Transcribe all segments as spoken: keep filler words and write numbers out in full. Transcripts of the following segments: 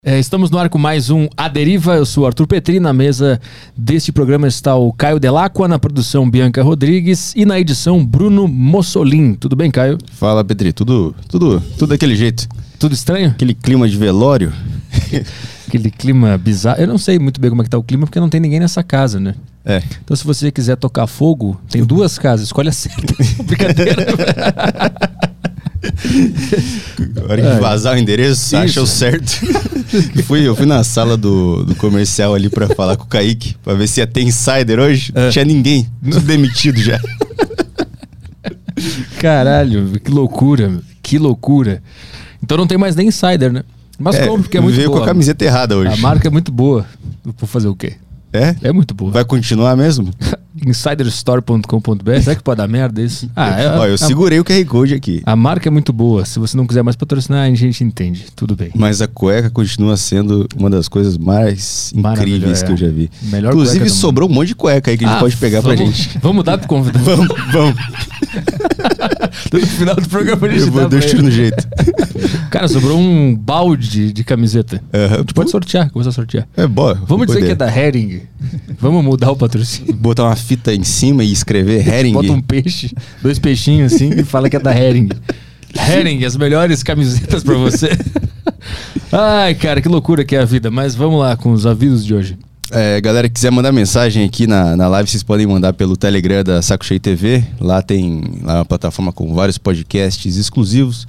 É, estamos no ar com mais um A Deriva. Eu sou o Arthur Petri. Na mesa deste programa está o Caio Delacqua, na produção Bianca Rodrigues e na edição Bruno Mossolin. Tudo bem, Caio? Fala, Petri. Tudo, tudo, tudo daquele jeito. Tudo estranho? Aquele clima de velório. Aquele clima bizarro. Eu não sei muito bem como é que tá o clima, porque não tem ninguém nessa casa, né? É. Então, se você quiser tocar fogo, tem duas casas. Escolhe a certa. Brincadeira. Na hora de vazar o endereço, Isso. acha o certo. eu, fui, eu fui na sala do, do comercial ali pra falar com o Kaique, pra ver se ia ter insider hoje. É. Não tinha ninguém, tudo demitido já. Caralho, que loucura, que loucura. Então não tem mais nem insider, né? Mas é, como, porque é muito veio boa. Veio com a camiseta errada hoje. A marca é muito boa. Vou fazer o quê? É? É muito boa. Vai continuar mesmo? insider store ponto com ponto b r. Será que pode dar merda isso? Ah, é, Ó, eu a, segurei o Q R Code aqui. A marca é muito boa. Se você não quiser mais patrocinar, a gente entende. Tudo bem. Mas a cueca continua sendo uma das coisas mais incríveis é. que eu já vi. Melhor Inclusive, sobrou um monte de cueca aí que a gente ah, pode pegar vamos, pra gente. Vamos dar pro convidado. vamos, vamos. No final do programa a gente Eu vou deixar no jeito. Cara, sobrou um balde de camiseta. Uhum. A gente pode sortear, começar a sortear. É boa. Vamos dizer que é da Hering. Vamos mudar o patrocínio. Botar uma fita em cima e escrever Hering. Bota um peixe, dois peixinhos assim e fala que é da Hering. Hering, as melhores camisetas pra você. Ai, cara, que loucura que é a vida. Mas vamos lá com os avisos de hoje. É, galera que quiser mandar mensagem aqui na, na live, vocês podem mandar pelo Telegram da Saco Cheio T V. Lá tem lá uma plataforma com vários podcasts exclusivos.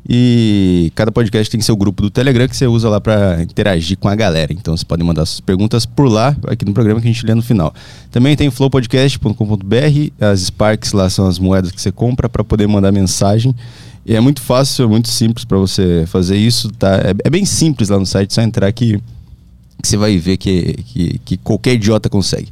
E cada podcast tem seu grupo do Telegram que você usa lá para interagir com a galera. Então você pode mandar suas perguntas por lá, aqui no programa que a gente lê no final. Também tem flow podcast ponto com ponto b r. As Sparks lá são as moedas que você compra para poder mandar mensagem. E é muito fácil, é muito simples para você fazer isso, tá? É, é bem simples lá no site, só entrar aqui que você vai ver que, que, que qualquer idiota consegue.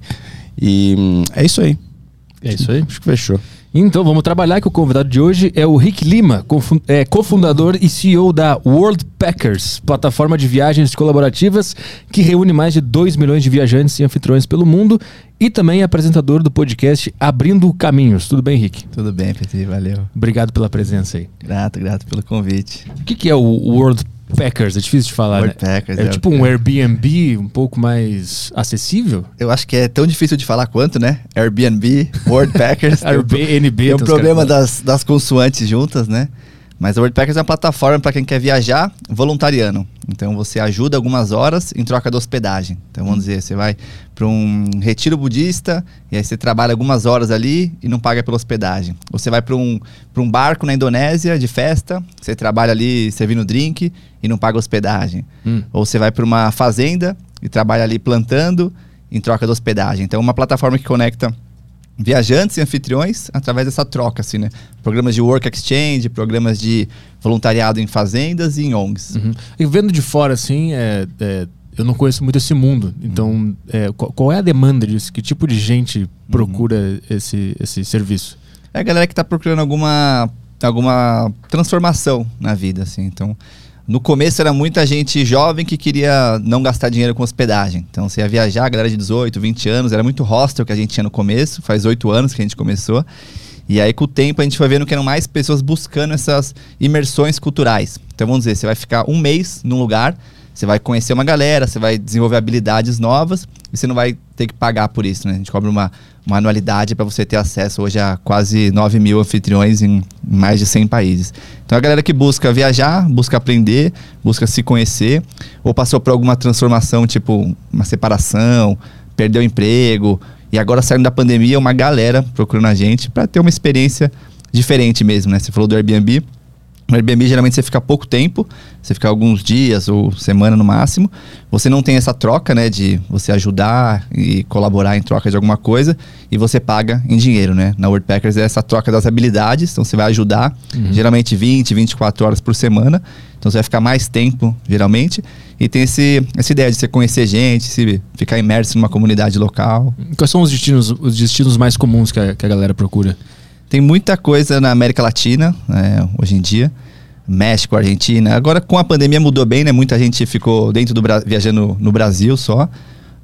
E hum, é isso aí. É isso aí? Acho que fechou. Então vamos trabalhar, que o convidado de hoje é o Rick Lima, é, cofundador e C E O da Worldpackers, plataforma de viagens colaborativas que reúne mais de dois milhões de viajantes e anfitriões pelo mundo, e também é apresentador do podcast Abrindo Caminhos. Tudo bem, Rick? Tudo bem, Petri, valeu. Obrigado pela presença aí. Grato, grato pelo convite. O que, que é o Worldpackers? É difícil de falar, Worldpackers, né? É, é tipo um Airbnb um pouco mais acessível? Eu acho que é tão difícil de falar quanto, né? Airbnb, Worldpackers. Airbnb. Tem um problema das, das consoantes juntas, né? Mas a Worldpackers é uma plataforma para quem quer viajar voluntariando. Então você ajuda algumas horas em troca da hospedagem. Então vamos dizer, você vai para um retiro budista e aí você trabalha algumas horas ali e não paga pela hospedagem. Ou você vai para um, para um barco na Indonésia de festa, você trabalha ali servindo drink e não paga hospedagem. Hum. Ou você vai para uma fazenda e trabalha ali plantando em troca da hospedagem. Então é uma plataforma que conecta viajantes e anfitriões através dessa troca, assim, né? Programas de work exchange, programas de voluntariado em fazendas e em O N Gs. Uhum. E vendo de fora, assim, é, é, eu não conheço muito esse mundo. Então, é, qual, qual é a demanda disso? Que tipo de gente procura uhum. esse, esse serviço? É a galera que está procurando alguma, alguma transformação na vida, assim. Então, no começo era muita gente jovem que queria não gastar dinheiro com hospedagem. Então você ia viajar, a galera de dezoito, vinte anos, era muito hostel que a gente tinha no começo, faz oito anos que a gente começou. E aí com o tempo a gente foi vendo que eram mais pessoas buscando essas imersões culturais. Então vamos dizer, você vai ficar um mês num lugar, você vai conhecer uma galera, você vai desenvolver habilidades novas e você não vai ter que pagar por isso, né? A gente cobra uma, uma anualidade para você ter acesso hoje a quase nove mil anfitriões em mais de cem países. Então a galera que busca viajar, busca aprender, busca se conhecer, ou passou por alguma transformação, tipo uma separação, perdeu o emprego, e agora saindo da pandemia, uma galera procurando a gente para ter uma experiência diferente mesmo, né? Você falou do Airbnb. No Airbnb, geralmente, você fica pouco tempo, você fica alguns dias ou semana no máximo. Você não tem essa troca, né, de você ajudar e colaborar em troca de alguma coisa, e você paga em dinheiro, né? Na Worldpackers é essa troca das habilidades, então você vai ajudar, uhum. geralmente vinte, vinte e quatro horas por semana, então você vai ficar mais tempo, geralmente, e tem esse, essa ideia de você conhecer gente, se ficar imerso numa comunidade local. Quais são os destinos, os destinos mais comuns que a, que a galera procura? Tem muita coisa na América Latina, né, hoje em dia. México, Argentina. Agora com a pandemia mudou bem, né? Muita gente ficou dentro do Bra- viajando no Brasil só.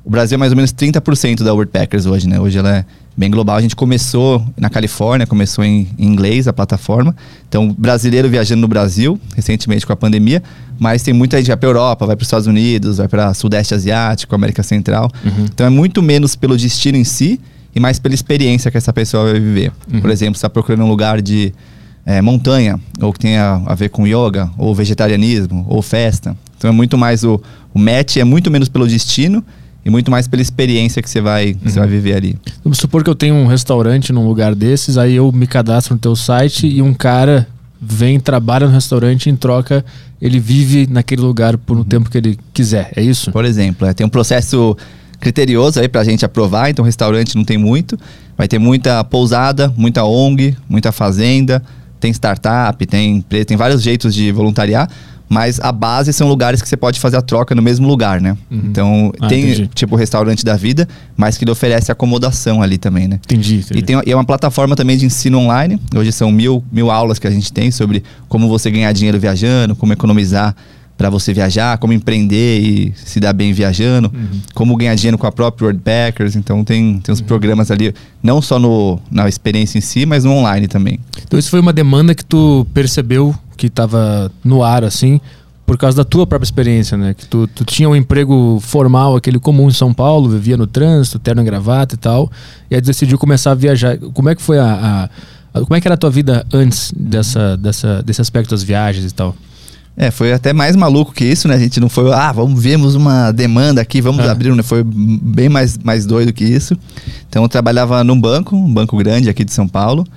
o Brasil é mais ou menos trinta por cento da Worldpackers hoje, né? Hoje ela é bem global. A gente começou na Califórnia, começou em, em inglês a plataforma. Então, brasileiro viajando no Brasil, recentemente com a pandemia, mas tem muita gente que vai para a Europa, vai para os Estados Unidos, vai para Sudeste Asiático, América Central. Uhum. Então, é muito menos pelo destino em si e mais pela experiência que essa pessoa vai viver. Uhum. Por exemplo, você está procurando um lugar de é, montanha, ou que tenha a ver com yoga, ou vegetarianismo, ou festa. Então, é muito mais o, o match, é muito menos pelo destino e muito mais pela experiência que você vai, que uhum. você vai viver ali. Vamos supor que eu tenho um restaurante num lugar desses, aí eu me cadastro no teu site e um cara vem, trabalha no restaurante e em troca ele vive naquele lugar por um uhum. tempo que ele quiser, é isso? Por exemplo, é, tem um processo criterioso aí pra gente aprovar, então restaurante não tem muito, vai ter muita pousada, muita O N G, muita fazenda, tem startup, tem empresa, tem vários jeitos de voluntariar, mas a base são lugares que você pode fazer a troca no mesmo lugar, né? Uhum. Então, ah, tem entendi. Tipo o restaurante da vida, mas que ele oferece acomodação ali também, né? Entendi, entendi. E, tem, e é uma plataforma também de ensino online. Hoje são mil, mil aulas que a gente tem sobre como você ganhar dinheiro viajando, como economizar para você viajar, como empreender e se dar bem viajando, uhum. como ganhar dinheiro com a própria Worldpackers. Então tem, tem uns uhum. programas ali, não só no, na experiência em si, mas no online também. Então isso foi uma demanda que tu percebeu que estava no ar, assim, por causa da tua própria experiência, né? Que tu, tu tinha um emprego formal, aquele comum em São Paulo, vivia no trânsito, terno e gravata e tal, e aí decidiu começar a viajar. Como é que foi a... a, a como é que era a tua vida antes dessa, dessa, desse aspecto das viagens e tal? É, foi até mais maluco que isso, né? A gente não foi, ah, vamos vermos uma demanda aqui, vamos é. abrir, né? Foi bem mais, mais doido que isso. Então eu trabalhava num banco, um banco grande aqui de São Paulo,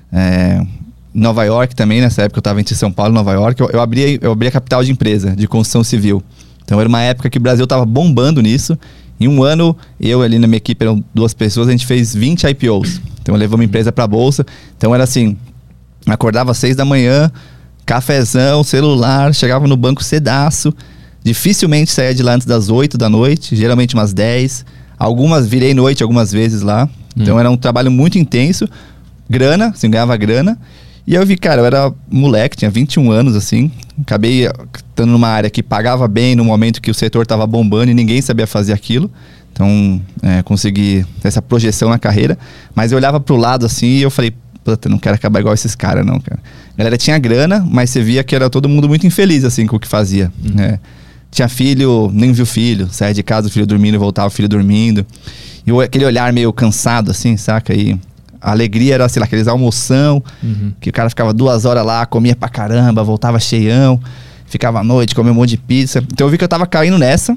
é, Nova York também, nessa época eu estava entre São Paulo e Nova York, eu, eu, abri, eu abri a capital de empresa, de construção civil. Então era uma época que o Brasil estava bombando nisso. Em um ano, eu ali na minha equipe, eram duas pessoas, a gente fez vinte I P Os. Então eu levei uma empresa para a bolsa. Então era assim, acordava às seis da manhã, cafezão, celular, chegava no banco cedaço, dificilmente saía de lá antes das oito da noite, geralmente umas dez, algumas virei noite algumas vezes lá, então hum. era um trabalho muito intenso, grana, assim, ganhava grana, e eu vi, cara, eu era moleque, tinha vinte e um anos, assim, acabei estando numa área que pagava bem no momento que o setor estava bombando e ninguém sabia fazer aquilo, então é, consegui essa projeção na carreira, mas eu olhava pro lado assim e eu falei, puta, não quero acabar igual esses caras não, cara. A galera tinha grana, mas você via que era todo mundo muito infeliz, assim, com o que fazia. Uhum. É. Tinha filho, nem viu filho. Saia de casa, o filho dormindo, voltava o filho dormindo. E o, aquele olhar meio cansado, assim, saca? E a alegria era, sei lá, aqueles almoção, uhum. que o cara ficava duas horas lá, comia pra caramba, voltava cheião, ficava à noite, comia um monte de pizza. Então eu vi que eu tava caindo nessa.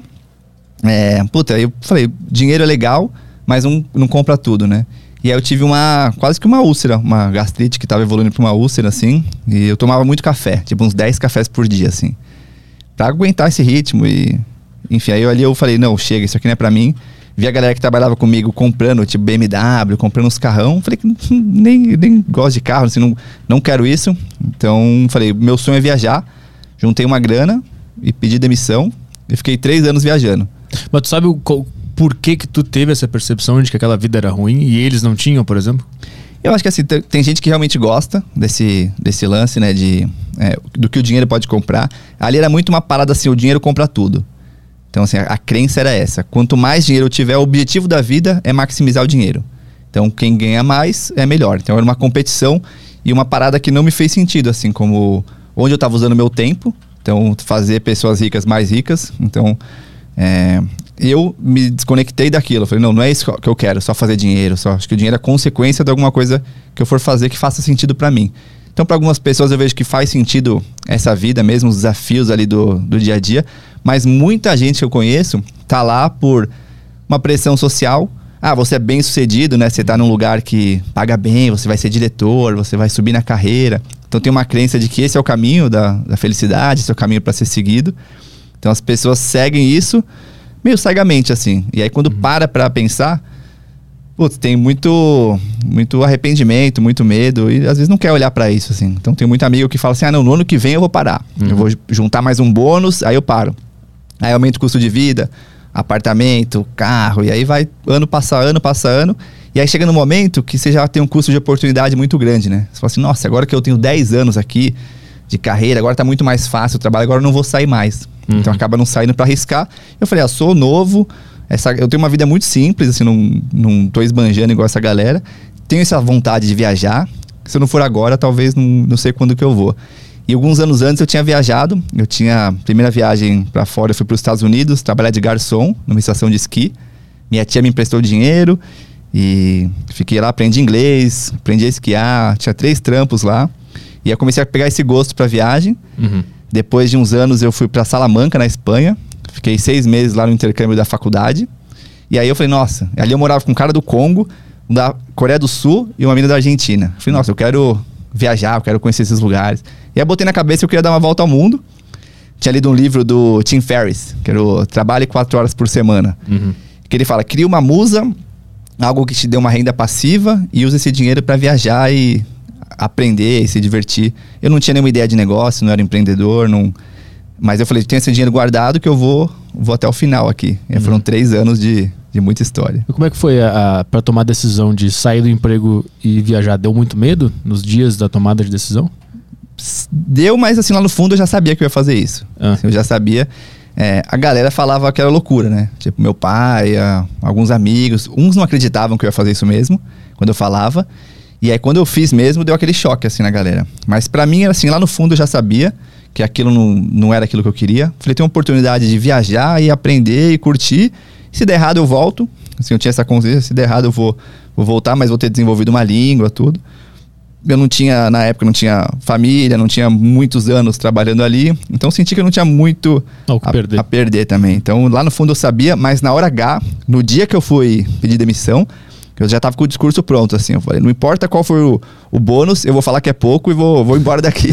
É, puta, aí eu falei, dinheiro é legal, mas não, não compra tudo, né? E aí eu tive uma, quase que uma úlcera, uma gastrite que tava evoluindo pra uma úlcera, assim. E eu tomava muito café, tipo uns dez cafés por dia, assim. Pra aguentar esse ritmo e... Enfim, aí eu, ali eu falei, não, chega, isso aqui não é pra mim. Vi a galera que trabalhava comigo comprando, tipo B M W, comprando uns carrão. Falei que nem, nem gosto de carro, assim, não, não quero isso. Então, falei, meu sonho é viajar. Juntei uma grana e pedi demissão. E fiquei três anos viajando. Mas tu sabe o... Por que que tu teve essa percepção de que aquela vida era ruim e eles não tinham, por exemplo? Eu acho que assim, tem, tem gente que realmente gosta desse, desse lance, né, de, é, do que o dinheiro pode comprar. Ali era muito uma parada assim, o dinheiro compra tudo. Então assim, a, a crença era essa. Quanto mais dinheiro eu tiver, o objetivo da vida é maximizar o dinheiro. Então quem ganha mais é melhor. Então era uma competição e uma parada que não me fez sentido, assim, como onde eu estava usando meu tempo. Então fazer pessoas ricas mais ricas. Então... É, eu me desconectei daquilo. Eu falei, não, não é isso que eu quero, só fazer dinheiro. Só, acho que o dinheiro é consequência de alguma coisa que eu for fazer que faça sentido pra mim. Então, para algumas pessoas eu vejo que faz sentido essa vida mesmo, os desafios ali do, do dia a dia. Mas muita gente que eu conheço tá lá por uma pressão social. Ah, você é bem sucedido, né? Você tá num lugar que paga bem, você vai ser diretor, você vai subir na carreira. Então tem uma crença de que esse é o caminho da, da felicidade, esse é o caminho para ser seguido. Então as pessoas seguem isso meio cegamente, assim. E aí quando uhum. para pra pensar, putz, tem muito, muito arrependimento, muito medo. E às vezes não quer olhar pra isso, assim. Então tem muito amigo que fala assim, ah não, no ano que vem eu vou parar. Uhum. Eu vou juntar mais um bônus, aí eu paro. Aí aumenta o custo de vida, apartamento, carro. E aí vai ano passa ano, passa ano. E aí chega no momento que você já tem um custo de oportunidade muito grande, né? Você fala assim, nossa, agora que eu tenho dez anos aqui de carreira, agora tá muito mais fácil o trabalho, agora eu não vou sair mais. Uhum. Então acaba não saindo para arriscar. Eu falei, ah, sou novo, essa, eu tenho uma vida muito simples, assim, não, não tô esbanjando igual essa galera. Tenho essa vontade de viajar. Se eu não for agora, talvez não, não sei quando que eu vou. E alguns anos antes eu tinha viajado. Eu tinha, primeira viagem pra fora, eu fui pros Estados Unidos, trabalhar de garçom numa estação de esqui. Minha tia me emprestou dinheiro e fiquei lá, aprendi inglês, aprendi a esquiar, tinha três trampos lá. E eu comecei a pegar esse gosto pra viagem. Uhum. Depois de uns anos eu fui pra Salamanca, na Espanha. Fiquei seis meses lá no intercâmbio da faculdade. E aí eu falei, nossa, ali eu morava com um cara do Congo, da Coreia do Sul e uma menina da Argentina. Eu falei, nossa, eu quero viajar, eu quero conhecer esses lugares. E aí botei na cabeça que eu queria dar uma volta ao mundo. Tinha lido um livro do Tim Ferriss, que era o Trabalhe quatro horas por semana. Uhum. Que ele fala, cria uma musa, algo que te dê uma renda passiva e use esse dinheiro para viajar e aprender e se divertir. Eu não tinha nenhuma ideia de negócio, não era empreendedor, não... mas eu falei, tem esse dinheiro guardado que eu vou, vou até o final aqui. E uhum. foram três anos de, de muita história. E como é que foi a, a, para tomar a decisão de sair do emprego e viajar? Deu muito medo nos dias da tomada de decisão? Deu, mas assim, lá no fundo eu já sabia que eu ia fazer isso. Ah. Assim, eu já sabia. É, a galera falava que era loucura, né? Tipo, meu pai, a, alguns amigos. Uns não acreditavam que eu ia fazer isso mesmo, quando eu falava. E aí, quando eu fiz mesmo, deu aquele choque, assim, na galera. Mas pra mim, assim, lá no fundo eu já sabia que aquilo não, não era aquilo que eu queria. Falei, tem uma oportunidade de viajar e aprender e curtir. Se der errado, eu volto. Assim, eu tinha essa consciência, se der errado, eu vou, vou voltar, mas vou ter desenvolvido uma língua, tudo. Eu não tinha, na época, não tinha família, não tinha muitos anos trabalhando ali. Então, senti que eu não tinha muito oh, a, perder. a perder também. Então, lá no fundo eu sabia, mas na hora H, no dia que eu fui pedir demissão, eu já tava com o discurso pronto, assim. Eu falei, não importa qual for o, o bônus, eu vou falar que é pouco e vou, vou embora daqui.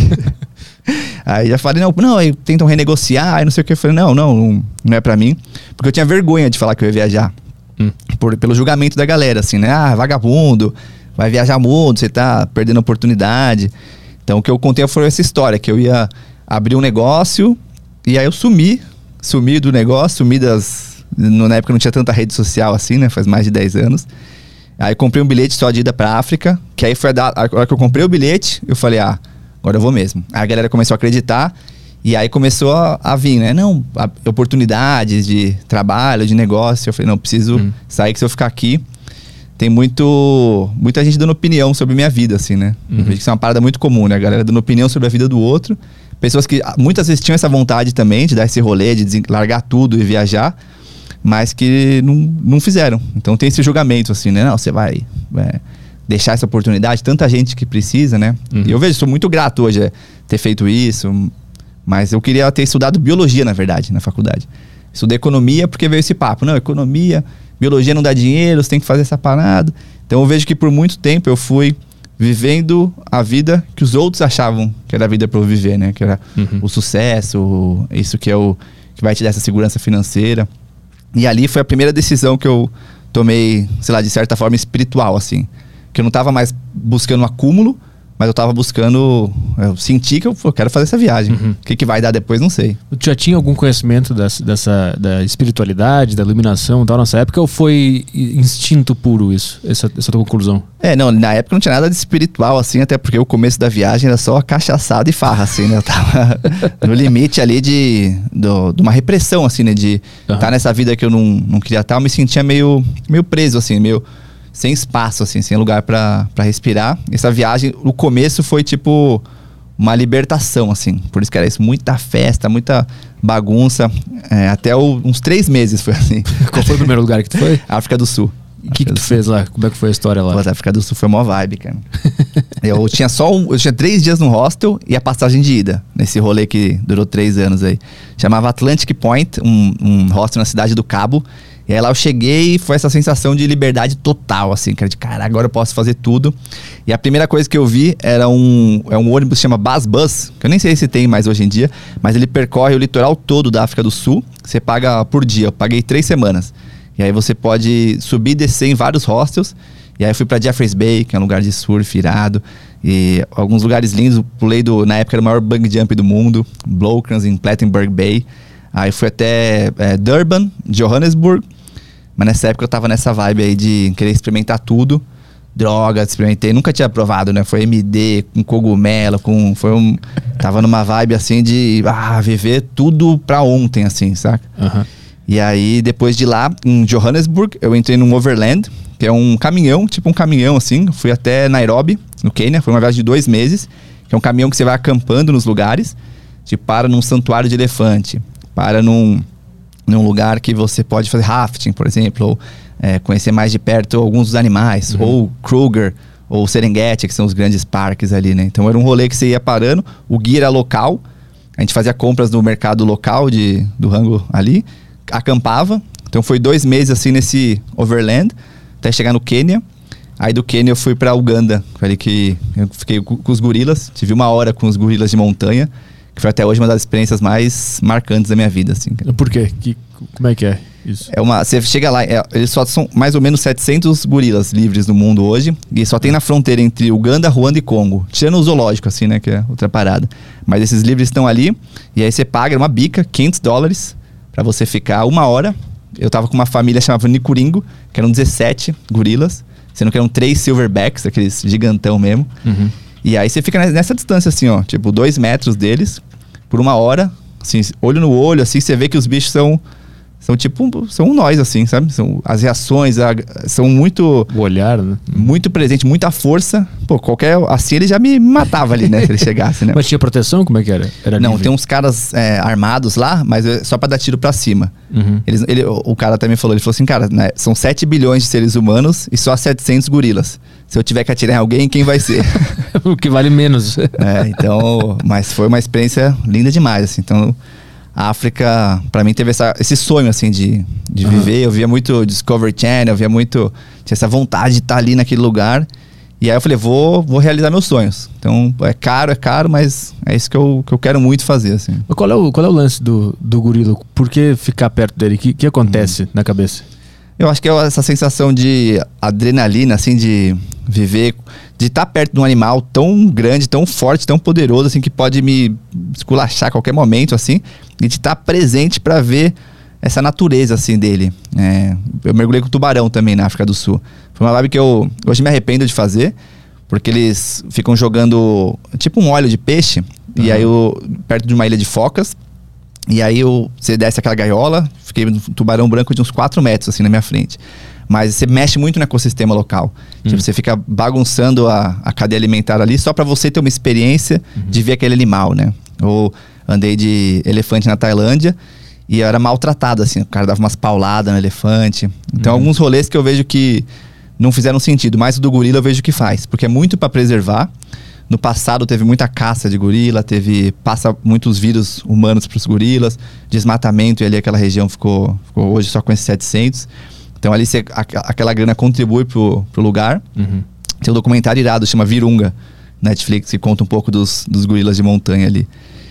Aí já falei, não, não, aí tentam renegociar, aí não sei o que. Eu falei, não, não, não, não é pra mim. Porque eu tinha vergonha de falar que eu ia viajar. Hum. Por, pelo julgamento da galera, assim, né? Ah, vagabundo, vai viajar mundo, você tá perdendo oportunidade. Então o que eu contei foi essa história, que eu ia abrir um negócio e aí eu sumi, sumi do negócio, sumi das... Na época não tinha tanta rede social assim, né? Faz mais de dez anos. Aí comprei um bilhete só de ida pra África, que aí foi a, da, a hora que eu comprei o bilhete, eu falei, ah, agora eu vou mesmo. Aí a galera começou a acreditar e aí começou a, a vir, né? Não, a, oportunidades de trabalho, de negócio. Eu falei, não, preciso hum. sair, que se eu ficar aqui, tem muito, muita gente dando opinião sobre minha vida, assim, né? Uhum. Eu vejo que isso é uma parada muito comum, né? A galera dando opinião sobre a vida do outro. Pessoas que muitas vezes tinham essa vontade também de dar esse rolê, de largar tudo e viajar, mas que não, não fizeram. Então tem esse julgamento, assim, né? Não, você vai é, deixar essa oportunidade, tanta gente que precisa, né? Uhum. E eu vejo, sou muito grato hoje é, ter feito isso, mas eu queria ter estudado biologia, na verdade, na faculdade. Estudei economia porque veio esse papo. Não, economia, biologia não dá dinheiro, você tem que fazer essa parada. Então eu vejo que por muito tempo eu fui vivendo a vida que os outros achavam que era a vida para eu viver, né? Que era uhum. o sucesso, o, isso que é o que vai te dar essa segurança financeira. E ali foi a primeira decisão que eu tomei, sei lá, de certa forma espiritual, assim. Que eu não tava mais buscando um acúmulo, mas eu tava buscando... Eu senti que eu, eu quero fazer essa viagem. Uhum. O que, que vai dar depois, não sei. Tu já tinha algum conhecimento dessa, dessa da espiritualidade, da iluminação e tal nessa época? Ou foi instinto puro isso, essa, essa tua conclusão? É, não, na época não tinha nada de espiritual, assim, até porque o começo da viagem era só cachaçada e farra, assim, né? Eu tava no limite ali de, do, de uma repressão, assim, né? De estar uhum. tá nessa vida que eu não, não queria estar, eu me sentia meio, meio preso, assim, meio... sem espaço, assim, sem lugar pra, pra respirar. Essa viagem, o começo foi tipo uma libertação, assim. Por isso que era isso, muita festa, muita bagunça. É, até o, uns três meses foi assim. Qual foi o primeiro lugar que tu foi? África do Sul. O que, que tu fez lá? Como é que foi a história lá? A África do Sul foi uma vibe, cara. eu tinha só um, eu tinha três dias no hostel e a passagem de ida. Nesse rolê que durou três anos aí. Chamava Atlantic Point, um, um hostel na cidade do Cabo. E aí lá eu cheguei e foi essa sensação de liberdade total, assim, cara, de cara, agora eu posso fazer tudo. E a primeira coisa que eu vi era um, é um ônibus que chama Bus Bus, que eu nem sei se tem mais hoje em dia, mas ele percorre o litoral todo da África do Sul, você paga por dia, eu paguei três semanas. E aí você pode subir e descer em vários hostels, e aí eu fui pra Jeffreys Bay, que é um lugar de surf irado, e alguns lugares lindos, eu pulei do, na época era o maior bungee jump do mundo, Blokens em Plettenberg Bay. Aí fui até é, Durban, Johannesburg. Mas nessa época eu tava nessa vibe aí de querer experimentar tudo. Droga, experimentei. Nunca tinha provado, né? Foi M D, com cogumelo, com... Foi um... Tava numa vibe assim de... Ah, viver tudo pra ontem, assim, saca? Uhum. E aí, depois de lá, em Johannesburg, eu entrei num overland, que é um caminhão, tipo um caminhão assim. Fui até Nairobi, no Quênia. Foi uma viagem de dois meses, que é um caminhão que você vai acampando nos lugares. Tipo, para num santuário de elefante, para num, num lugar que você pode fazer rafting, por exemplo, ou é, conhecer mais de perto alguns dos animais, uhum. ou Kruger, ou Serengeti, que são os grandes parques ali, né? Então era um rolê que você ia parando, o guia era local, a gente fazia compras no mercado local de, do rango ali, acampava. Então foi dois meses assim nesse overland, até chegar no Quênia. Aí do Quênia eu fui pra Uganda, foi ali que eu fiquei com, com os gorilas, tive uma hora com os gorilas de montanha, que foi até hoje uma das experiências mais marcantes da minha vida, assim. Por quê? Que, como é que é isso? É uma, você chega lá, é, eles só são mais ou menos setecentos gorilas livres no mundo hoje, e só tem na fronteira entre Uganda, Ruanda e Congo, tirando o zoológico, assim, né, que é outra parada. Mas esses livres estão ali, e aí você paga uma bica, quinhentos dólares, pra você ficar uma hora. Eu tava com uma família chamada Nicuringo, que eram dezessete gorilas, sendo que eram três silverbacks, aqueles gigantão mesmo. Uhum. E aí você fica nessa distância assim, ó, tipo dois metros deles, por uma hora, assim, olho no olho, assim, você vê que os bichos são, são tipo, são nós, assim, sabe? São, as reações a, são muito... O olhar, né? Muito presente, muita força. Pô, qualquer... Assim ele já me matava ali, né? Se ele chegasse, né? Mas tinha proteção? Como é que era? Era Não, livre? tem uns caras é, armados lá, mas é só pra dar tiro pra cima. Uhum. Eles, ele, o cara também falou, ele falou assim, cara, né, são sete bilhões de seres humanos e só setecentos gorilas. Se eu tiver que atirar em alguém, quem vai ser? O que vale menos. É, então... Mas foi uma experiência linda demais, assim. Então... A África, pra mim, teve essa, esse sonho, assim, de, de uhum. viver. Eu via muito Discovery Channel, eu via muito... Tinha essa vontade de estar ali naquele lugar. E aí eu falei, vou, vou realizar meus sonhos. Então, é caro, é caro, mas é isso que eu, que eu quero muito fazer, assim. Mas qual é o, qual é o lance do, do gorila? Por que ficar perto dele? O que, que acontece uhum. na cabeça? Eu acho que é essa sensação de adrenalina, assim, de viver... De estar perto de um animal tão grande, tão forte, tão poderoso, assim, que pode me esculachar a qualquer momento, assim. E de estar presente para ver essa natureza, assim, dele. É, eu mergulhei com tubarão também na África do Sul. Foi uma vibe que eu hoje me arrependo de fazer, porque eles ficam jogando tipo um óleo de peixe, uhum. e aí eu, perto de uma ilha de focas, e aí eu, você desce aquela gaiola, fiquei um tubarão branco de uns quatro metros, assim, na minha frente. Mas você mexe muito no ecossistema local. Hum. Tipo, você fica bagunçando a, a cadeia alimentar ali só pra você ter uma experiência uhum. de ver aquele animal, né? Ou andei de elefante na Tailândia e eu era maltratado, assim. O cara dava umas pauladas no elefante. Então, uhum. alguns rolês que eu vejo que não fizeram sentido. Mas o do gorila eu vejo que faz. Porque é muito pra preservar. No passado teve muita caça de gorila, teve... Passa muitos vírus humanos pros gorilas. Desmatamento e ali aquela região ficou, ficou hoje só com esses setecentos. Então ali cê, a, aquela grana contribui pro, pro lugar. Uhum. Tem um documentário irado, chama Virunga, Netflix, que conta um pouco dos, dos gorilas de montanha ali.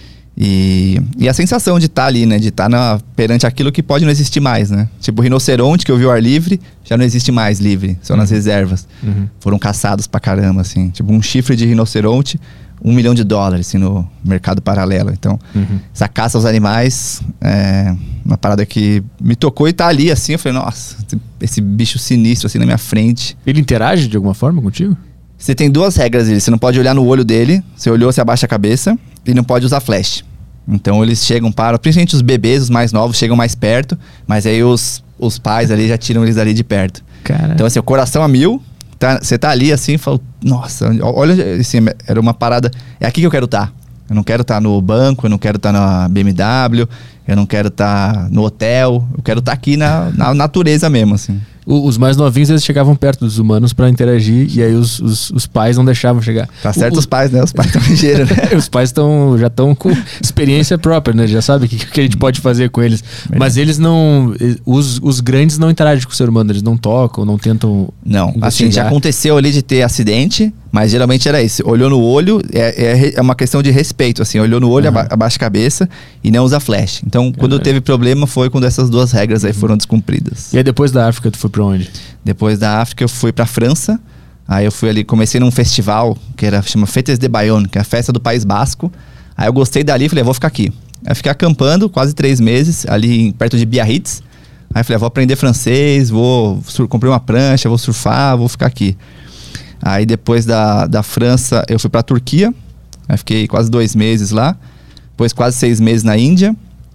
E, e a sensação de estar tá ali, né? De estar tá perante aquilo que pode não existir mais, né? Tipo o rinoceronte que eu vi ao ar livre, já não existe mais livre, só uhum. nas reservas. Uhum. Foram caçados pra caramba, assim. Tipo um chifre de rinoceronte, um milhão de dólares, assim, no mercado paralelo. Então, uhum. essa caça aos animais é uma parada que me tocou e tá ali, assim. Eu falei, nossa, esse bicho sinistro, assim, na minha frente. Ele interage de alguma forma contigo? Você tem duas regras dele. Você não pode olhar no olho dele. Você olhou, você abaixa a cabeça. E não pode usar flash. Então, eles chegam para... Principalmente os bebês, os mais novos, chegam mais perto. Mas aí os, os pais ali já tiram eles dali de perto. Caraca. Então, assim, o coração a mil... Tá, você tá ali assim e fala, nossa, olha, assim, era uma parada, é aqui que eu quero estar. Tá. Eu não quero estar tá no banco, eu não quero estar tá na B M W, eu não quero estar tá no hotel, eu quero estar tá aqui na, na natureza mesmo, assim. O, os mais novinhos, eles chegavam perto dos humanos pra interagir e aí os, os, os pais não deixavam chegar. Tá certo o, os pais, né? Os pais estão ligeiros, né? Os pais tão, já estão com experiência própria, né? Já sabem o que, que a gente pode fazer com eles. Verdade. Mas eles não... Os, os grandes não interagem com o ser humano, eles não tocam, não tentam Não, investigar. Assim, já aconteceu ali de ter acidente, mas geralmente era isso. Olhou no olho, é, é, é uma questão de respeito, assim. Olhou no olho, uhum. aba, abaixa a cabeça e não usa flash. Então, quando uhum. teve problema, foi quando essas duas regras aí foram descumpridas. E aí depois da África, tu foi pra onde? Depois da África eu fui pra França. Aí eu fui ali, comecei num festival que era, chama Fetes de Bayonne, que é a festa do País Basco. Aí eu gostei dali e falei, vou ficar aqui. Aí eu fiquei acampando quase três meses, ali perto de Biarritz. Aí eu falei, vou aprender francês, vou sur- comprei uma prancha, vou surfar, vou ficar aqui. Aí depois da, da França eu fui pra Turquia. Aí fiquei quase dois meses lá. Depois quase seis meses na Índia.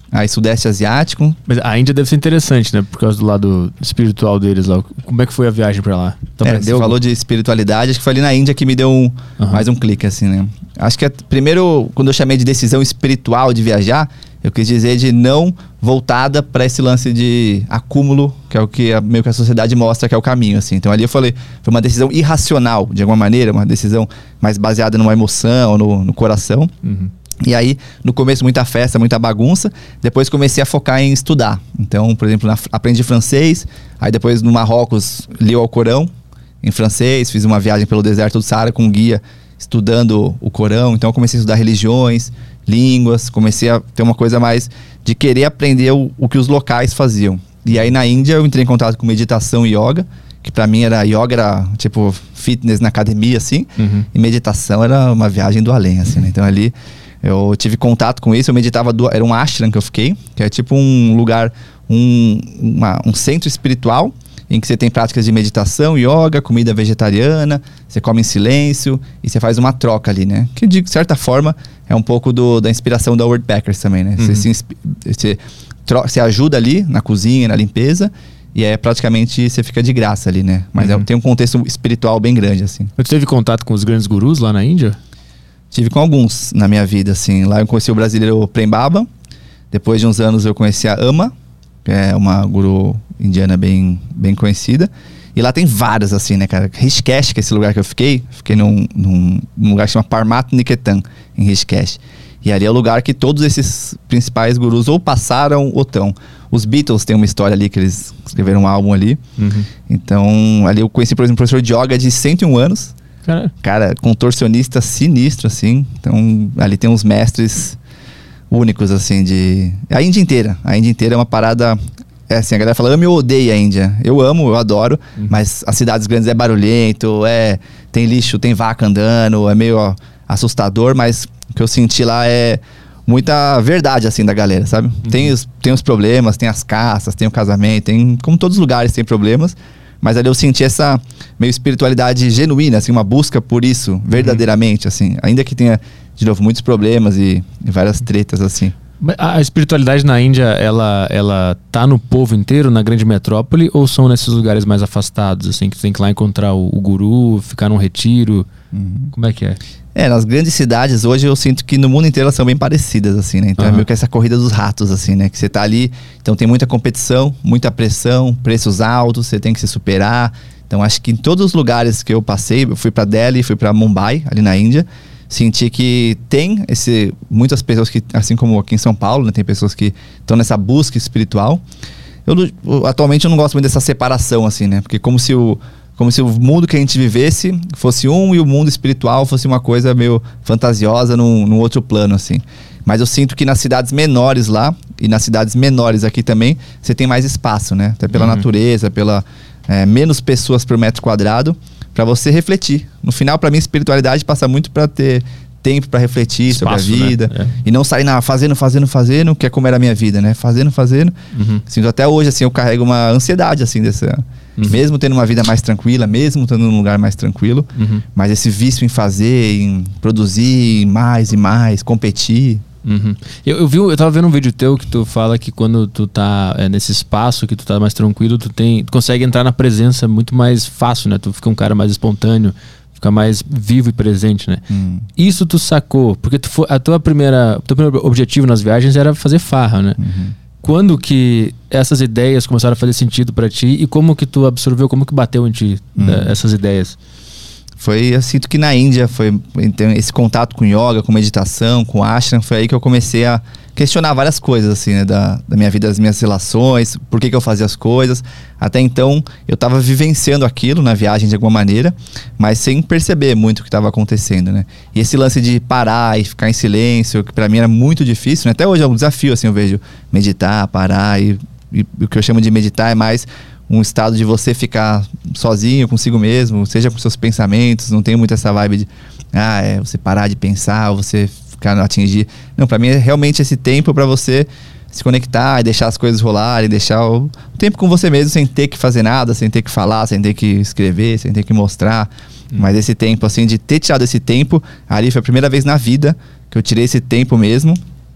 aí Sudeste Asiático. Mas a Índia deve ser interessante, né? Por causa do lado espiritual deles lá. Como é que foi a viagem pra lá? Tu é, aprendeu? Você falou de espiritualidade, acho que foi ali na Índia que me deu um, uhum. mais um clique, assim, né? Acho que é, primeiro, quando eu chamei de decisão espiritual de viajar, eu quis dizer de não voltada para esse lance de acúmulo, que é o que a, meio que a sociedade mostra que é o caminho, assim. Então ali eu falei, foi uma decisão irracional, de alguma maneira, uma decisão mais baseada numa emoção, no, no coração. Uhum. E aí, no começo, muita festa, muita bagunça. Depois comecei a focar em estudar. Então, por exemplo, na, aprendi francês. Aí depois, no Marrocos, li o Alcorão em francês. Fiz uma viagem pelo deserto do Saara com um guia estudando o Corão. Então, eu comecei a estudar religiões, línguas. Comecei a ter uma coisa mais de querer aprender o, o que os locais faziam. E aí, na Índia, eu entrei em contato com meditação e yoga. Que pra mim era yoga, era tipo fitness na academia, assim. Uhum. E meditação era uma viagem do além, assim, né? Então, ali... eu tive contato com isso, eu meditava, do, era um ashram que eu fiquei, que é tipo um lugar, um, uma, um centro espiritual, em que você tem práticas de meditação, yoga, comida vegetariana, você come em silêncio, e você faz uma troca ali, né? Que de certa forma é um pouco do, da inspiração da World Packers também, né? Uhum. Você, se, você, tro, você ajuda ali na cozinha, na limpeza, e é praticamente, você fica de graça ali, né? Mas uhum. é, tem um contexto espiritual bem grande, assim. Você teve contato com os grandes gurus lá na Índia? Tive com alguns na minha vida, assim. Lá eu conheci o brasileiro Prem Baba. Depois de uns anos eu conheci a Ama, que é uma guru indiana bem, bem conhecida. E lá tem várias, assim, né, cara? Rishikesh, que é esse lugar que eu fiquei. Fiquei num, num, num lugar que chama Parmat Niketan, em Rishikesh. E ali é o lugar que todos esses principais gurus ou passaram ou estão. Os Beatles têm uma história ali, que eles escreveram um álbum ali. Uhum. Então, ali eu conheci, por exemplo, um professor de yoga de cento e um anos. Cara. Cara, contorcionista sinistro, assim. Então, ali tem uns mestres únicos, assim, de... A Índia inteira. A Índia inteira é uma parada... É assim, a galera fala, ame ou odeia a Índia. Eu amo, eu adoro, uhum. mas as cidades grandes é barulhento, é... tem lixo, tem vaca andando, é meio ó, assustador, mas o que eu senti lá é muita verdade, assim, da galera, sabe? Uhum. Tem, os, tem os problemas, tem as caças, tem o casamento, tem... Como todos os lugares tem problemas, mas ali eu senti essa meio espiritualidade genuína, assim, uma busca por isso, verdadeiramente, uhum. assim. Ainda que tenha, de novo, muitos problemas e, e várias tretas, assim. A espiritualidade na Índia, ela, ela tá no povo inteiro, na grande metrópole, ou são nesses lugares mais afastados, assim, que tu tem que ir lá encontrar o, o guru, ficar num retiro? Uhum. Como é que é? É, nas grandes cidades, hoje eu sinto que no mundo inteiro elas são bem parecidas, assim, né? Então uhum. é meio que essa corrida dos ratos, assim, né? Que você tá ali, então tem muita competição, muita pressão, preços altos, você tem que se superar. Então acho que em todos os lugares que eu passei, eu fui pra Delhi, fui pra Mumbai, ali na Índia, senti que tem esse, muitas pessoas que, assim como aqui em São Paulo, né? Tem pessoas que estão nessa busca espiritual. Eu, eu, atualmente eu não gosto muito dessa separação, assim, né? Porque como se o... Como se o mundo que a gente vivesse fosse um e o mundo espiritual fosse uma coisa meio fantasiosa num, num outro plano, assim. Mas eu sinto que nas cidades menores lá, e nas cidades menores aqui também, você tem mais espaço, né? Até pela uhum. natureza, pela é, menos pessoas por metro quadrado, para você refletir. No final, para mim, espiritualidade passa muito para ter tempo para refletir espaço, sobre a vida. Né? É. E não sair na, fazendo, fazendo, fazendo, que é como era a minha vida, né? Fazendo, fazendo. Uhum. Sinto até hoje, assim, eu carrego uma ansiedade, assim, dessa... Uhum. Mesmo tendo uma vida mais tranquila, mesmo estando num lugar mais tranquilo, uhum. mas esse vício em fazer, em produzir mais e mais, competir. Uhum. Eu, eu, vi, eu tava vendo um vídeo teu que tu fala que quando tu tá é, nesse espaço, que tu tá mais tranquilo, tu, tem, tu consegue entrar na presença muito mais fácil, né? Tu fica um cara mais espontâneo, fica mais vivo e presente, né? Hum. Isso tu sacou, porque tu foi, a tua primeira, o teu primeiro objetivo nas viagens era fazer farra, né? Uhum. Quando que essas ideias começaram a fazer sentido pra ti e como que tu absorveu, como que bateu em ti hum. né, essas ideias? Foi, eu sinto que na Índia foi então, esse contato com yoga, com meditação, com ashram, foi aí que eu comecei a questionar várias coisas, assim, né, da, da minha vida, das minhas relações, por que que eu fazia as coisas. Até então, eu estava vivenciando aquilo na viagem de alguma maneira, mas sem perceber muito o que estava acontecendo, né. E esse lance de parar e ficar em silêncio, que para mim era muito difícil, né? Até hoje é um desafio, assim, eu vejo meditar, parar e, e o que eu chamo de meditar é mais um estado de você ficar sozinho consigo mesmo, seja com seus pensamentos, não tem muito essa vibe de, ah, é você parar de pensar, ou você ficar, atingir. Não, pra mim é realmente esse tempo pra você se conectar e deixar as coisas rolarem, deixar o, o tempo com você mesmo, sem ter que fazer nada, sem ter que falar, sem ter que escrever, sem ter que mostrar. Hum. Mas esse tempo, assim, de ter tirado esse tempo, ali foi a primeira vez na vida que eu tirei esse tempo mesmo.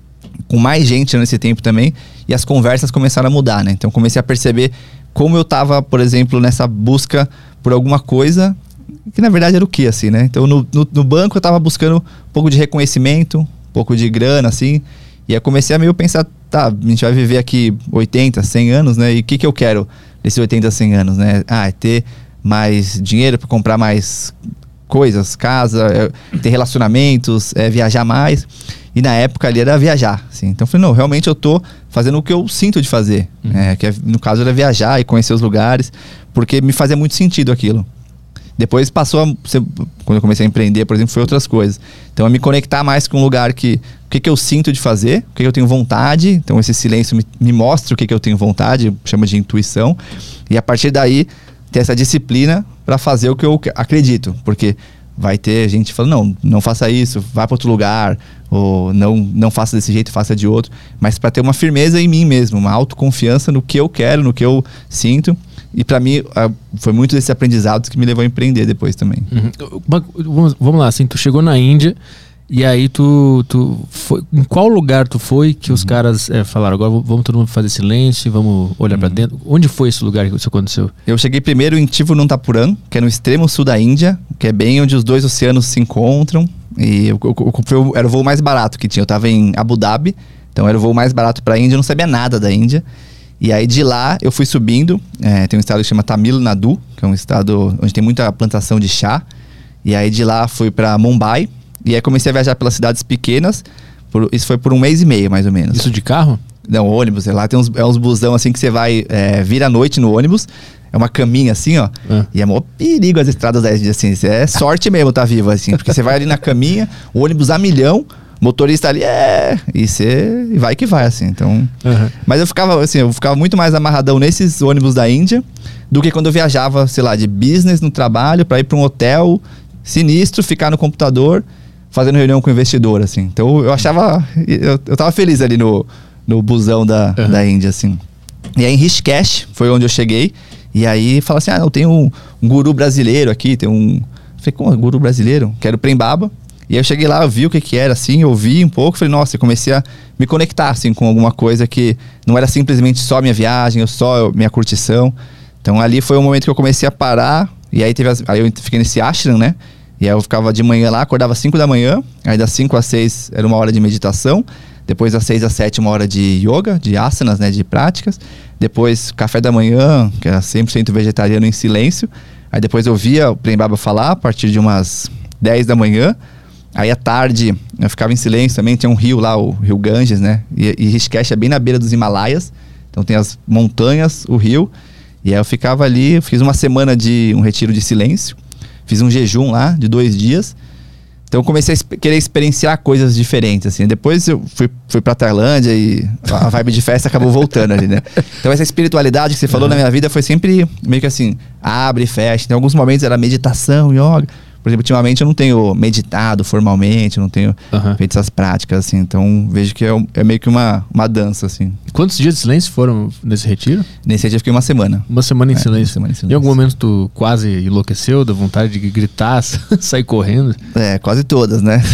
com mais gente nesse tempo também, e as conversas começaram a mudar, né? Então comecei a perceber como eu tava, por exemplo, nessa busca por alguma coisa, que na verdade era o quê, assim, né? Então no, no, no banco eu tava buscando um pouco de reconhecimento, um pouco de grana, assim, e aí comecei a meio pensar, tá, a gente vai viver aqui oitenta, cem anos, né? E o que que eu quero nesses oitenta, cem anos, né? Ah, é ter mais dinheiro para comprar mais coisas, casa, é, ter relacionamentos, é, viajar mais. E na época ali era viajar, assim. Então eu falei, não, realmente eu tô fazendo o que eu sinto de fazer. Uhum. É, que é, no caso era viajar e conhecer os lugares, porque me fazia muito sentido aquilo. Depois passou a, quando eu comecei a empreender, por exemplo, foi outras coisas. Então é me conectar mais com um lugar que, o que que eu sinto de fazer, o que que eu tenho vontade. Então esse silêncio me, me mostra o que que eu tenho vontade, chama de intuição. E a partir daí ter essa disciplina para fazer o que eu acredito, porque vai ter gente falando, não, não faça isso, vá para outro lugar, ou não, não faça desse jeito, faça de outro, mas para ter uma firmeza em mim mesmo, uma autoconfiança no que eu quero, no que eu sinto. E para mim foi muito desse aprendizado que me levou a empreender depois também. Uhum. Vamos, vamos lá, assim, tu chegou na Índia e aí tu, tu foi, em qual lugar tu foi que os uhum. caras é, falaram, agora vamos todo mundo fazer silêncio, vamos olhar uhum. para dentro? Onde foi esse lugar que isso aconteceu? Eu cheguei primeiro em Tiruvananthapuram, que é no extremo sul da Índia, que é bem onde os dois oceanos se encontram. E eu, eu, eu, eu, era o voo mais barato que tinha. Eu tava em Abu Dhabi, então era o voo mais barato para a Índia, eu não sabia nada da Índia. E aí de lá eu fui subindo, é, tem um estado que chama Tamil Nadu, que é um estado onde tem muita plantação de chá. E aí de lá fui para Mumbai, e aí comecei a viajar pelas cidades pequenas, por, isso foi por um mês e meio mais ou menos. Isso de carro? Não, ônibus, lá tem uns, é uns busão assim que você vai, é, vira à noite no ônibus, é uma caminha assim, ó, é. E é mó perigo as estradas da Índia, assim, é sorte mesmo tá vivo, assim, porque você vai ali na caminha, o ônibus a milhão, motorista ali, é... E você vai que vai, assim, então... Uhum. Mas eu ficava, assim, eu ficava muito mais amarradão nesses ônibus da Índia do que quando eu viajava, sei lá, de business no trabalho pra ir pra um hotel sinistro, ficar no computador, fazendo reunião com o investidor, assim. Então eu achava... Eu, eu tava feliz ali no, no busão da, uhum. da Índia, assim. E aí em Rishikesh foi onde eu cheguei. E aí fala assim, ah, eu tenho um, um guru brasileiro aqui, tem um... Eu falei, como guru brasileiro? Quero Prem Baba. E aí eu cheguei lá, eu vi o que que era, assim, ouvi um pouco, falei, nossa, eu comecei a me conectar, assim, com alguma coisa que não era simplesmente só minha viagem, ou só minha curtição. Então ali foi o momento que eu comecei a parar, e aí teve as, aí eu fiquei nesse ashram, né? E aí eu ficava de manhã lá, acordava às cinco da manhã, aí das cinco às seis era uma hora de meditação, depois das seis às sete uma hora de yoga, de asanas, né, de práticas, depois café da manhã, que era cem por cento vegetariano em silêncio, aí depois eu via o Prem Baba falar a partir de umas dez da manhã. Aí à tarde eu ficava em silêncio também, tinha um rio lá, o rio Ganges, né? E, e Rishikesh é bem na beira dos Himalaias, então tem as montanhas, o rio. E aí eu ficava ali, fiz uma semana de um retiro de silêncio, fiz um jejum lá de dois dias. Então eu comecei a querer experienciar coisas diferentes, assim. Depois eu fui, fui pra Tailândia e a vibe de festa acabou voltando ali, né? Então essa espiritualidade que você falou uhum. na minha vida foi sempre meio que assim, abre e fecha. Em alguns momentos era meditação, yoga. Por exemplo, ultimamente eu não tenho meditado formalmente, eu não tenho uhum. feito essas práticas, assim. Então, vejo que é, é meio que uma, uma dança, assim. Quantos dias de silêncio foram nesse retiro? Nesse retiro eu fiquei uma semana. Uma semana em, é, silêncio. Uma semana em silêncio. Em algum momento tu quase enlouqueceu, da vontade de gritar, sair correndo? É, quase todas, né?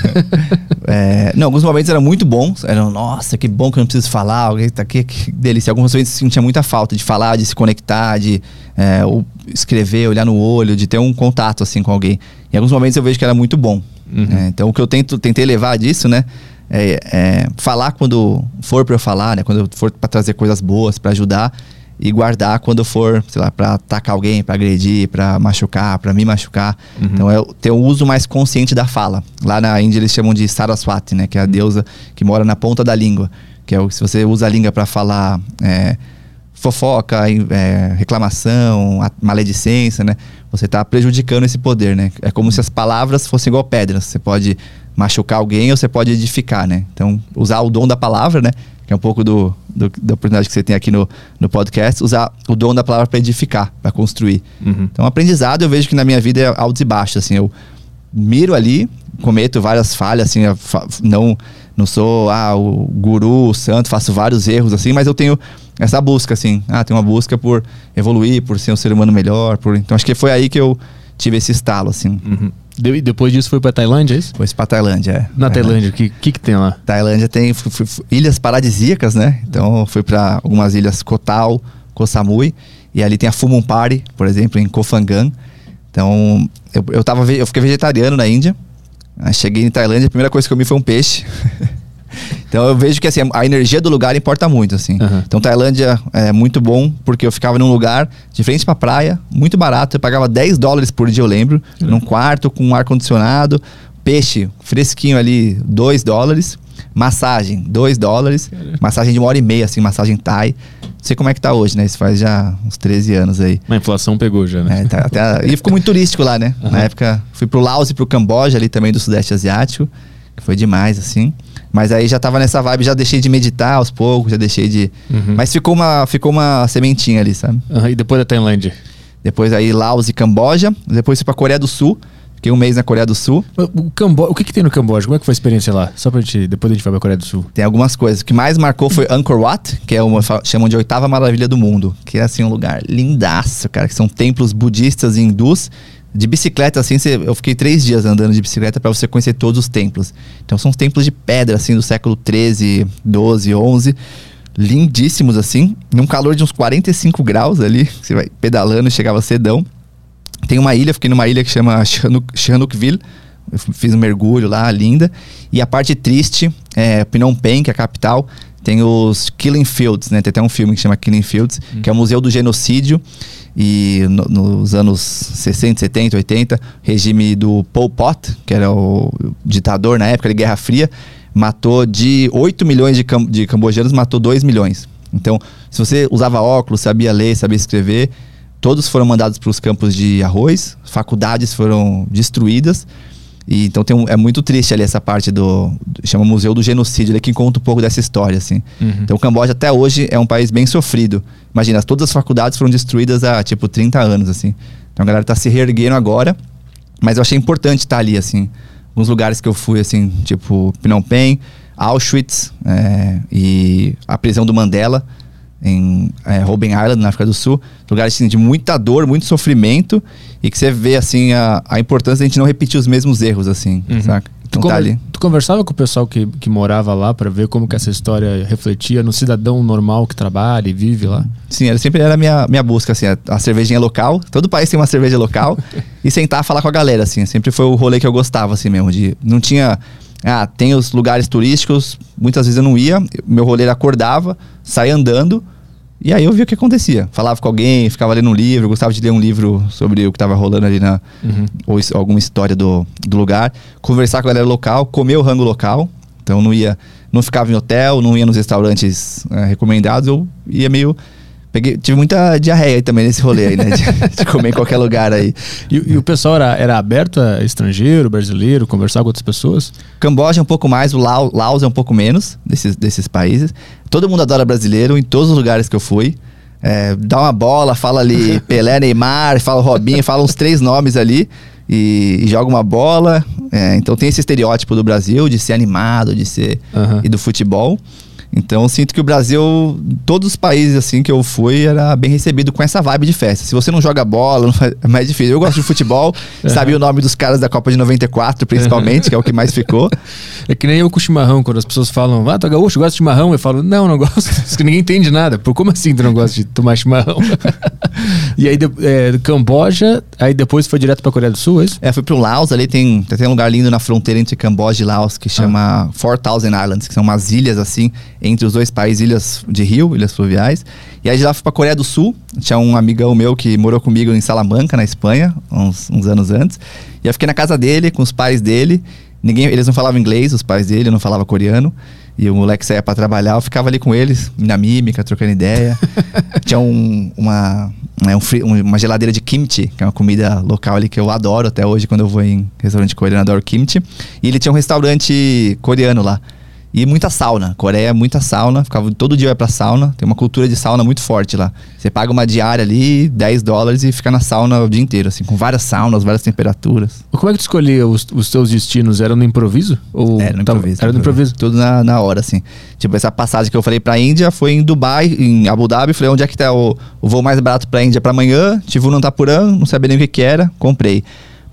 é, não, alguns momentos eram muito bons. Eram, nossa, que bom que eu não preciso falar. Alguém tá aqui, que delícia. Alguns momentos eu sentia muita falta de falar, de se conectar, de é, ou escrever, olhar no olho, de ter um contato, assim, com alguém. Em alguns momentos eu vejo que era muito bom. Uhum. É, então o que eu tento, tentei levar disso, né? É, é falar quando for pra eu falar, né? Quando for pra trazer coisas boas, pra ajudar. E guardar quando for, sei lá, pra atacar alguém, pra agredir, pra machucar, pra me machucar. Uhum. Então é ter um uso mais consciente da fala. Lá na Índia eles chamam de Saraswati, né? Que é a deusa que mora na ponta da língua. Que é o, se você usa a língua pra falar... É, fofoca, é, reclamação, maledicência, né? Você está prejudicando esse poder, né? É como se as palavras fossem igual pedras. Você pode machucar alguém ou você pode edificar, né? Então, usar o dom da palavra, né? Que é um pouco do, do, da oportunidade que você tem aqui no, no podcast. Usar o dom da palavra para edificar, para construir. Uhum. Então, aprendizado, eu vejo que na minha vida é altos e baixos, assim. Eu miro ali, cometo várias falhas, assim. Fa- não, não sou ah, o guru, o santo, faço vários erros, assim. Mas eu tenho... essa busca, assim, ah, tem uma busca por evoluir, por ser um ser humano melhor, por... então acho que foi aí que eu tive esse estalo, assim. Uhum. De, depois disso foi pra Tailândia, é isso? Foi pra Tailândia, é. Na Tailândia, o que, que que tem lá? Tailândia tem f- f- f- ilhas paradisíacas, né? Então fui pra algumas ilhas Koh Tao, Koh Samui, e ali tem a Full Moon Party, por exemplo, em Koh Phangan. Então eu, eu, tava, ve- eu fiquei vegetariano na Índia. Aí cheguei em Tailândia, a primeira coisa que eu comi foi um peixe. Então eu vejo que assim, a energia do lugar importa muito, assim. Uhum. Então Tailândia é muito bom, porque eu ficava num lugar de frente pra praia, muito barato. Eu pagava dez dólares por dia, eu lembro. Uhum. Num quarto, com ar-condicionado. Peixe fresquinho ali, dois dólares. Massagem, dois dólares. Uhum. Massagem de uma hora e meia, assim, massagem Thai. Não sei como é que tá hoje, né? Isso faz já uns treze anos aí. A inflação pegou já, né? É, tá, até, e ficou muito turístico lá, né? Uhum. Na época, fui pro Laos e pro Camboja, ali também do Sudeste Asiático. Que foi demais, assim. Mas aí já tava nessa vibe, já deixei de meditar aos poucos, já deixei de... Uhum. Mas ficou uma, ficou uma sementinha ali, sabe? Uhum. E depois da Tailândia? Depois aí Laos e Camboja. Depois fui pra Coreia do Sul. Fiquei um mês na Coreia do Sul. O, Cambo... o que que tem no Camboja? Como é que foi a experiência lá? Só pra gente... Depois a gente vai pra Coreia do Sul. Tem algumas coisas. O que mais marcou foi Angkor Wat, que é uma... chamam de oitava maravilha do mundo. Que é, assim, um lugar lindaço, cara. Que são templos budistas e hindus. De bicicleta, assim, você, eu fiquei três dias andando de bicicleta para você conhecer todos os templos. Então são templos de pedra, assim, do século treze, doze, onze. Lindíssimos, assim. Num calor de uns quarenta e cinco graus ali. Você vai pedalando e chegava cedão. Tem uma ilha, fiquei numa ilha que chama Sihanoukville. Eu fiz um mergulho lá, linda. E a parte triste é Phnom Penh, que é a capital. Tem os Killing Fields, né? Tem até um filme que chama Killing Fields, hum. que é o Museu do Genocídio. E no, nos anos sessenta, setenta, oitenta, regime do Pol Pot, que era o ditador na época de Guerra Fria, matou de oito milhões de, cam de cambojanos, matou dois milhões. Então, se você usava óculos, sabia ler, sabia escrever, todos foram mandados para os campos de arroz, faculdades foram destruídas. E, então tem um, é muito triste ali essa parte do, do chama Museu do Genocídio, ali, que conta um pouco dessa história, assim. Uhum. Então o Camboja até hoje é um país bem sofrido. Imagina, todas as faculdades foram destruídas há tipo trinta anos, assim. Então a galera tá se reerguendo agora, mas eu achei importante estar ali, assim. Alguns lugares que eu fui, assim, tipo Phnom Penh, Auschwitz, é, e a prisão do Mandela em é, Robben Island, na África do Sul. Lugares assim, de muita dor, muito sofrimento, e que você vê assim a, a importância de a gente não repetir os mesmos erros, assim, uhum. saca? Então, tu, tá conver, ali. tu conversava com o pessoal que, que morava lá pra ver como que essa história refletia no cidadão normal que trabalha e vive lá? Sim, era, sempre era a minha, minha busca, assim, a, a cervejinha local. Todo país tem uma cerveja local. E sentar a falar com a galera, assim. Sempre foi o rolê que eu gostava, assim mesmo. De, não tinha... Ah, tem os lugares turísticos, muitas vezes eu não ia. Meu rolê era acordava, saía andando. E aí eu via o que acontecia. Falava com alguém, ficava lendo um livro. Eu gostava de ler um livro sobre o que estava rolando ali na... Uhum. Ou isso, alguma história do, do lugar. Conversar com a galera local, comer o rango local. Então não ia... Não ficava em hotel, não ia nos restaurantes é, recomendados. Eu ia meio... Peguei, tive muita diarreia aí também nesse rolê aí, né? De, de comer em qualquer lugar aí. E, e o pessoal era, era aberto a estrangeiro, brasileiro, conversar com outras pessoas? Camboja é um pouco mais, o Laos, Laos é um pouco menos desses, desses países. Todo mundo adora brasileiro em todos os lugares que eu fui. É, dá uma bola, fala ali Pelé, Neymar, fala Robinho, fala uns três nomes ali e, e joga uma bola. É, então tem esse estereótipo do Brasil de ser animado, de ser uhum. e do futebol. Então eu sinto que o Brasil, todos os países assim que eu fui, era bem recebido com essa vibe de festa. Se você não joga bola, não faz, é mais difícil. Eu gosto de futebol, uhum. sabia o nome dos caras da Copa de noventa e quatro, principalmente, uhum. que é o que mais ficou. É que nem eu com chimarrão, quando as pessoas falam, ah, tu é gaúcho, gosta de chimarrão? Eu falo, não, não gosto. Que ninguém entende nada. Por como assim tu não gosta de tomar chimarrão? E aí, é, Camboja, aí depois foi direto pra Coreia do Sul, é isso? É, fui pro Laos, ali tem, tem um lugar lindo na fronteira entre Camboja e Laos, que chama ah. four thousand Islands, que são umas ilhas assim, entre os dois países, ilhas de rio, ilhas fluviais. E aí de lá fui pra Coreia do Sul. Tinha um amigão meu que morou comigo em Salamanca, na Espanha, uns, uns anos antes. E eu fiquei na casa dele, com os pais dele. Ninguém, eles não falavam inglês, os pais dele, eu não falava coreano. E o moleque saía pra trabalhar, eu ficava ali com eles, na mímica, trocando ideia. Tinha um, uma, um, uma geladeira de kimchi, que é uma comida local ali que eu adoro até hoje. Quando eu vou em restaurante coreano, eu adoro kimchi. E ele tinha um restaurante coreano lá. E muita sauna. Coreia, muita sauna. Ficava, todo dia vai pra sauna. Tem uma cultura de sauna muito forte lá. Você paga uma diária ali, dez dólares, e fica na sauna o dia inteiro, assim, com várias saunas, várias temperaturas. Como é que tu escolhia os, os teus destinos? Era no improviso? Ou era no improviso. Era no improviso. Tudo na, na hora, assim. Tipo, essa passagem que eu falei pra Índia foi em Dubai, em Abu Dhabi. Falei, onde é que tá o, o voo mais barato pra Índia pra amanhã? Tive um no Tapurã, não sabia nem o que que era. Comprei.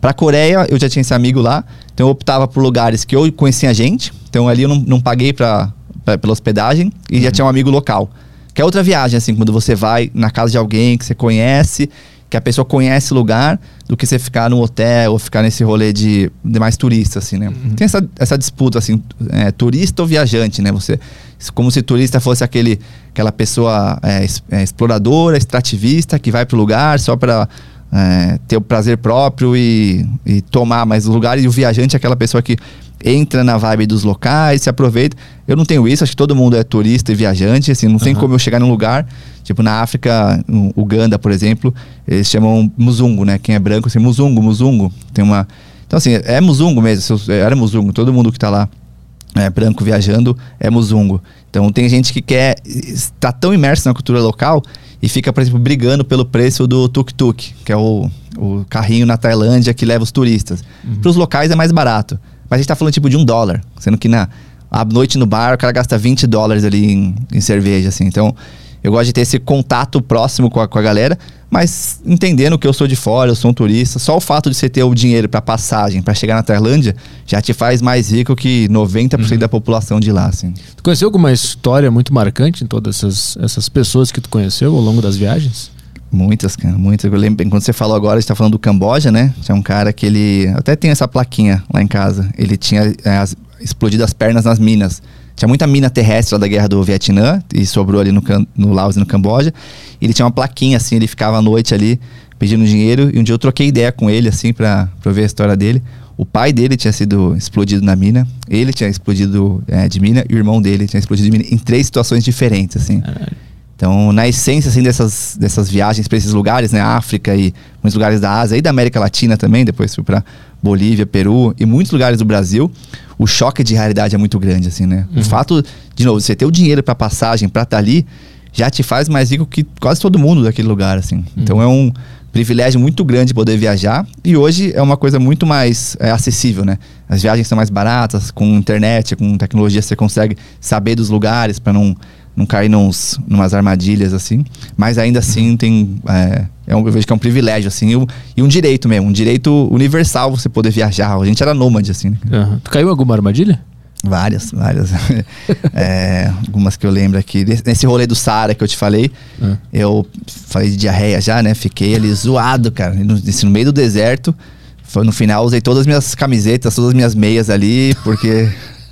Pra Coreia, eu já tinha esse amigo lá, então eu optava por lugares que eu conhecia gente, então ali eu não, não paguei pra, pra, pela hospedagem e uhum. já tinha um amigo local. Que é outra viagem, assim, quando você vai na casa de alguém que você conhece, que a pessoa conhece o lugar, do que você ficar no hotel ou ficar nesse rolê de, de mais turista, assim, né? Uhum. Tem essa, essa disputa, assim, é, turista ou viajante, né? Você, como se turista fosse aquele, aquela pessoa é, é, exploradora, extrativista, que vai pro lugar só pra é, ter o prazer próprio e, e tomar mais lugares. E o viajante é aquela pessoa que entra na vibe dos locais, se aproveita. Eu não tenho isso, acho que todo mundo é turista e viajante, assim, não tem uhum. como eu chegar num lugar, tipo na África, no Uganda, por exemplo, eles chamam muzungo, né? Quem é branco, assim, muzungo, muzungo. Tem uma... Então, assim, é muzungo mesmo, era muzungo, todo mundo que tá lá é, branco viajando é muzungo. Então, tem gente que quer, está tão imerso na cultura local e fica, por exemplo, brigando pelo preço do tuk-tuk, que é o, o carrinho na Tailândia que leva os turistas. Uhum. Para os locais é mais barato. Mas a gente tá falando tipo de um dólar, sendo que na à noite no bar o cara gasta vinte dólares ali em, em cerveja, assim. Então, eu gosto de ter esse contato próximo com a, com a galera, mas entendendo que eu sou de fora, eu sou um turista, só o fato de você ter o dinheiro para passagem, para chegar na Tailândia, já te faz mais rico que noventa por cento uhum. da população de lá, assim. Tu conheceu alguma história muito marcante em todas essas, essas pessoas que tu conheceu ao longo das viagens? Muitas, cara, muitas. Eu lembro, quando você falou agora, a gente tá falando do Camboja, né? Tinha um cara que ele... Até tem essa plaquinha lá em casa. Ele tinha é, as, explodido as pernas nas minas. Tinha muita mina terrestre lá da guerra do Vietnã, e sobrou ali no, no Laos e no Camboja. E ele tinha uma plaquinha, assim, ele ficava à noite ali pedindo dinheiro. E um dia eu troquei ideia com ele, assim, pra, pra ver a história dele. O pai dele tinha sido explodido na mina. Ele tinha explodido é, de mina. E o irmão dele tinha explodido de mina. Em três situações diferentes, assim. Caralho. Então, na essência, assim, dessas, dessas viagens para esses lugares, né? África e muitos lugares da Ásia e da América Latina também, depois fui para Bolívia, Peru e muitos lugares do Brasil, o choque de realidade é muito grande, assim, né? Uhum. O fato, de novo, você ter o dinheiro para passagem, para estar tá ali, já te faz mais rico que quase todo mundo daquele lugar, assim. Uhum. Então, é um privilégio muito grande poder viajar e hoje é uma coisa muito mais é, acessível, né? As viagens são mais baratas, com internet, com tecnologia, você consegue saber dos lugares para não... não cair nos, numas armadilhas, assim. Mas ainda assim tem... É, é um, eu vejo que é um privilégio, assim. E um, e um direito mesmo. Um direito universal você poder viajar. A gente era nômade, assim. Né? Uhum. Tu caiu em alguma armadilha? Várias, várias. é, algumas que eu lembro aqui. Nesse rolê do Saara que eu te falei, uhum. eu falei de diarreia já, né? Fiquei ali zoado, cara. No, no meio do deserto. Foi, no final, usei todas as minhas camisetas, todas as minhas meias ali, porque...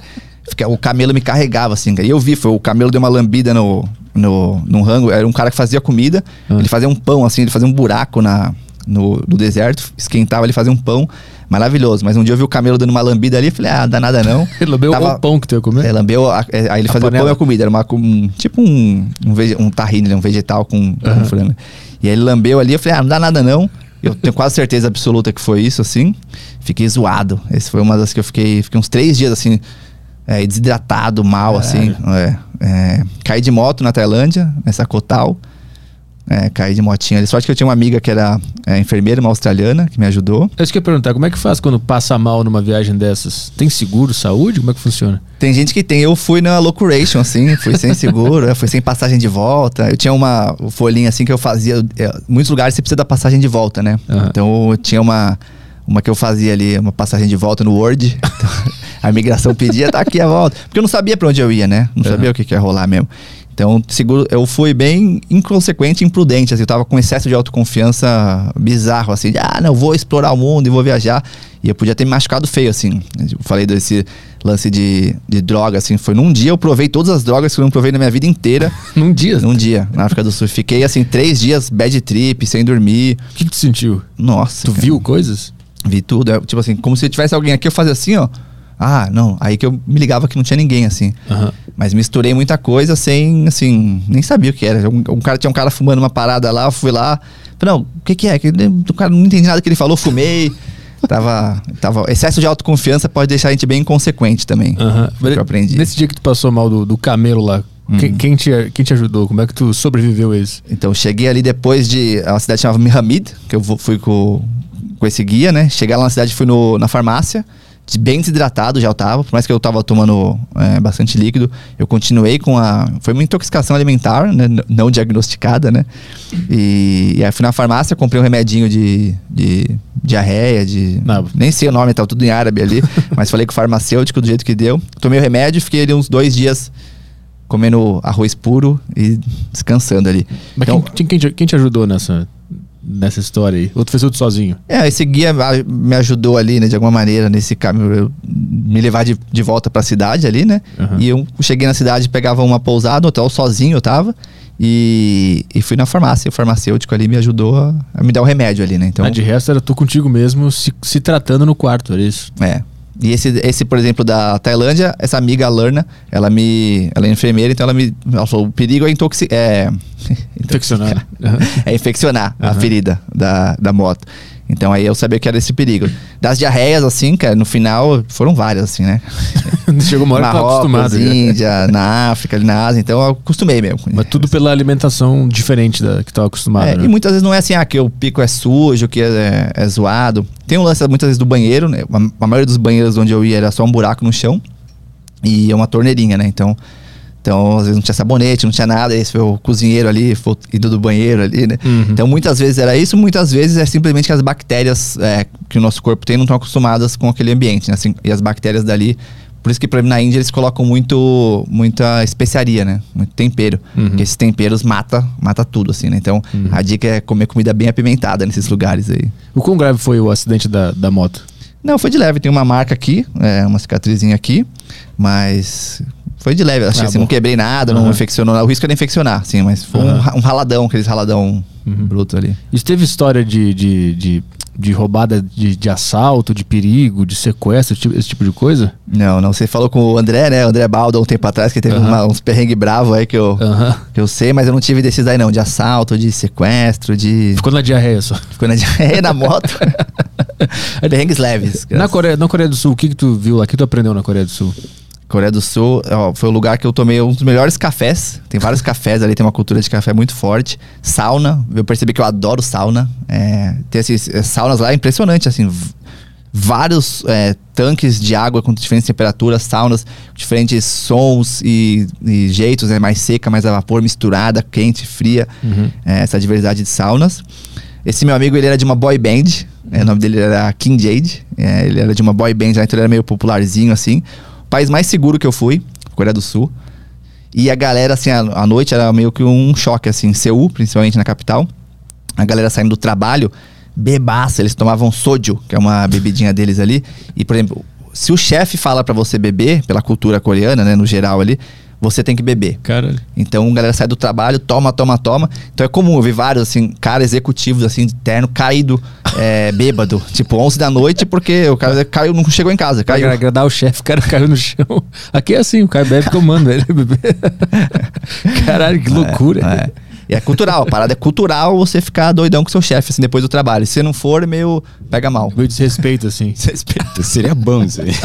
O camelo me carregava, assim. E eu vi, foi, o camelo deu uma lambida no, no, no rango. Era um cara que fazia comida. Ah. Ele fazia um pão, assim. Ele fazia um buraco na, no, no deserto. Esquentava, ele fazia um pão maravilhoso. Mas um dia eu vi o camelo dando uma lambida ali. Falei, ah, dá nada não. Ele lambeu Tava, o pão que tu ia comer? É, lambeu. A, é, aí ele fazia o pão e a comida. Era uma, um, tipo um, um, vege, um tahine, um vegetal com, uhum. com frango. E aí ele lambeu ali. Eu falei, ah, não dá nada não. Eu tenho quase certeza absoluta que foi isso, assim. Fiquei zoado. Esse foi uma das que eu fiquei... Fiquei uns três dias, assim... É, desidratado, mal, Caralho. assim. É, é, caí de moto na Tailândia, nessa Kotal. É, caí de motinha ali. Sorte que eu tinha uma amiga que era é, enfermeira, uma australiana, que me ajudou. Eu queria perguntar, como é que faz quando passa mal numa viagem dessas? Tem seguro, saúde? Como é que funciona? Tem gente que tem. Eu fui na Locuration, assim, fui sem seguro, eu fui sem passagem de volta. Eu tinha uma folhinha assim que eu fazia. É, muitos lugares você precisa da passagem de volta, né? Uhum. Então eu tinha uma, uma que eu fazia ali, uma passagem de volta no Word. A imigração pedia, tá aqui a volta. Porque eu não sabia pra onde eu ia, né? Não uhum. sabia o que, que ia rolar mesmo. Então, seguro, eu fui bem inconsequente e imprudente, assim. Eu tava com excesso de autoconfiança bizarro, assim. De, ah, não, vou explorar o mundo e vou viajar. E eu podia ter me machucado feio, assim. Eu falei desse lance de, de droga, assim. Foi num dia, eu provei todas as drogas que eu não provei na minha vida inteira. Num dia? Num dia, na África do Sul. Fiquei, assim, três dias bad trip, sem dormir. O que que tu sentiu? Nossa. Tu cara. viu coisas? Vi tudo. É, tipo assim, como se tivesse alguém aqui, eu fazia assim, ó. Ah, não. Aí que eu me ligava que não tinha ninguém, assim. Uhum. Mas misturei muita coisa sem, assim... Nem sabia o que era. Um, um cara, tinha um cara fumando uma parada lá, eu fui lá... Falei, não, o que que é? O cara não entendi nada que ele falou, fumei... Tava, tava... Excesso de autoconfiança pode deixar a gente bem inconsequente também. Uhum. Foi o que eu aprendi. Nesse dia que tu passou mal do, do camelo lá, uhum. quem, quem, te, quem te ajudou? Como é que tu sobreviveu a isso? Então, cheguei ali depois de... A cidade chamava Mihamid, que eu fui com, com esse guia, né? Cheguei lá na cidade, fui no, na farmácia... bem desidratado já eu tava, por mais que eu tava tomando é, bastante líquido, eu continuei com a... Foi uma intoxicação alimentar, né? Não diagnosticada, né? E, e aí fui na farmácia, comprei um remedinho de, de diarreia, de... Não. Nem sei o nome, tava tudo em árabe ali, mas falei com o farmacêutico do jeito que deu. Tomei o remédio, fiquei ali uns dois dias comendo arroz puro e descansando ali. Mas então, quem, quem, te, quem te ajudou nessa, nessa história aí? Ou tu fez tudo sozinho? É, esse guia me ajudou ali, né, de alguma maneira, nesse caminho, eu, me levar de, de volta pra cidade ali, né? Uhum. E eu cheguei na cidade, pegava uma pousada, um hotel sozinho eu tava, e, e fui na farmácia. O farmacêutico ali me ajudou a, a me dar o remédio ali, né? Então, ah, de resto era tu contigo mesmo se, se tratando no quarto, era isso? É. E esse, esse, por exemplo, da Tailândia, essa amiga, a Lerna, ela me... Ela é enfermeira, então ela me... Ela falou, o perigo é intoxicar... É, infeccionar. é infeccionar uhum. a ferida da, da moto. Então aí eu sabia que era esse perigo. Das diarreias, assim, cara, no final foram várias, assim, né? Chegou uma hora que eu tô acostumado. Índia, na África, ali na Ásia, então eu acostumei mesmo. Mas tudo pela alimentação diferente da que tava acostumado, é, né? E muitas vezes não é assim, ah, que o pico é sujo, que é, é zoado. Tem um lance muitas vezes do banheiro, né? A, a maioria dos banheiros onde eu ia era só um buraco no chão e uma torneirinha, né? Então... Então, às vezes não tinha sabonete, não tinha nada. Esse foi o cozinheiro ali, foi indo do banheiro ali, né? Uhum. Então, muitas vezes era isso. Muitas vezes é simplesmente que as bactérias é, que o nosso corpo tem não estão acostumadas com aquele ambiente, né? Assim, e as bactérias dali... Por isso que, por exemplo, na Índia eles colocam muito, muita especiaria, né? Muito tempero. Uhum. Porque esses temperos mata, mata tudo, assim, né? Então, uhum. a dica é comer comida bem apimentada nesses lugares aí. O quão grave foi o acidente da, da moto? Não, foi de leve. Tem uma marca aqui, é, uma cicatrizinha aqui. Mas... Foi de leve, assim, ah, assim não quebrei nada, uhum. não infeccionou. O risco era infeccionar, sim, mas foi uhum. um, um raladão, aqueles raladão uhum. bruto ali. Isso teve história de, de, de, de roubada de, de assalto, de perigo, de sequestro, esse tipo de coisa? Não, não. Você falou com o André, né? O André Baldo, um tempo atrás, que teve uhum. uma, uns perrengues bravos aí que eu, uhum. que eu sei, mas eu não tive desses aí não, de assalto, de sequestro, de... Ficou na diarreia só. Ficou na diarreia, na moto. Perrengues leves. Na Coreia, na Coreia do Sul, o que, que tu viu lá? O que tu aprendeu na Coreia do Sul? Coreia do Sul, ó, foi o lugar que eu tomei um dos melhores cafés. Tem vários cafés ali, tem uma cultura de café muito forte. Sauna, eu percebi que eu adoro sauna. É, tem esses é, saunas lá, é impressionante, assim. Vários é, tanques de água com diferentes temperaturas, saunas, diferentes sons e, e jeitos, né? Mais seca, mais a vapor, misturada, quente, fria. Uhum. É, essa diversidade de saunas. Esse meu amigo, ele era de uma boy band. É, o nome dele era Kim Jade. É, ele era de uma boy band, então ele era meio popularzinho, assim. O país mais seguro que eu fui, Coreia do Sul. E a galera, assim, à noite era meio que um choque, assim. Seul, principalmente na capital. A galera saindo do trabalho, bebaça. Eles tomavam soju, que é uma bebidinha deles ali. E, por exemplo, se o chefe fala pra você beber, pela cultura coreana, né, no geral ali, você tem que beber. Caralho. Então, a galera sai do trabalho, toma, toma, toma. Então, é comum, eu vi vários, assim, caras executivos, assim, de terno, caído, é, bêbado. Tipo, onze da noite, porque o cara caiu, não chegou em casa, caiu. Pra agradar o chefe, o cara caiu no chão. Aqui é assim, o cara bebe tomando, ele beber. Caralho, que loucura. É, é. E é cultural, a parada é cultural você ficar doidão com seu chefe, assim, depois do trabalho. Se não for, meio pega mal. Meio desrespeito, assim. Desrespeito. Seria bom isso aí.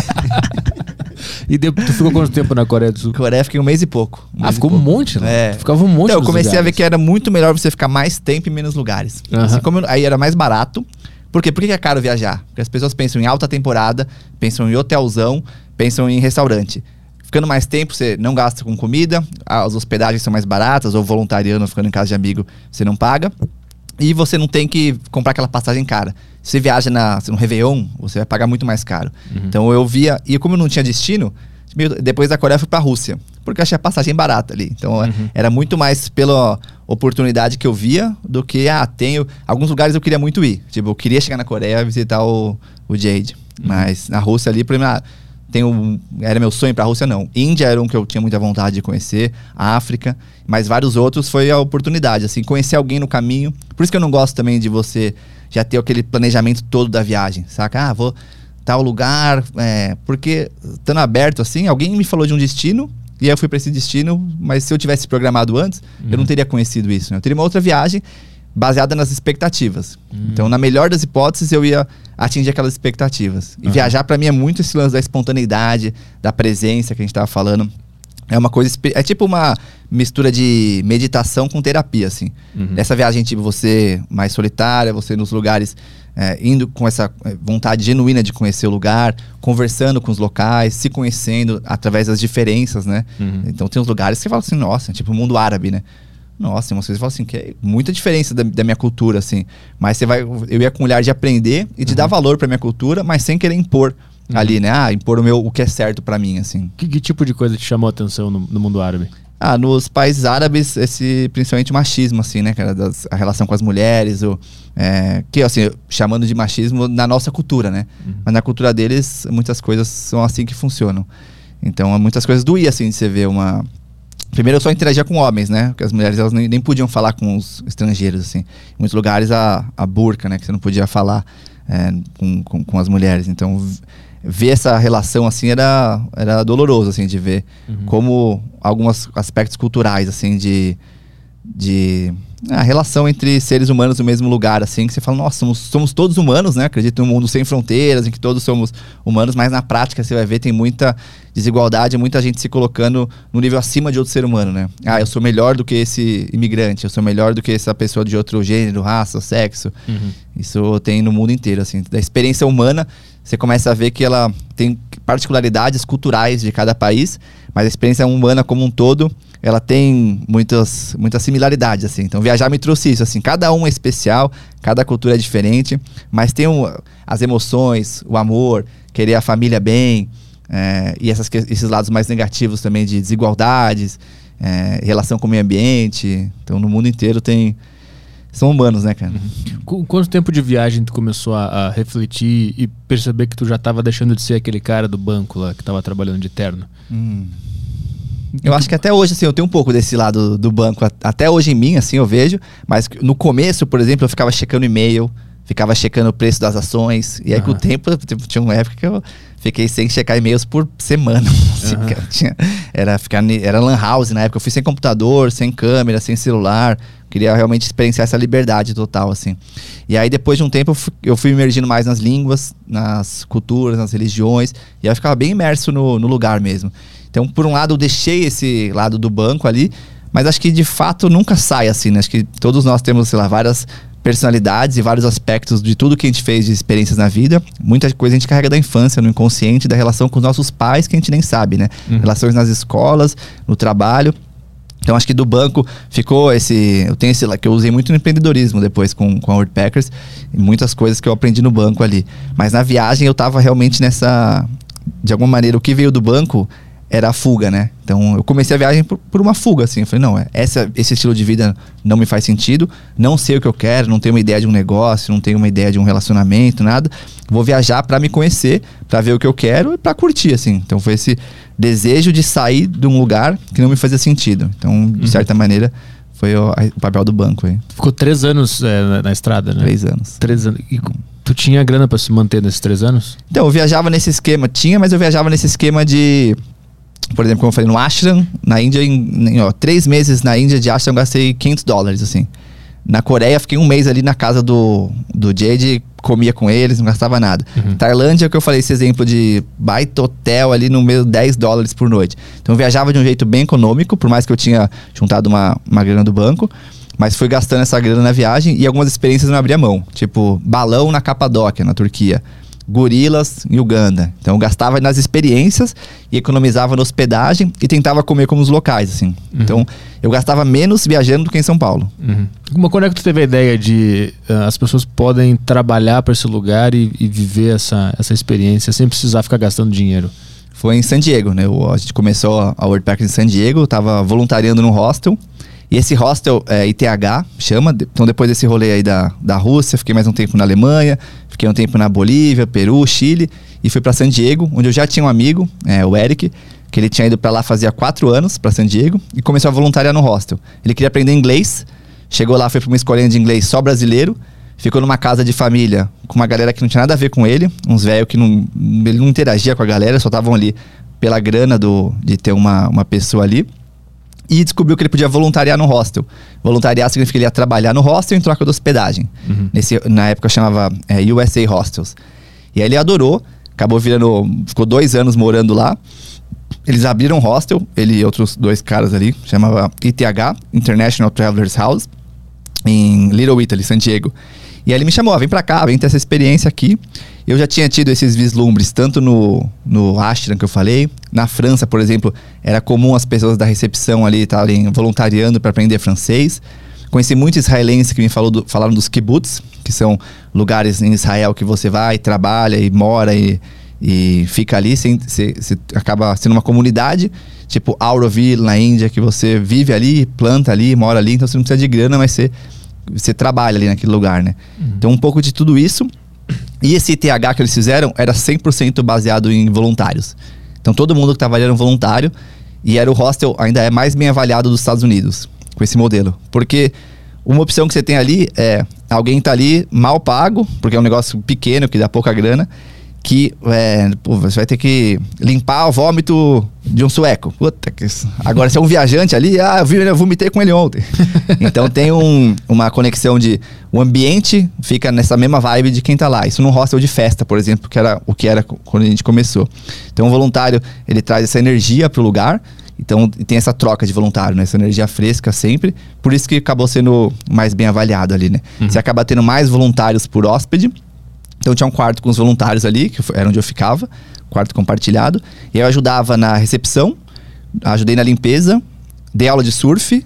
E de, tu ficou quanto tempo na Coreia do Sul? Coreia fiquei um mês e pouco. Um ah, ficou um monte, né? É. Ficava um monte. Então, eu comecei lugares. a ver que era muito melhor você ficar mais tempo em menos lugares. Uhum. Assim, como eu, aí era mais barato. Por quê? Por que é caro viajar? Porque as pessoas pensam em alta temporada, pensam em hotelzão, pensam em restaurante. Ficando mais tempo, você não gasta com comida, as hospedagens são mais baratas, ou voluntariando, ficando em casa de amigo, você não paga. E você não tem que comprar aquela passagem cara. Se você viaja na, no Réveillon, você vai pagar muito mais caro. Uhum. Então eu via... E como eu não tinha destino, depois da Coreia eu fui pra Rússia. Porque eu achei a passagem barata ali. Então uhum. era muito mais pela oportunidade que eu via do que, ah, tenho... Alguns lugares eu queria muito ir. Tipo, eu queria chegar na Coreia e visitar o, o Jade. Uhum. Mas na Rússia ali, pra mim... Ah, tenho, era meu sonho pra Rússia, não. Índia era um que eu tinha muita vontade de conhecer. A África. Mas vários outros foi a oportunidade, assim. Conhecer alguém no caminho. Por isso que eu não gosto também de você já ter aquele planejamento todo da viagem, saca? Ah, vou tal lugar. É, porque, estando aberto assim, alguém me falou de um destino. E aí eu fui pra esse destino. Mas se eu tivesse programado antes, uhum. eu não teria conhecido isso, né? Eu teria uma outra viagem baseada nas expectativas. Uhum. Então, na melhor das hipóteses, eu ia atingir aquelas expectativas. E uhum. viajar, pra mim, é muito esse lance da espontaneidade, da presença que a gente tava falando. É uma coisa... É tipo uma mistura de meditação com terapia, assim. Uhum. Essa viagem, tipo, você mais solitária, você nos lugares é, indo com essa vontade genuína de conhecer o lugar, conversando com os locais, se conhecendo através das diferenças, né? Uhum. Então tem uns lugares que você fala assim, nossa, tipo o mundo árabe, né? Nossa, tem umas coisas que você fala assim, que é muita diferença da, da minha cultura, assim. Mas você vai, eu ia com o olhar de aprender e de uhum. dar valor pra minha cultura, mas sem querer impor uhum. ali, né? Ah, impor o, meu, o que é certo pra mim, assim. Que, que tipo de coisa te chamou a atenção no, no mundo árabe? Ah, nos países árabes, esse, principalmente o machismo, assim, né, cara? Das, a relação com as mulheres, o, é, que, assim, chamando de machismo na nossa cultura, né? Uhum. Mas na cultura deles, muitas coisas são assim que funcionam. Então, muitas coisas doía, assim, de você ver uma... Primeiro eu só interagia com homens, né? Porque as mulheres elas nem, nem podiam falar com os estrangeiros, assim. Em muitos lugares a, a burca, né? Que você não podia falar é, com, com, com as mulheres. Então, ver essa relação, assim, era, era doloroso, assim, de ver uhum. como alguns aspectos culturais, assim, de... de a relação entre seres humanos no mesmo lugar, assim, que você fala, nossa, somos, somos todos humanos, né? Acredito num mundo sem fronteiras, em que todos somos humanos, mas na prática você vai ver, tem muita desigualdade, muita gente se colocando no nível acima de outro ser humano, né? Ah, eu sou melhor do que esse imigrante, eu sou melhor do que essa pessoa de outro gênero, raça, sexo. Uhum. Isso tem no mundo inteiro, assim. Da experiência humana, você começa a ver que ela tem particularidades culturais de cada país, mas a experiência humana como um todo, ela tem muitas, muitas similaridades, assim. Então, viajar me trouxe isso, assim. Cada um é especial, cada cultura é diferente, mas tem um, as emoções, o amor, querer a família bem, é, e essas, esses lados mais negativos também de desigualdades, é, relação com o meio ambiente. Então, no mundo inteiro tem... São humanos, né, cara? Uhum. Quanto tempo de viagem tu começou a, a refletir e perceber que tu já tava deixando de ser aquele cara do banco lá, que tava trabalhando de terno? Hum... Eu acho que até hoje, assim, eu tenho um pouco desse lado do banco. Até hoje em mim, assim, eu vejo. Mas no começo, por exemplo, eu ficava checando e-mail, ficava checando o preço das ações. E aí, uhum. com o tempo, tinha uma época que eu fiquei sem checar e-mails por semana. Assim, uhum. tinha, era, ficar, era lan house na época. Eu fui sem computador, sem câmera, sem celular. Queria realmente experienciar essa liberdade total, assim. E aí, depois de um tempo, eu fui, eu fui emergindo mais nas línguas, nas culturas, nas religiões. E aí, eu ficava bem imerso no, no lugar mesmo. Então, por um lado, eu deixei esse lado do banco ali, mas acho que de fato nunca sai assim, né? Acho que todos nós temos, sei lá, várias personalidades e vários aspectos de tudo que a gente fez de experiências na vida. Muita coisa a gente carrega da infância, no inconsciente, da relação com os nossos pais, que a gente nem sabe, né? Uhum. Relações nas escolas, no trabalho. Então, acho que do banco ficou esse... Eu tenho esse lá, que eu usei muito no empreendedorismo depois com, com a Worldpackers. E muitas coisas que eu aprendi no banco ali. Mas na viagem eu tava realmente nessa... De alguma maneira, o que veio do banco... era a fuga, né? Então, eu comecei a viagem por, por uma fuga, assim. Eu falei, não, essa, esse estilo de vida não me faz sentido. Não sei o que eu quero, não tenho uma ideia de um negócio, não tenho uma ideia de um relacionamento, nada. Vou viajar pra me conhecer, pra ver o que eu quero e pra curtir, assim. Então, foi esse desejo de sair de um lugar que não me fazia sentido. Então, de uhum. certa maneira, foi o, o papel do banco aí. Ficou três anos é, na, na estrada, né? Três anos. Três anos. E tu tinha grana pra se manter nesses três anos? Então, eu viajava nesse esquema. Tinha, mas eu viajava nesse esquema de... Por exemplo, como eu falei, no Ashram, na Índia, em, em ó, três meses na Índia de Ashram eu gastei quinhentos dólares, assim. Na Coreia, fiquei um mês ali na casa do, do Jade, comia com eles, não gastava nada. Uhum. Tailândia, que eu falei, esse exemplo de baita hotel ali no meio, dez dólares por noite. Então eu viajava de um jeito bem econômico, por mais que eu tinha juntado uma, uma grana do banco, mas fui gastando essa grana na viagem e algumas experiências não abria mão. Tipo, balão na Capadóquia, na Turquia. Gorilas em Uganda. Então eu gastava nas experiências e economizava na hospedagem e tentava comer como os locais, assim. Uhum. Então eu gastava menos viajando do que em São Paulo. Uhum. Quando é que tu teve a ideia de uh, as pessoas podem trabalhar para esse lugar e, e viver essa, essa experiência sem precisar ficar gastando dinheiro? Foi em San Diego, né? O, a gente começou a Worldpackers em San Diego, eu tava voluntariando num hostel. E esse hostel é I T H, chama. Então depois desse rolê aí da, da Rússia, fiquei mais um tempo na Alemanha, fiquei um tempo na Bolívia, Peru, Chile, e fui para San Diego, onde eu já tinha um amigo, é, o Eric, que ele tinha ido para lá fazia quatro anos, para San Diego, e começou a voluntariar no hostel. Ele queria aprender inglês, chegou lá, foi para uma escolinha de inglês só brasileiro, ficou numa casa de família com uma galera que não tinha nada a ver com ele, uns velhos que não, ele não interagia com a galera, só estavam ali pela grana do, de ter uma, uma pessoa ali. E descobriu que ele podia voluntariar no hostel. Voluntariar significa que ele ia trabalhar no hostel em troca da hospedagem. Uhum. Nesse, na época chamava é, U S A Hostels. E aí ele adorou, acabou virando... Ficou dois anos morando lá. Eles abriram um hostel, ele e outros dois caras ali, chamava I T H, International Travelers House, em Little Italy, San Diego. E aí ele me chamou, ó, vem pra cá, vem ter essa experiência aqui. Eu já tinha tido esses vislumbres, tanto no, no Ashram que eu falei. Na França, por exemplo, era comum as pessoas da recepção ali estarem voluntariando para aprender francês. Conheci muitos israelenses que me falou do, falaram dos kibbutz, que são lugares em Israel que você vai, trabalha e mora e, e fica ali. Você, você, você acaba sendo uma comunidade, tipo Auroville na Índia, que você vive ali, planta ali, mora ali. Então você não precisa de grana, mas você, você trabalha ali naquele lugar, né? Uhum. Então um pouco de tudo isso. E esse I T H que eles fizeram era cem por cento baseado em voluntários. Então todo mundo que estava ali era um voluntário. E era o hostel, ainda é mais bem avaliado dos Estados Unidos, com esse modelo. Porque uma opção que você tem ali é alguém tá ali mal pago, porque é um negócio pequeno, que dá pouca grana, que é, pô, você vai ter que limpar o vômito de um sueco. Puta que... Agora, se é um viajante ali, ah, eu, vi, eu vomitei com ele ontem. Então tem um, uma conexão de... O ambiente fica nessa mesma vibe de quem tá lá. Isso num hostel de festa, por exemplo, que era o que era quando a gente começou. Então o voluntário, ele traz essa energia pro lugar. Então tem essa troca de voluntário, né? Essa energia fresca sempre. Por isso que acabou sendo mais bem avaliado ali, né? Uhum. Você acaba tendo mais voluntários por hóspede. Então tinha um quarto com os voluntários ali, que era onde eu ficava, quarto compartilhado. E eu ajudava na recepção, ajudei na limpeza, dei aula de surf,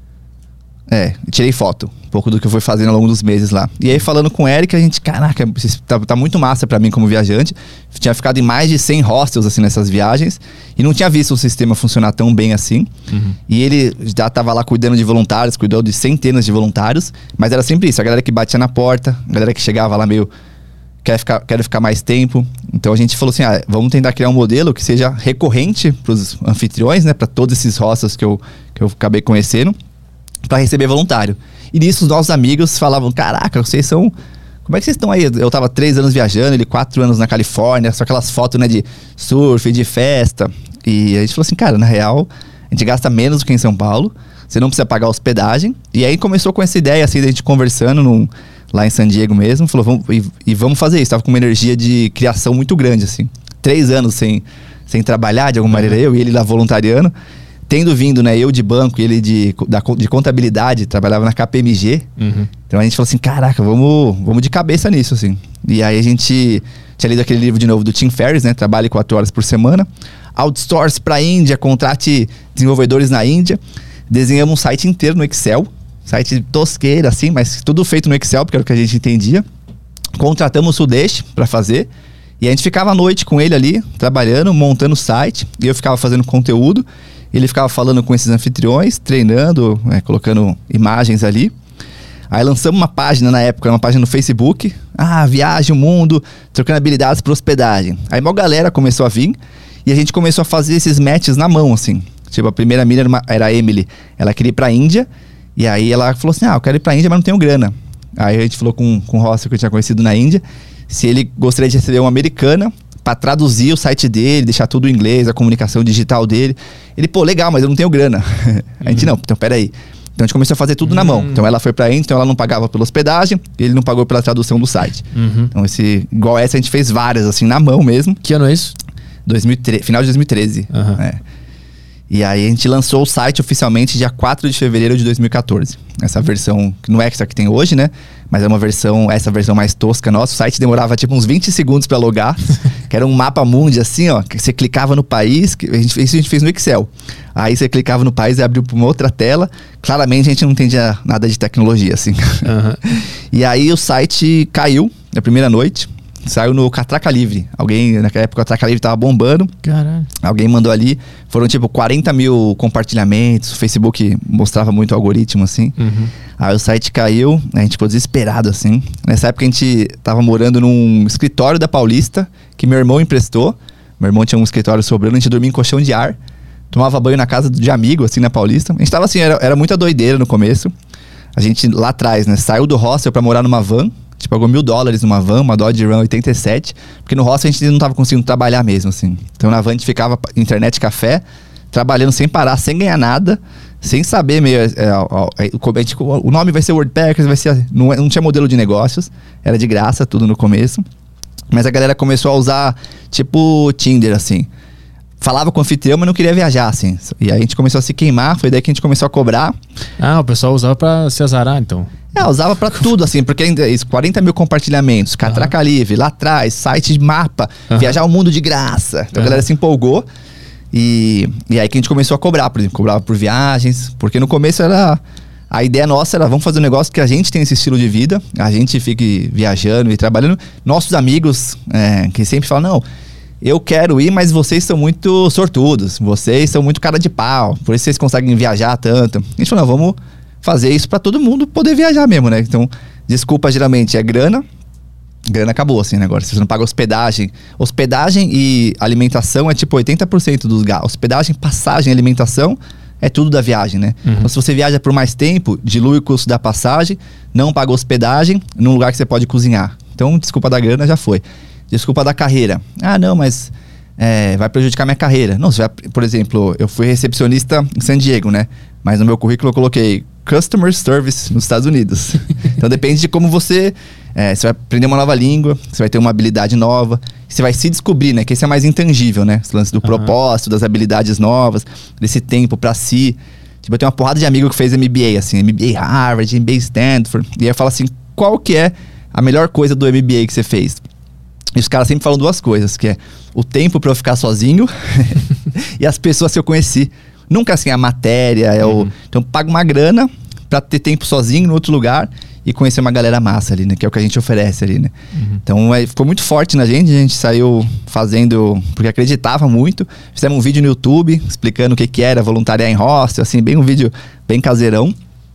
é, tirei foto, um pouco do que eu fui fazendo ao longo dos meses lá. E aí falando com o Eric, a gente, caraca, tá, tá muito massa pra mim como viajante. Tinha ficado em mais de cem hostels assim nessas viagens e não tinha visto o sistema funcionar tão bem assim. Uhum. E ele já tava lá cuidando de voluntários, cuidou de centenas de voluntários, mas era sempre isso, a galera que batia na porta, a galera que chegava lá meio... Quer ficar, quero ficar mais tempo. Então a gente falou assim, ah, vamos tentar criar um modelo que seja recorrente para os anfitriões, né, para todos esses hostels que eu, que eu acabei conhecendo, para receber voluntário. E nisso os nossos amigos falavam, caraca, vocês são... Como é que vocês estão aí? Eu tava três anos viajando, ele quatro anos na Califórnia, só aquelas fotos, né, de surf, de festa. E a gente falou assim, cara, na real, a gente gasta menos do que em São Paulo, você não precisa pagar hospedagem. E aí começou com essa ideia, assim, da gente conversando num... lá em San Diego mesmo, falou, vamos, e, e vamos fazer isso. Tava com uma energia de criação muito grande, assim. Três anos sem, sem trabalhar, de alguma maneira, eu e ele lá voluntariando. Tendo vindo, né, eu de banco e ele de, da, de contabilidade, trabalhava na K P M G. Uhum. Então a gente falou assim, caraca, vamos, vamos de cabeça nisso, assim. E aí a gente tinha lido aquele livro de novo do Tim Ferriss, né, Trabalhe quatro horas por semana. Outsource pra Índia, contrate desenvolvedores na Índia. Desenhamos um site inteiro no Excel. Site tosqueira, assim, mas tudo feito no Excel, porque era o que a gente entendia. Contratamos o Sudeste para fazer. E a gente ficava à noite com ele ali, trabalhando, montando o site. E eu ficava fazendo conteúdo. Ele ficava falando com esses anfitriões, treinando, né, colocando imagens ali. Aí lançamos uma página na época, uma página no Facebook. Ah, viagem o mundo, trocando habilidades para hospedagem. Aí uma galera começou a vir. E a gente começou a fazer esses matches na mão, assim. Tipo, a primeira mina era, uma, era a Emily. Ela queria ir pra Índia. E aí ela falou assim, ah, eu quero ir pra Índia, mas não tenho grana. Aí a gente falou com, com o hostel que eu tinha conhecido na Índia, se ele gostaria de receber uma americana pra traduzir o site dele, deixar tudo em inglês, a comunicação digital dele. Ele, pô, legal, mas eu não tenho grana. A gente, não, então peraí. Então a gente começou a fazer tudo uhum. na mão. Então ela foi pra Índia, então ela não pagava pela hospedagem, ele não pagou pela tradução do site. Uhum. Então esse, igual essa a gente fez várias, assim, na mão mesmo. Que ano é isso? dois mil e treze, final de dois mil e treze. Uhum. É. E aí a gente lançou o site oficialmente dia quatro de fevereiro de dois mil e quatorze. Essa versão, que não é essa que tem hoje, né? Mas é uma versão, essa versão mais tosca nossa. O site demorava tipo uns vinte segundos pra logar. Que era um mapa mundi assim, ó. Que você clicava no país, que a gente, isso a gente fez no Excel. Aí você clicava no país e abriu pra uma outra tela. Claramente a gente não entendia nada de tecnologia, assim. Uhum. E aí o site caiu na primeira noite. Saiu no Catraca Livre. Alguém, naquela época o Catraca Livre tava bombando. Caralho. Alguém mandou ali. Foram tipo quarenta mil compartilhamentos. O Facebook mostrava muito o algoritmo, assim. Uhum. Aí o site caiu. A gente ficou desesperado, assim. Nessa época a gente tava morando num escritório da Paulista, que meu irmão emprestou. Meu irmão tinha um escritório sobrando. A gente dormia em colchão de ar. Tomava banho na casa de amigo, assim, na Paulista. A gente tava assim, era, era muita doideira no começo. A gente lá atrás, né? Saiu do hostel pra morar numa van. A gente pagou mil dólares numa van, uma Dodge Ram oitenta e sete, porque no hostel a gente não tava conseguindo trabalhar mesmo, assim. Então na van a gente ficava internet café, trabalhando sem parar, sem ganhar nada, sem saber meio... É, é, é, o nome vai ser WordPackers, vai ser... Não, não tinha modelo de negócios, era de graça tudo no começo. Mas a galera começou a usar, tipo, Tinder, assim. Falava com o anfitrião, mas não queria viajar, assim. E aí a gente começou a se queimar, foi daí que a gente começou a cobrar. Ah, o pessoal usava pra se azarar, então. É, usava pra tudo, assim, porque ainda isso, quarenta mil compartilhamentos, Catraca uhum. Livre, lá atrás, site de mapa, uhum. viajar o mundo de graça. Então uhum. a galera se empolgou. E, e aí que a gente começou a cobrar, por exemplo, cobrava por viagens, porque no começo era... A ideia nossa era, vamos fazer um negócio que a gente tem esse estilo de vida, a gente fique viajando e trabalhando. Nossos amigos, é, que sempre falam, não, eu quero ir, mas vocês são muito sortudos, vocês são muito cara de pau, por isso vocês conseguem viajar tanto. A gente falou, não, vamos... fazer isso pra todo mundo poder viajar mesmo, né? Então, desculpa geralmente é grana. Grana acabou, assim, né? Agora, se você não paga hospedagem... Hospedagem e alimentação é tipo oitenta por cento dos gastos. Hospedagem, passagem e alimentação é tudo da viagem, né? Uhum. Então, se você viaja por mais tempo, dilui o custo da passagem, não paga hospedagem num lugar que você pode cozinhar. Então, desculpa da grana, já foi. Desculpa da carreira. Ah, não, mas... É, vai prejudicar minha carreira. Não, você vai, por exemplo, eu fui recepcionista em San Diego, né? Mas no meu currículo eu coloquei Customer Service nos Estados Unidos. Então depende de como você... É, você vai aprender uma nova língua, você vai ter uma habilidade nova, você vai se descobrir, né? Que esse é mais intangível, né? Esse lance do uhum. propósito, das habilidades novas, desse tempo pra si. Tipo, eu tenho uma porrada de amigo que fez M B A, assim, M B A Harvard, M B A Stanford. E aí eu falo assim, qual que é a melhor coisa do M B A que você fez? E os caras sempre falam duas coisas, que é o tempo pra eu ficar sozinho e as pessoas que eu conheci. Nunca assim a matéria, é o... Então eu pago uma grana pra ter tempo sozinho em outro lugar e conhecer uma galera massa ali, né? Que é o que a gente oferece ali, né? Uhum. Então é, ficou muito forte na gente, a gente saiu fazendo, porque acreditava muito. Fizemos um vídeo no YouTube explicando o que que era voluntariar em hostel, assim, bem um vídeo bem caseirão.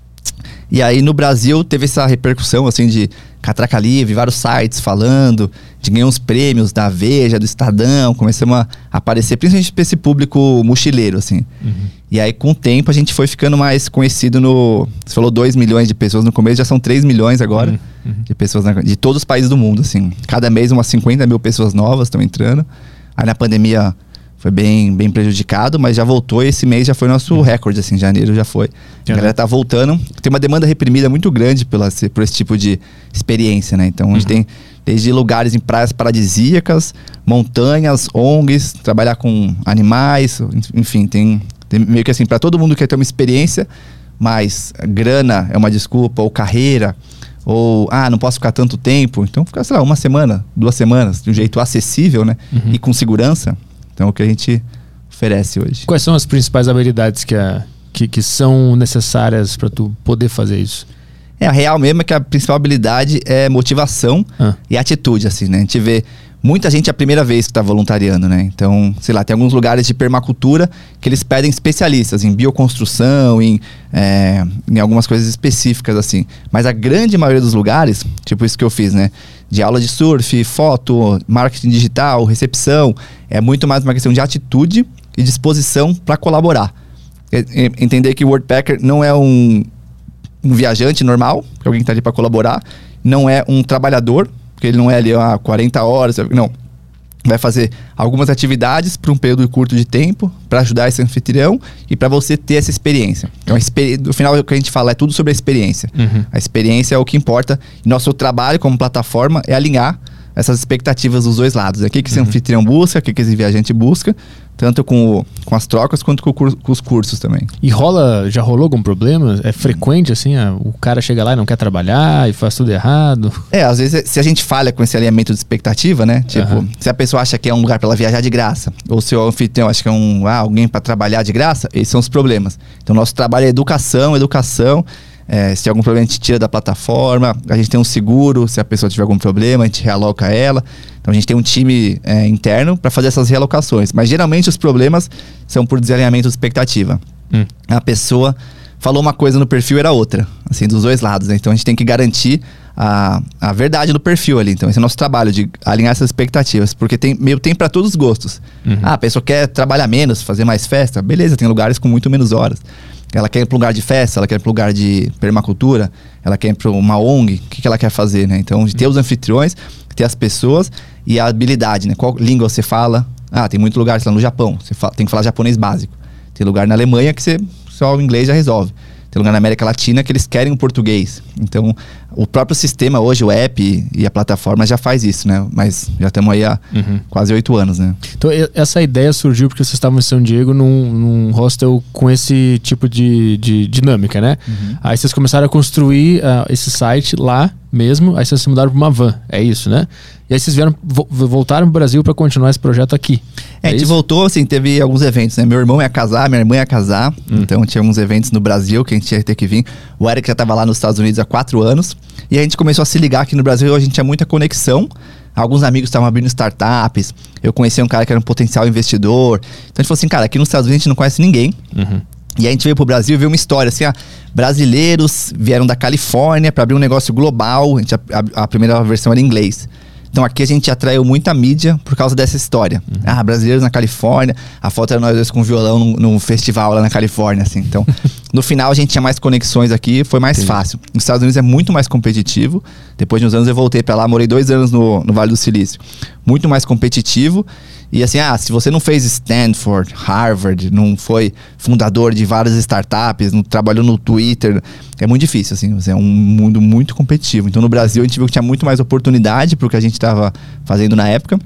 E aí no Brasil teve essa repercussão, assim, de Catraca Livre, vários sites falando, de ganhar uns prêmios da Veja, do Estadão, começamos a aparecer, principalmente para esse público mochileiro, assim. Uhum. E aí com o tempo a gente foi ficando mais conhecido no... Você falou dois milhões de pessoas no começo, já são três milhões agora, uhum. Uhum. de pessoas, na, de todos os países do mundo, assim. Cada mês umas cinquenta mil pessoas novas estão entrando. Aí na pandemia... Foi bem, bem prejudicado, mas já voltou e esse mês já foi nosso uhum. recorde, assim, janeiro já foi. A galera tá voltando. Tem uma demanda reprimida muito grande pela, por esse tipo de experiência, né? Então, uhum. a gente tem desde lugares em praias paradisíacas, montanhas, O N Gs, trabalhar com animais, enfim, tem, tem meio que assim, para todo mundo que quer ter uma experiência, mas grana é uma desculpa, ou carreira, ou, ah, não posso ficar tanto tempo. Então, ficar, sei lá, uma semana, duas semanas, de um jeito acessível, né? Uhum. E com segurança. Então, é o que a gente oferece hoje. Quais são as principais habilidades que, a, que, que são necessárias para tu poder fazer isso? É, a real mesmo é que a principal habilidade é motivação ah. e atitude, assim, né? A gente vê muita gente é a primeira vez que está voluntariando, né? Então, sei lá, tem alguns lugares de permacultura que eles pedem especialistas em bioconstrução, em, é, em algumas coisas específicas, assim. Mas a grande maioria dos lugares, tipo isso que eu fiz, né? De aula de surf, foto, marketing digital, recepção, é muito mais uma questão de atitude e disposição para colaborar. Entender que o Worldpacker não é um, um viajante normal, que é alguém que está ali para colaborar, não é um trabalhador, porque ele não é ali ah, quarenta horas, não. Vai fazer algumas atividades por um período curto de tempo para ajudar esse anfitrião e para você ter essa experiência. Então, no final, o que a gente fala é tudo sobre a experiência. Uhum. A experiência é o que importa. E nosso trabalho como plataforma é alinhar essas expectativas dos dois lados. O que, que esse uhum. anfitrião busca, o que, que esse viajante busca, tanto com, o, com as trocas quanto com, o, com os cursos também. E rola, já rolou algum problema? É frequente assim, a, o cara chega lá e não quer trabalhar e faz tudo errado? É, às vezes se a gente falha com esse alinhamento de expectativa, né? Tipo, uhum. se a pessoa acha que é um lugar para ela viajar de graça, ou se o anfitrião acha que é um, ah, alguém para trabalhar de graça, esses são os problemas. Então nosso trabalho é educação, educação. É, se tem algum problema, a gente tira da plataforma. A gente tem um seguro, se a pessoa tiver algum problema, a gente realoca ela. Então a gente tem um time é, interno para fazer essas realocações. Mas geralmente os problemas são por desalinhamento de expectativa. Hum. A pessoa falou uma coisa no perfil, era outra, assim, dos dois lados, né? Então a gente tem que garantir a, a verdade do perfil ali. Então esse é o nosso trabalho, de alinhar essas expectativas. Porque tem, meio, tem para todos os gostos. Uhum. Ah, a pessoa quer trabalhar menos, fazer mais festa. Beleza, tem lugares com muito menos horas. Ela quer ir para um lugar de festa, ela quer ir para um lugar de permacultura, ela quer ir para uma O N G, o que, que ela quer fazer, né? Então, de ter os anfitriões, ter as pessoas e a habilidade, né? Qual língua você fala? Ah, tem muito lugar, sei lá, no Japão, você fala, tem que falar japonês básico. Tem lugar na Alemanha que você só o inglês já resolve. tem lugar na América Latina que eles querem o português. Então, o próprio sistema hoje, o app e a plataforma já faz isso, né? Mas já estamos aí há uhum. quase oito anos, né? Então, essa ideia surgiu porque vocês estavam em São Diego num, num hostel com esse tipo de, de dinâmica, né? Uhum. Aí vocês começaram a construir uh, esse site lá mesmo, aí vocês se mudaram para uma van, é isso, né? E aí vocês vieram, vo voltaram pro Brasil para continuar esse projeto aqui. É, é a gente isso? voltou, assim, teve alguns eventos, né? Meu irmão ia casar, minha irmã ia casar, hum. então tinha alguns eventos no Brasil que a gente ia ter que vir. O Eric já estava lá nos Estados Unidos há quatro anos, e a gente começou a se ligar aqui no Brasil, a gente tinha muita conexão. Alguns amigos estavam abrindo startups, eu conheci um cara que era um potencial investidor. Então a gente falou assim, cara, aqui nos Estados Unidos a gente não conhece ninguém. Uhum. E a gente veio pro Brasil e viu uma história, assim, ah, brasileiros vieram da Califórnia para abrir um negócio global. A, gente, a, a primeira versão era em inglês. Então aqui a gente atraiu muita mídia por causa dessa história. Uhum. Ah, brasileiros na Califórnia. A foto era nós dois com violão num, num festival lá na Califórnia, assim. Então, no final a gente tinha mais conexões aqui, foi mais Entendi. fácil. Nos Estados Unidos é muito mais competitivo. Depois de uns anos eu voltei para lá, morei dois anos no, no Vale do Silício. Muito mais competitivo. E assim, ah, se você não fez Stanford, Harvard, não foi fundador de várias startups, não trabalhou no Twitter, é muito difícil, assim, é um mundo muito competitivo. Então no Brasil a gente viu que tinha muito mais oportunidade para o que a gente estava fazendo na época,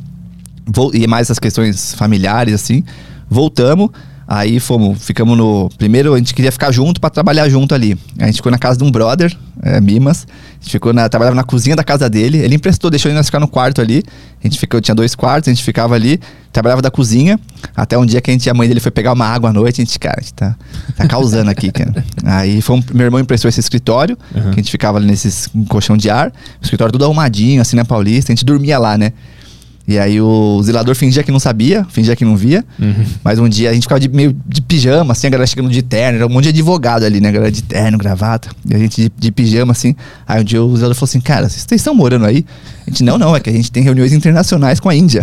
e mais as questões familiares, assim. Voltamos, aí fomos, ficamos no... Primeiro a gente queria ficar junto para trabalhar junto ali. A gente ficou na casa de um brother, é, Mimas. A gente ficou na, trabalhava na cozinha da casa dele. Ele emprestou, deixou nós ficar no quarto ali. A gente ficou, tinha dois quartos, a gente ficava ali, trabalhava da cozinha. Até um dia que a, gente, a mãe dele foi pegar uma água à noite. A gente, cara, a gente tá, tá causando aqui, cara. Aí foi um, meu irmão emprestou esse escritório, uhum. que a gente ficava ali nesse colchão de ar. O escritório tudo arrumadinho, assim, na Paulista. A gente dormia lá, né? E aí o zelador fingia que não sabia, fingia que não via. Uhum. Mas um dia a gente ficava de, meio de pijama, assim, a galera chegando de terno. Era um monte de advogado ali, né? A galera de terno, gravata. E a gente de, de pijama, assim. Aí um dia o zelador falou assim, cara, vocês estão morando aí? A gente, não, não, é que a gente tem reuniões internacionais com a Índia.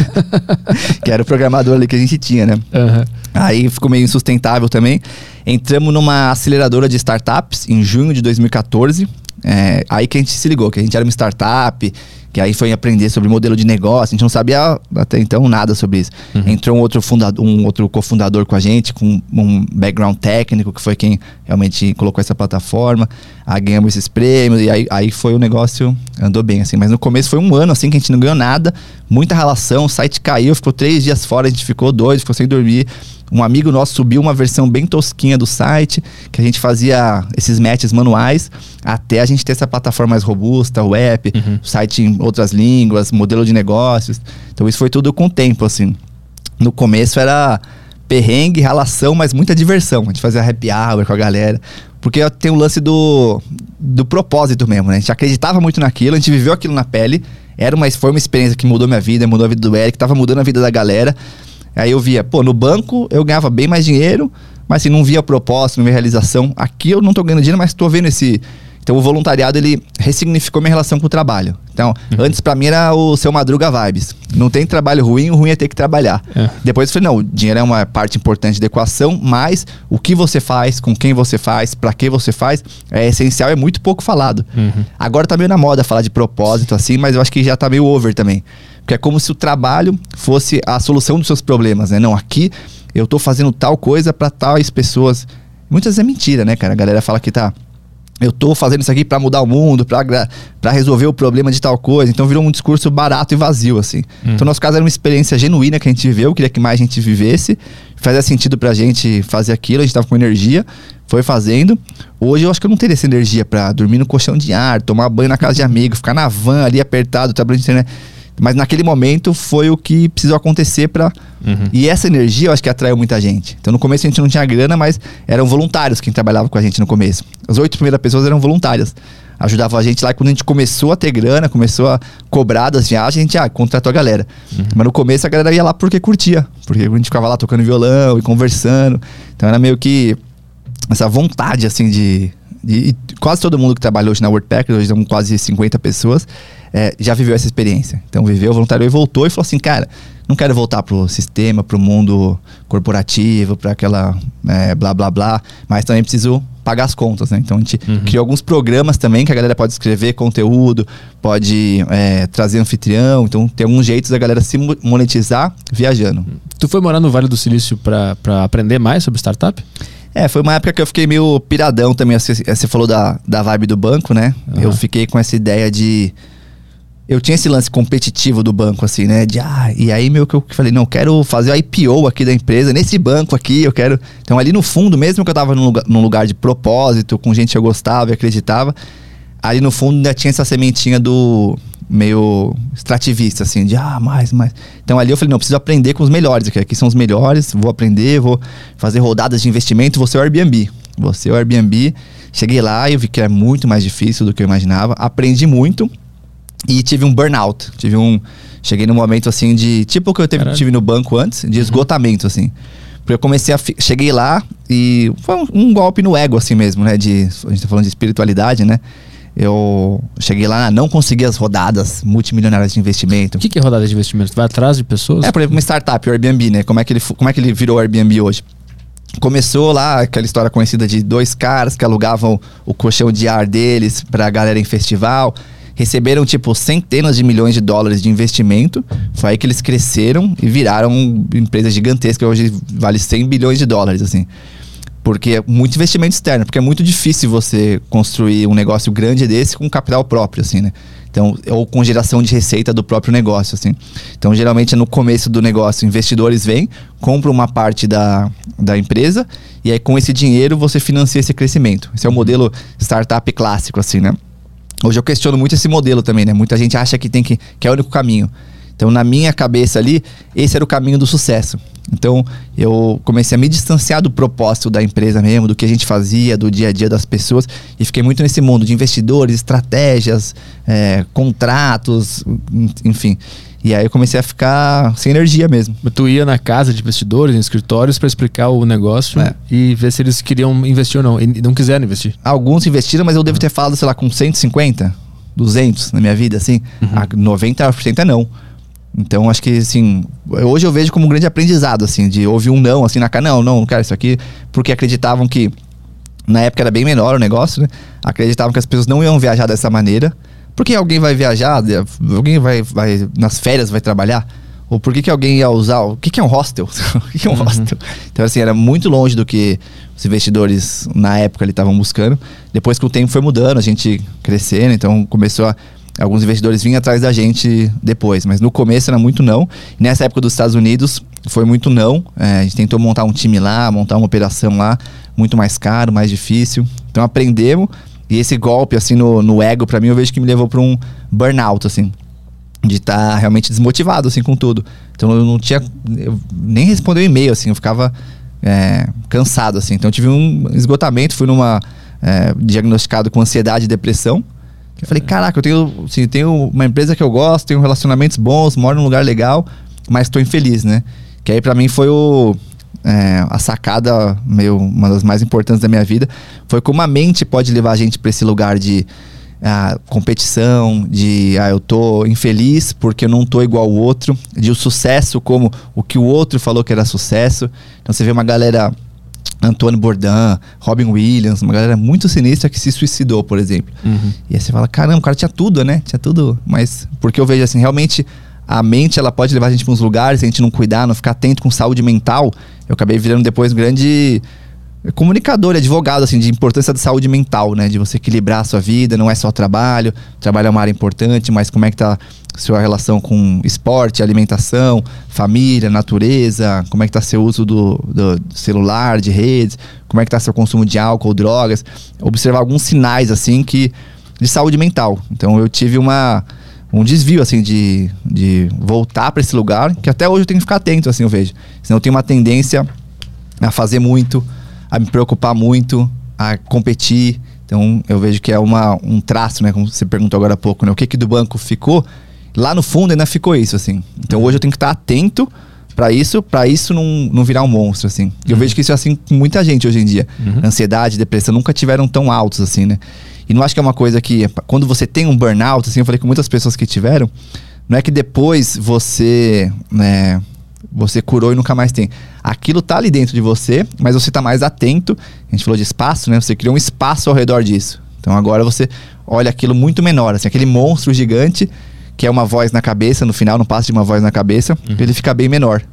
Que era o programador ali que a gente tinha, né? Uhum. Aí ficou meio insustentável também. Entramos numa aceleradora de startups em junho de dois mil e quatorze. É, aí que a gente se ligou, que a gente era uma startup, que aí foi aprender sobre modelo de negócio. A gente não sabia até então nada sobre isso. Uhum. Entrou um outro, fundador, um outro cofundador com a gente, com um background técnico, que foi quem realmente colocou essa plataforma. Aí ganhamos esses prêmios e aí, aí foi o negócio, andou bem, assim. Mas no começo foi um ano, assim, que a gente não ganhou nada. Muita relação, o site caiu, ficou três dias fora, a gente ficou doido, ficou sem dormir. Um amigo nosso subiu uma versão bem tosquinha do site, que a gente fazia esses matches manuais, até a gente ter essa plataforma mais robusta, o app, uhum. site em outras línguas, modelo de negócios. Então isso foi tudo com o tempo, assim. No começo era perrengue, relação, mas muita diversão. A gente fazia happy hour com a galera. Porque tem o lance do, do propósito mesmo, né? A gente acreditava muito naquilo, a gente viveu aquilo na pele. Era uma, foi uma experiência que mudou minha vida, mudou a vida do Eric, tava mudando a vida da galera. Aí eu via, pô, no banco eu ganhava bem mais dinheiro, mas assim, não via propósito, não via realização. Aqui eu não tô ganhando dinheiro, mas tô vendo esse... Então o voluntariado, ele ressignificou minha relação com o trabalho. Então, uhum. antes pra mim era o Seu Madruga Vibes. Não tem trabalho ruim, o ruim é ter que trabalhar. É. Depois eu falei, não, o dinheiro é uma parte importante da equação, mas o que você faz, com quem você faz, pra que você faz, é essencial, é muito pouco falado. Uhum. Agora tá meio na moda falar de propósito, assim, mas eu acho que já tá meio over também. Porque é como se o trabalho fosse a solução dos seus problemas, né? Não, aqui eu tô fazendo tal coisa pra tais pessoas. Muitas vezes é mentira, né, cara? A galera fala que tá... Eu tô fazendo isso aqui pra mudar o mundo, pra, pra resolver o problema de tal coisa. Então virou um discurso barato e vazio, assim. Hum. Então, no nosso caso, era uma experiência genuína que a gente viveu. Eu queria que mais gente vivesse. Fazia sentido pra gente fazer aquilo. A gente tava com energia, foi fazendo. Hoje eu acho que eu não teria essa energia pra dormir no colchão de ar, tomar banho na casa de amigo, ficar na van ali apertado, trabalhando de internet. Mas naquele momento foi o que precisou acontecer pra... Uhum. E essa energia eu acho que atraiu muita gente. Então no começo a gente não tinha grana, mas eram voluntários quem trabalhava com a gente no começo. As oito primeiras pessoas eram voluntárias. Ajudavam a gente lá. Quando a gente começou a ter grana, começou a cobrar das viagens, a gente ah, contratou a galera. Uhum. Mas no começo a galera ia lá porque curtia. Porque a gente ficava lá tocando violão e conversando. Então era meio que essa vontade assim de... de e quase todo mundo que trabalhou hoje na Worldpackers, hoje são quase cinquenta pessoas, é, já viveu essa experiência. Então viveu, voluntariou e voltou e falou assim, cara, não quero voltar pro sistema, pro mundo corporativo, para aquela é, blá blá blá, mas também preciso pagar as contas, né? Então a gente uhum. criou alguns programas também que a galera pode escrever conteúdo, pode é, trazer anfitrião, então tem alguns jeitos da galera se monetizar viajando. Tu foi morar no Vale do Silício para aprender mais sobre startup? É, foi uma época que eu fiquei meio piradão também. Você, você falou da, da vibe do banco, né? Uhum. Eu fiquei com essa ideia de... Eu tinha esse lance competitivo do banco, assim, né? De, ah, e aí meio que eu falei, não, eu quero fazer o I P O aqui da empresa, nesse banco aqui, eu quero... Então ali no fundo, mesmo que eu tava num lugar, num lugar de propósito, com gente que eu gostava e acreditava, ali no fundo ainda tinha essa sementinha do meio extrativista, assim, de, ah, mais, mais... Então ali eu falei, não, eu preciso aprender com os melhores aqui, aqui são os melhores, vou aprender, vou fazer rodadas de investimento, vou ser o Airbnb. Vou ser o Airbnb. Cheguei lá e eu vi que é muito mais difícil do que eu imaginava, aprendi muito... E tive um burnout, tive um... Cheguei num momento, assim, de... Tipo o que eu teve, tive no banco antes, de esgotamento, assim. Porque eu comecei a... Fi, cheguei lá e... Foi um, um golpe no ego, assim mesmo, né? De, a gente tá falando de espiritualidade, né? Eu cheguei lá, não consegui as rodadas multimilionárias de investimento. O que, que é rodada de investimento? Vai atrás de pessoas? É, por exemplo, uma startup, o Airbnb, né? Como é que ele, como é que ele virou o Airbnb hoje? Começou lá aquela história conhecida de dois caras que alugavam o colchão de ar deles pra galera em festival... Receberam, tipo, centenas de milhões de dólares de investimento. Foi aí que eles cresceram e viraram empresas gigantescas. Hoje vale cem bilhões de dólares, assim. Porque é muito investimento externo. Porque é muito difícil você construir um negócio grande desse com capital próprio, assim, né? Então, ou com geração de receita do próprio negócio, assim. Então, geralmente, no começo do negócio, investidores vêm, compram uma parte da, da empresa e aí, com esse dinheiro, você financia esse crescimento. Esse é o modelo startup clássico, assim, né? Hoje eu questiono muito esse modelo também, né? Muita gente acha que tem que, que é o único caminho. Então, na minha cabeça ali, esse era o caminho do sucesso. Então, eu comecei a me distanciar do propósito da empresa mesmo, do que a gente fazia, do dia a dia das pessoas. E fiquei muito nesse mundo de investidores, estratégias, é, contratos, enfim. E aí eu comecei a ficar sem energia mesmo. Tu ia na casa de investidores, em escritórios, para explicar o negócio é. e ver se eles queriam investir ou não. E não quiseram investir. Alguns investiram, mas eu devo ter falado, sei lá, com cento e cinquenta, duzentos na minha vida, assim. Uhum. A noventa por cento é não. Então, acho que, assim, hoje eu vejo como um grande aprendizado, assim, de ouvir um não, assim, na cara, não, não, não quero isso aqui, porque acreditavam que, na época era bem menor o negócio, né? Acreditavam que as pessoas não iam viajar dessa maneira. Por que alguém vai viajar, alguém vai, vai nas férias vai trabalhar? Ou por que, que alguém ia usar, o que, que é um hostel? O que, que é um uhum. hostel? Então, assim, era muito longe do que os investidores, na época, estavam buscando. Depois que o tempo foi mudando, a gente crescendo, então começou a... Alguns investidores vinham atrás da gente depois, mas no começo era muito não. E nessa época dos Estados Unidos foi muito não. É, a gente tentou montar um time lá, montar uma operação lá, muito mais caro, mais difícil. Então aprendemos, e esse golpe assim no, no ego, pra mim, eu vejo que me levou pra um burnout, assim, de estar tá realmente desmotivado assim com tudo. Então eu não tinha, eu nem respondi o e-mail, assim, eu ficava é, cansado, assim. Então eu tive um esgotamento, fui numa é, diagnosticado com ansiedade e depressão. Eu falei, caraca, eu tenho, assim, tenho uma empresa que eu gosto, tenho relacionamentos bons, moro num lugar legal, mas tô infeliz, né? Que aí pra mim foi o, é, a sacada, meio, uma das mais importantes da minha vida, foi como a mente pode levar a gente pra esse lugar de ah, competição, de ah, eu tô infeliz porque eu não tô igual ao outro, de o sucesso como o que o outro falou que era sucesso. Então você vê uma galera... Antoine Bourdain, Robin Williams, uma galera muito sinistra que se suicidou, por exemplo. Uhum. E aí você fala, caramba, o cara tinha tudo, né? Tinha tudo. Mas porque eu vejo assim, realmente a mente, ela pode levar a gente para uns lugares, se a gente não cuidar, não ficar atento com saúde mental. Eu acabei virando depois um grande comunicador, advogado, assim, de importância da saúde mental, né? De você equilibrar a sua vida, não é só trabalho. Trabalho é uma área importante, mas como é que tá a sua relação com esporte, alimentação, família, natureza, como é que tá seu uso do, do celular, de redes, como é que tá seu consumo de álcool, drogas. Observar alguns sinais, assim, que de saúde mental. Então eu tive uma, um desvio, assim, de, de voltar para esse lugar, que até hoje eu tenho que ficar atento, assim, eu vejo. Senão eu tenho uma tendência a fazer muito, a me preocupar muito, a competir. Então eu vejo que é uma, um traço, né? Como você perguntou agora há pouco, né? O que que do banco ficou? Lá no fundo ainda ficou isso, assim. Então hoje eu tenho que estar atento pra isso, pra isso não, não virar um monstro, assim. E eu uhum. vejo que isso é assim com muita gente hoje em dia. Uhum. Ansiedade, depressão nunca tiveram tão altos, assim, né? E não acho que é uma coisa que, quando você tem um burnout, assim, eu falei com muitas pessoas que tiveram, não é que depois você, né, você curou e nunca mais tem. Aquilo tá ali dentro de você, mas você tá mais atento. A gente falou de espaço, né? Você criou um espaço ao redor disso. Então agora você olha aquilo muito menor, assim, aquele monstro gigante, que é uma voz na cabeça, no final não passa de uma voz na cabeça, uhum. ele fica bem menor.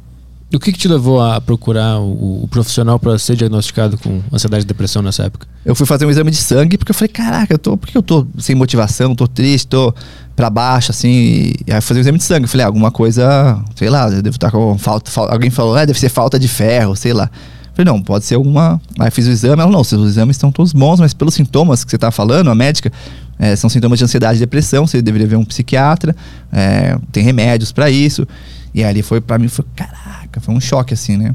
E o que, que te levou a procurar o, o profissional para ser diagnosticado com ansiedade e depressão nessa época? Eu fui fazer um exame de sangue porque eu falei, caraca, eu tô, por que eu tô sem motivação, tô triste, tô pra baixo, assim. E aí eu fui fazer um exame de sangue. Eu falei, ah, alguma coisa, sei lá, eu devo estar com falta, falta. Alguém falou, ah, deve ser falta de ferro, sei lá. Eu falei, não, pode ser alguma. Aí eu fiz o exame, ela, não, os exames estão todos bons, mas pelos sintomas que você tá falando, a médica, é, são sintomas de ansiedade e depressão, você deveria ver um psiquiatra, é, tem remédios pra isso. E aí ali foi, pra mim, foi, caraca, foi um choque, assim, né?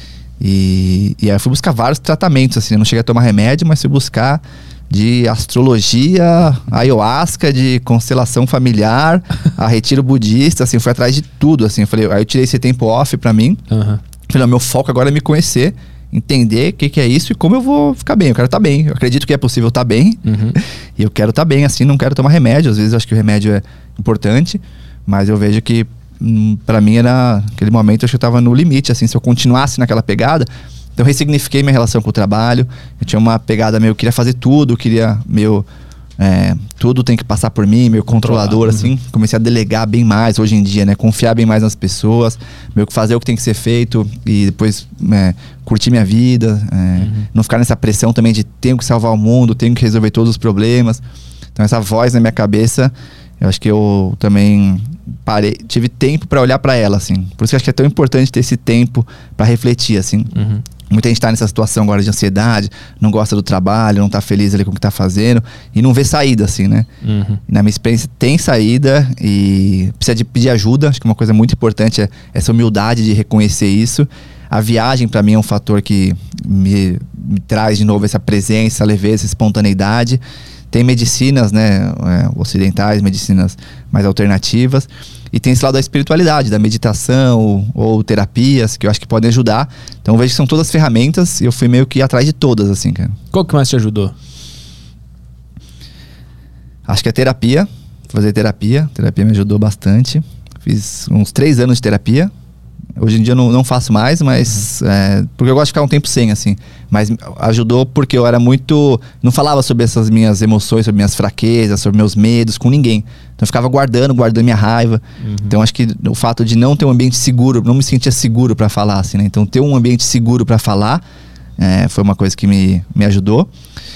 E, e aí eu fui buscar vários tratamentos, assim, eu não cheguei a tomar remédio, mas fui buscar de astrologia, ayahuasca, de constelação familiar, a retiro budista, assim, fui atrás de tudo, assim, eu falei, aí eu tirei esse tempo off pra mim, uhum. Falei, não, meu foco agora é me conhecer, entender o que, que é isso e como eu vou ficar bem, eu quero estar bem, eu acredito que é possível estar bem, uhum. E eu quero estar bem, assim, não quero tomar remédio, às vezes eu acho que o remédio é importante, mas eu vejo que pra mim era, naquele momento, eu acho que eu tava no limite, assim, se eu continuasse naquela pegada. Então eu ressignifiquei minha relação com o trabalho, eu tinha uma pegada meio, eu queria fazer tudo, queria meio, é, tudo tem que passar por mim, meio controlador, uhum. Assim. Comecei a delegar bem mais hoje em dia, né, confiar bem mais nas pessoas, meio que fazer o que tem que ser feito e depois é, curtir minha vida, é, uhum. Não ficar nessa pressão também de tenho que salvar o mundo, tenho que resolver todos os problemas. Então essa voz na minha cabeça, eu acho que eu também parei, tive tempo para olhar para ela, assim. Por isso que eu acho que é tão importante ter esse tempo para refletir, assim. Uhum. Muita gente tá nessa situação agora de ansiedade, não gosta do trabalho, não tá feliz ali com o que tá fazendo e não vê saída, assim, né? Uhum. E na minha experiência tem saída e precisa de pedir ajuda. Acho que uma coisa muito importante é essa humildade de reconhecer isso. A viagem para mim é um fator que me, me traz de novo essa presença, leveza, essa espontaneidade. Tem medicinas, né, é, ocidentais, medicinas mais alternativas. E tem esse lado da espiritualidade, da meditação ou, ou terapias, que eu acho que podem ajudar. Então eu vejo que são todas ferramentas e eu fui meio que atrás de todas, assim, cara. Qual que mais te ajudou? Acho que a terapia, fazer terapia. Terapia me ajudou bastante. Fiz uns três anos de terapia. Hoje em dia eu não, não faço mais, mas... Uhum. É, porque eu gosto de ficar um tempo sem, assim. Mas ajudou porque eu era muito... Não falava sobre essas minhas emoções, sobre minhas fraquezas, sobre meus medos com ninguém. Então eu ficava guardando, guardando minha raiva. Uhum. Então acho que o fato de não ter um ambiente seguro, não me sentia seguro pra falar, assim, né? Então ter um ambiente seguro pra falar é, foi uma coisa que me, me ajudou.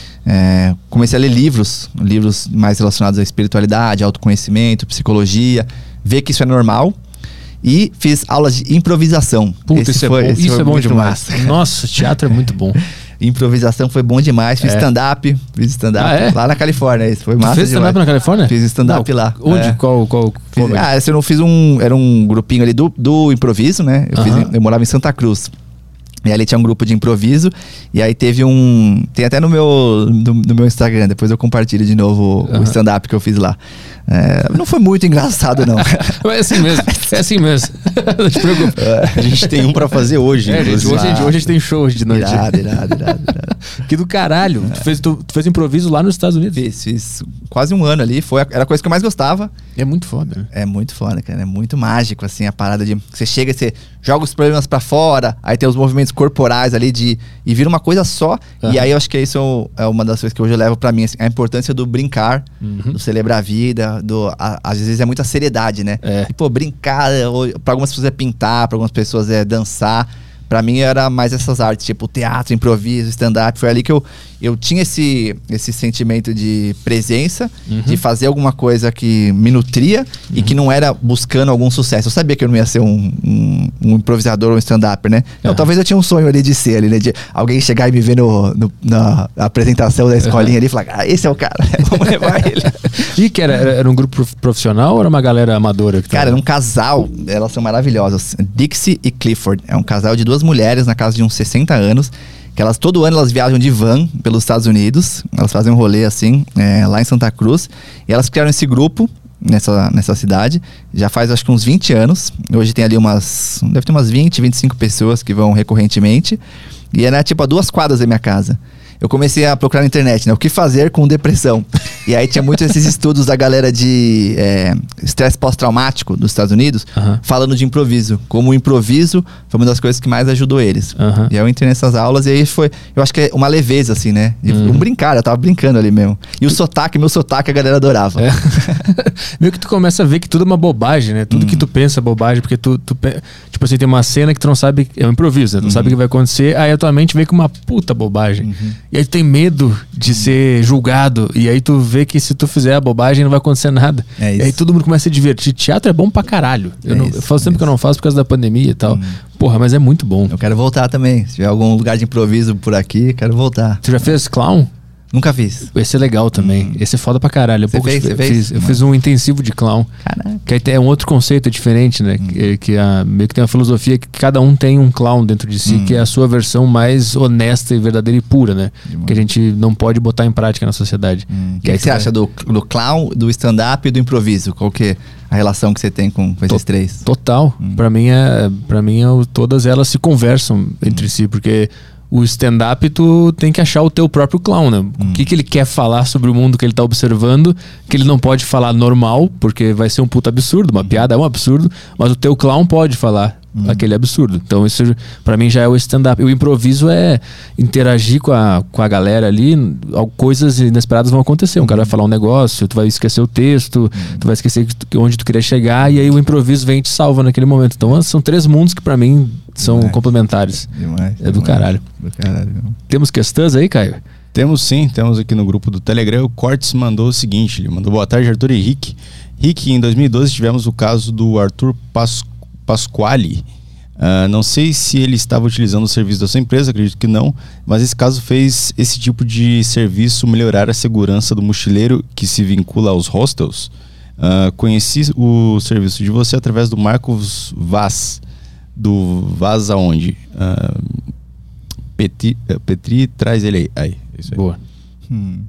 É, comecei a ler livros, livros mais relacionados à espiritualidade, autoconhecimento, psicologia. Ver que isso é normal. E fiz aulas de improvisação. Puta, esse isso é foi, bom, isso é bom demais. Massa. Nossa, teatro é muito bom. Improvisação foi bom demais. Fiz é. stand-up. Fiz stand-up ah, é? lá na Califórnia. Isso foi massa. Você fez stand-up na Califórnia? Fiz stand-up lá. Onde? É. Qual? qual fiz, ah, esse eu não fiz um. Era um grupinho ali do, do improviso, né? Eu, uh-huh. fiz, eu morava em Santa Cruz. E ali tinha um grupo de improviso. E aí teve um... Tem até no meu, no, no meu Instagram. Depois eu compartilho de novo uhum. o stand-up que eu fiz lá. É, não foi muito engraçado, não. É assim mesmo. É assim mesmo. Não te preocupe. A gente tem um pra fazer hoje. É, gente, hoje, hoje a gente tem show de noite. Irado, irado, irado, irado. Que do caralho. É. Tu, fez, tu, tu fez improviso lá nos Estados Unidos? Fiz, fiz quase um ano ali. Foi a, era a coisa que eu mais gostava. É muito foda, né? É muito foda, cara. É muito mágico, assim, a parada de... Você chega e você joga os problemas pra fora, aí tem os movimentos corporais ali de... E vira uma coisa só. Uhum. E aí eu acho que isso é uma das coisas que hoje eu levo pra mim, assim, a importância do brincar, uhum. do celebrar a vida, do... A, às vezes é muita seriedade, né? É. E, pô, brincar, ou, pra algumas pessoas é pintar, pra algumas pessoas é dançar. Pra mim era mais essas artes, tipo teatro, improviso, stand-up. Foi ali que eu, eu tinha esse, esse sentimento de presença, uhum. de fazer alguma coisa que me nutria uhum. e que não era buscando algum sucesso. Eu sabia que eu não ia ser um, um, um improvisador ou um stand-up, né? Não, uhum. talvez eu tinha um sonho ali de ser ali, né? De alguém chegar e me ver no, no, na apresentação da escolinha uhum. ali e falar, ah, esse é o cara, vamos levar ele. E que era, era um grupo profissional ou era uma galera amadora? Que cara, era um casal, elas são maravilhosas. Dixie e Clifford, é um casal de duas mulheres na casa de uns sessenta anos, que elas todo ano elas viajam de van pelos Estados Unidos, elas fazem um rolê assim, é, lá em Santa Cruz, e elas criaram esse grupo nessa, nessa cidade, já faz acho que uns vinte anos, hoje tem ali umas, deve ter umas vinte, vinte e cinco pessoas que vão recorrentemente, e é né, tipo a duas quadras da minha casa. eu comecei a procurar na internet, né? O que fazer com depressão? E aí tinha muitos esses estudos da galera de é, estresse pós-traumático dos Estados Unidos, uh-huh. falando de improviso. Como o improviso foi uma das coisas que mais ajudou eles. Uh-huh. E aí eu entrei nessas aulas e aí foi, eu acho que é uma leveza, assim, né? De uh-huh. um brincar, eu tava brincando ali mesmo. E o sotaque, meu sotaque, a galera adorava. É. Meio que tu começa a ver que tudo é uma bobagem, né? Tudo uhum. que tu pensa é bobagem, porque tu, tu... Tipo assim, tem uma cena que tu não sabe... É um improviso, né? Tu não uhum. sabe o que vai acontecer, aí a tua mente vê com uma puta bobagem. Uhum. E aí tu tem medo de uhum. ser julgado, e aí tu vê que se tu fizer a bobagem não vai acontecer nada. É isso. E aí todo mundo começa a se divertir. Teatro é bom pra caralho. Eu, é não, isso, eu falo sempre é que eu não faço por causa da pandemia e tal. Uhum. Porra, mas é muito bom. Eu quero voltar também. Se tiver algum lugar de improviso por aqui, quero voltar. Tu já fez clown? Nunca fiz. Esse é legal também. Hum. Esse é foda pra caralho. Eu, você pouco fez, eu, você fiz, fez? eu fiz um intensivo de clown. Caraca. Que aí é um outro conceito diferente, né? Hum. Que, que a, meio que tem uma filosofia que cada um tem um clown dentro de si, hum. que é a sua versão mais honesta e verdadeira e pura, né? Demais. Que a gente não pode botar em prática na sociedade. Hum. O que, que você vai... acha do, do clown, do stand-up e do improviso? Qual que é a relação que você tem com, com esses to- três? Total. Hum. Pra mim, é, pra mim é, todas elas se conversam entre hum. si, porque... O stand-up, tu tem que achar o teu próprio clown, né? Hum. O que, que ele quer falar sobre o mundo que ele tá observando, que ele não pode falar normal, porque vai ser um puta absurdo, uma piada é um absurdo, mas o teu clown pode falar hum. aquele absurdo. Então isso pra mim já é o stand-up. O improviso é interagir com a, com a galera ali, coisas inesperadas vão acontecer. Um hum. cara vai falar um negócio, tu vai esquecer o texto, hum. tu vai esquecer onde tu queria chegar, e aí o improviso vem e te salva naquele momento. Então são três mundos que pra mim são demais. Complementares. Demais, é do demais. caralho. Do caralho. Temos questões aí, Caio? Temos sim, temos aqui no grupo do Telegram. O Cortes mandou o seguinte, ele mandou: boa tarde, Arthur e Rick. Rick, em dois mil e doze tivemos o caso do Arthur Pas- Pasquale. Uh, não sei se ele estava utilizando o serviço da sua empresa, acredito que não, mas esse caso fez esse tipo de serviço melhorar a segurança do mochileiro que se vincula aos hostels. Uh, conheci o serviço de você através do Marcos Vaz, do Vaz aonde? Uh, Petri, Petri, traz ele aí. aí isso aí. Boa. Hum.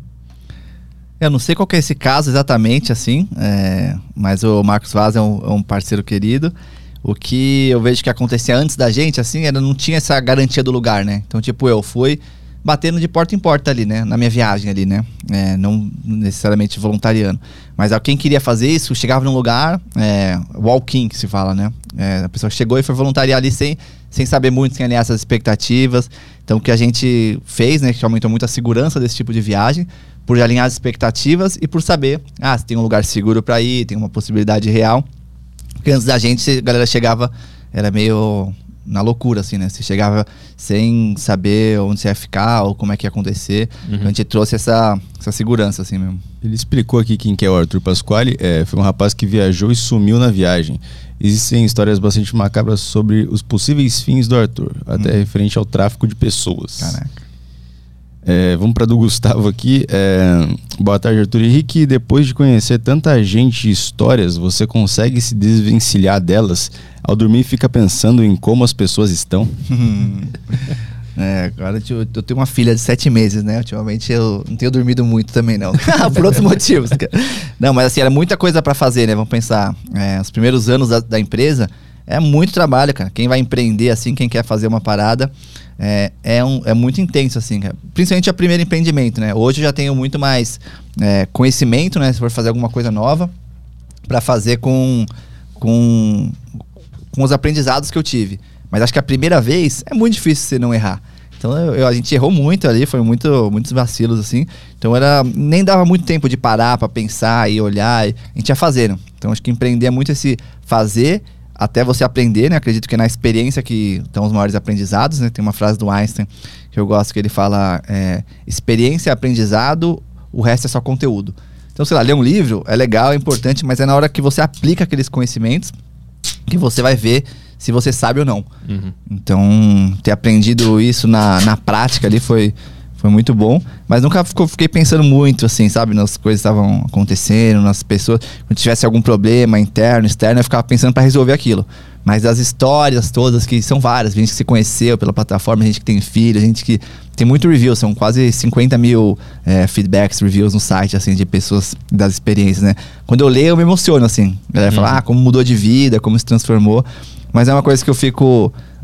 Eu não sei qual que é esse caso exatamente, assim, é, mas o Marcos Vaz é um, é um parceiro querido. O que eu vejo que acontecia antes da gente, assim, era não tinha essa garantia do lugar, né? Então, tipo, eu fui batendo de porta em porta ali, né? Na minha viagem ali, né? É, não necessariamente voluntariando. Mas quem queria fazer isso, chegava num lugar, é, walk-in, que se fala, né? É, a pessoa chegou e foi voluntariar ali sem, sem saber muito, sem alinhar essas expectativas. Então, o que a gente fez, né? Que aumentou muito a segurança desse tipo de viagem, por alinhar as expectativas e por saber, ah, se tem um lugar seguro para ir, tem uma possibilidade real. Porque antes da gente, a galera chegava, era meio na loucura, assim, né? Você chegava sem saber onde você ia ficar ou como é que ia acontecer. Uhum. Então a gente trouxe essa, essa segurança, assim mesmo. Ele explicou aqui quem que é o Arthur Pasquale. É, foi um rapaz que viajou e sumiu na viagem. Existem histórias bastante macabras sobre os possíveis fins do Arthur, até uhum. referente ao tráfico de pessoas. Caraca. É, vamos para do Gustavo aqui. É, boa tarde, Arthur e Rick. Depois de conhecer tanta gente e histórias, você consegue se desvencilhar delas? Ao dormir, fica pensando em como as pessoas estão? É, agora eu, eu tenho uma filha de sete meses, né? Ultimamente eu não tenho dormido muito também, não. Por outros motivos. Não, mas assim, era muita coisa para fazer, né? Vamos pensar, é, os primeiros anos da, da empresa é muito trabalho, cara. Quem vai empreender assim, quem quer fazer uma parada, é, é, um, é muito intenso, assim, cara. Principalmente o primeiro empreendimento, né? Hoje eu já tenho muito mais é, conhecimento, né? Se for fazer alguma coisa nova, para fazer com, com, com os aprendizados que eu tive. Mas acho que a primeira vez é muito difícil você não errar. Então eu, eu, a gente errou muito ali, foi muito, muitos vacilos, assim. Então era, nem dava muito tempo de parar para pensar e olhar. E a gente ia fazendo. Então acho que empreender é muito esse fazer até você aprender, né? Acredito que é na experiência que estão os maiores aprendizados, né? Tem uma frase do Einstein que eu gosto, que ele fala, é, experiência é aprendizado, o resto é só conteúdo. Então, sei lá, ler um livro é legal, é importante, mas é na hora que você aplica aqueles conhecimentos que você vai ver se você sabe ou não. Uhum. Então, ter aprendido isso na, na prática ali foi, foi muito bom, mas nunca ficou, fiquei pensando muito, assim, sabe, nas coisas que estavam acontecendo, nas pessoas. Quando tivesse algum problema interno, externo, eu ficava pensando para resolver aquilo. Mas as histórias todas, que são várias, gente que se conheceu pela plataforma, gente que tem filho, gente que tem muito review, são quase cinquenta mil é, feedbacks, reviews no site, assim, de pessoas das experiências, né? Quando eu leio, eu me emociono, assim. A galera fala, ah, como mudou de vida, como se transformou. Mas é uma coisa que eu fico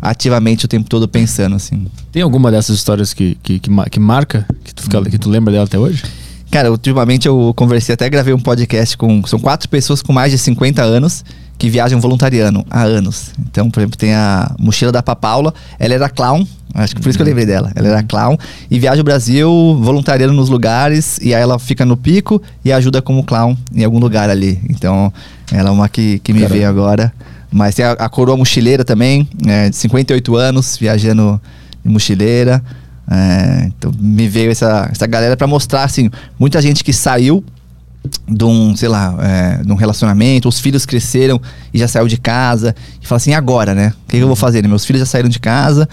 ativamente o tempo todo pensando, assim. Tem alguma dessas histórias que, que, que, ma- que marca, que tu, fica, que tu lembra dela até hoje? Cara, ultimamente eu conversei, até gravei um podcast com... São quatro pessoas com mais de cinquenta anos que viajam voluntariando há anos. Então, por exemplo, tem a mochila da Papaula. Ela era clown, acho que por isso que eu lembrei dela. Ela era clown e viaja o Brasil voluntariando nos lugares. E aí ela fica no pico e ajuda como clown em algum lugar ali. Então, ela é uma que, que me Caramba. veio agora. Mas tem a, a coroa mochileira também, é, de cinquenta e oito anos, viajando de mochileira. É, então me veio essa, essa galera pra mostrar, assim, muita gente que saiu de um, sei lá, é, de um relacionamento, os filhos cresceram e já saiu de casa, e fala assim, e agora, né? O que, que eu vou fazer? Né? Meus filhos já saíram de casa,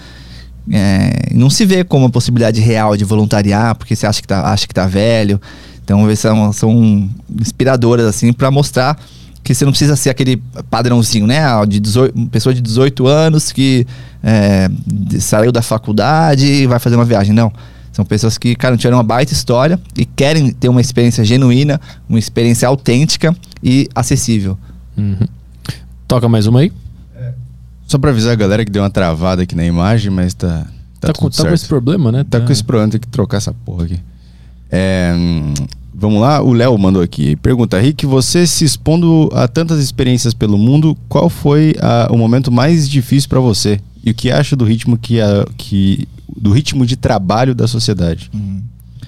é, não se vê como uma possibilidade real de voluntariar, porque você acha que tá, acha que tá velho. Então são, são inspiradoras, assim, pra mostrar que você não precisa ser aquele padrãozinho, né? De dezoito, pessoa de dezoito anos que é, saiu da faculdade e vai fazer uma viagem. Não. São pessoas que, cara, tiveram uma baita história e querem ter uma experiência genuína, uma experiência autêntica e acessível. Uhum. Toca mais uma aí? Só pra avisar a galera que deu uma travada aqui na imagem, mas tá. Tá, Tá, tudo com, tá certo. com esse problema, né? Tá com esse problema, tem que trocar essa porra aqui. É, hum, vamos lá, o Léo mandou aqui. Pergunta, Rick, você se expondo a tantas experiências pelo mundo, qual foi a- o momento mais difícil pra você? E o que acha do ritmo que, a, que do ritmo de trabalho da sociedade? Hum.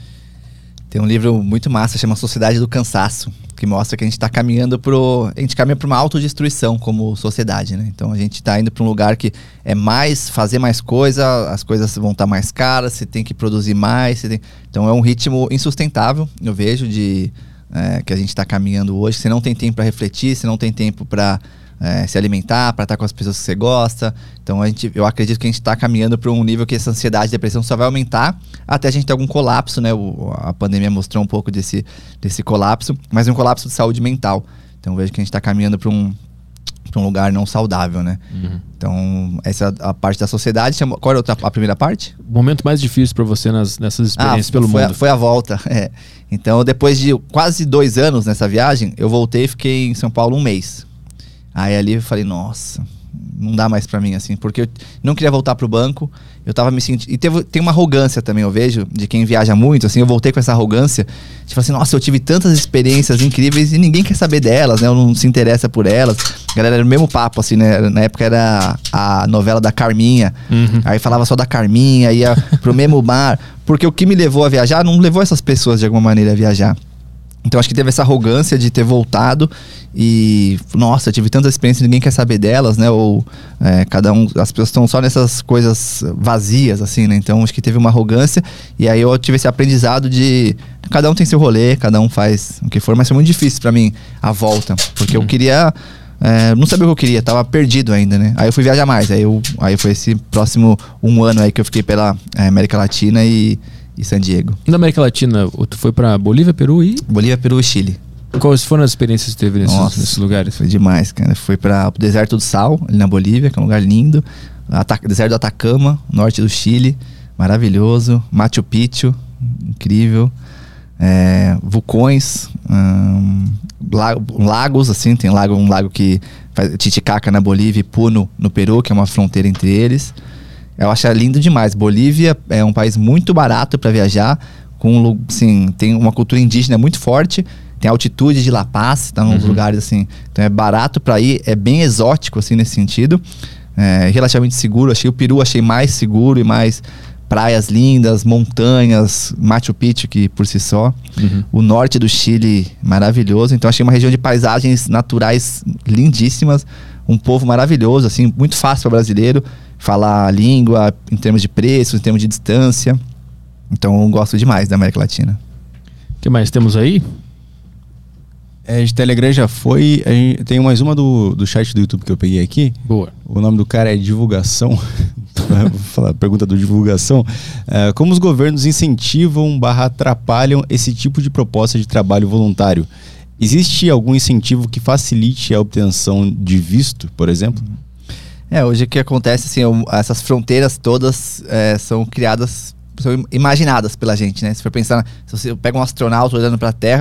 Tem um livro muito massa, chama Sociedade do Cansaço, que mostra que a gente está caminhando pro... A gente caminha para uma autodestruição como sociedade, né? Então a gente está indo para um lugar que é mais, fazer mais coisa, as coisas vão estar mais caras, você tem que produzir mais, você tem... Então é um ritmo insustentável, eu vejo, de é, que a gente está caminhando hoje. Você não tem tempo para refletir, você não tem tempo para é, se alimentar, para estar com as pessoas que você gosta. Então a gente, eu acredito que a gente está caminhando para um nível que essa ansiedade e depressão só vai aumentar até a gente ter algum colapso, né? O, a pandemia mostrou um pouco desse, desse colapso, mas é um colapso de saúde mental. Então eu vejo que a gente está caminhando para um, para um lugar não saudável, né? Uhum. Então essa é a parte da sociedade. Qual era a, outra, a primeira parte? O momento mais difícil pra você nas, nessas experiências Ah, pelo foi mundo? A, foi a volta, é. Então, depois de quase dois anos nessa viagem, eu voltei e fiquei em São Paulo um mês. Aí ali eu falei, nossa, não dá mais pra mim, assim, porque eu não queria voltar pro banco, eu tava me sentindo... E teve, tem uma arrogância também, eu vejo, de quem viaja muito, assim, eu voltei com essa arrogância, tipo assim, nossa, eu tive tantas experiências incríveis e ninguém quer saber delas, né, eu não se interessa por elas. A galera era o mesmo papo, assim, né, na época era a novela da Carminha, Uhum. aí falava só da Carminha, ia pro mesmo bar, porque o que me levou a viajar não levou essas pessoas de alguma maneira a viajar. Então acho que teve essa arrogância de ter voltado e, nossa, eu tive tanta experiência, ninguém quer saber delas, né? Ou é, cada um, as pessoas estão só nessas coisas vazias, assim, né? Então acho que teve uma arrogância e aí eu tive esse aprendizado de cada um tem seu rolê, cada um faz o que for, mas foi muito difícil pra mim a volta, porque eu queria, é, não sabia o que eu queria, tava perdido ainda, né? Aí eu fui viajar mais, aí, eu, aí foi esse próximo um ano aí que eu fiquei pela é, América Latina e e San Diego. Na América Latina, tu foi pra Bolívia, Peru e... Bolívia, Peru e Chile. Quais foram as experiências que teve nesses, Nossa, nesses lugares? Foi demais, cara. Foi para o Deserto do Sal, ali na Bolívia, que é um lugar lindo. Ata- Deserto do Atacama, norte do Chile, maravilhoso. Machu Picchu, incrível. É, vulcões, hum, lago- lagos, assim, tem lago, um lago que faz Titicaca na Bolívia e Puno no Peru, que é uma fronteira entre eles. Eu acho lindo demais. Bolívia é um país muito barato para viajar, com lu- assim, tem uma cultura indígena muito forte, tem a altitude de La Paz, tá nos Uhum. lugares assim, então é barato para ir, é bem exótico assim nesse sentido, é relativamente seguro. Achei o Peru achei mais seguro e mais praias lindas, montanhas, Machu Picchu que por si só, Uhum. o norte do Chile maravilhoso. Então achei uma região de paisagens naturais lindíssimas, um povo maravilhoso, assim, muito fácil para brasileiro falar a língua, em termos de preço, em termos de distância. Então eu gosto demais da América Latina. O que mais temos aí? É, de Telegram já foi. A gente, tem mais uma do, do chat do YouTube que eu peguei aqui. Boa. O nome do cara é Divulgação. Vou falar a pergunta do Divulgação. É, como os governos incentivam barra atrapalham esse tipo de proposta de trabalho voluntário? Existe algum incentivo que facilite a obtenção de visto, por exemplo? É, hoje o que acontece, assim, eu- essas fronteiras todas é, são criadas, são imaginadas pela gente, né? Se for pensar, se você pega um astronauta olhando para a Terra,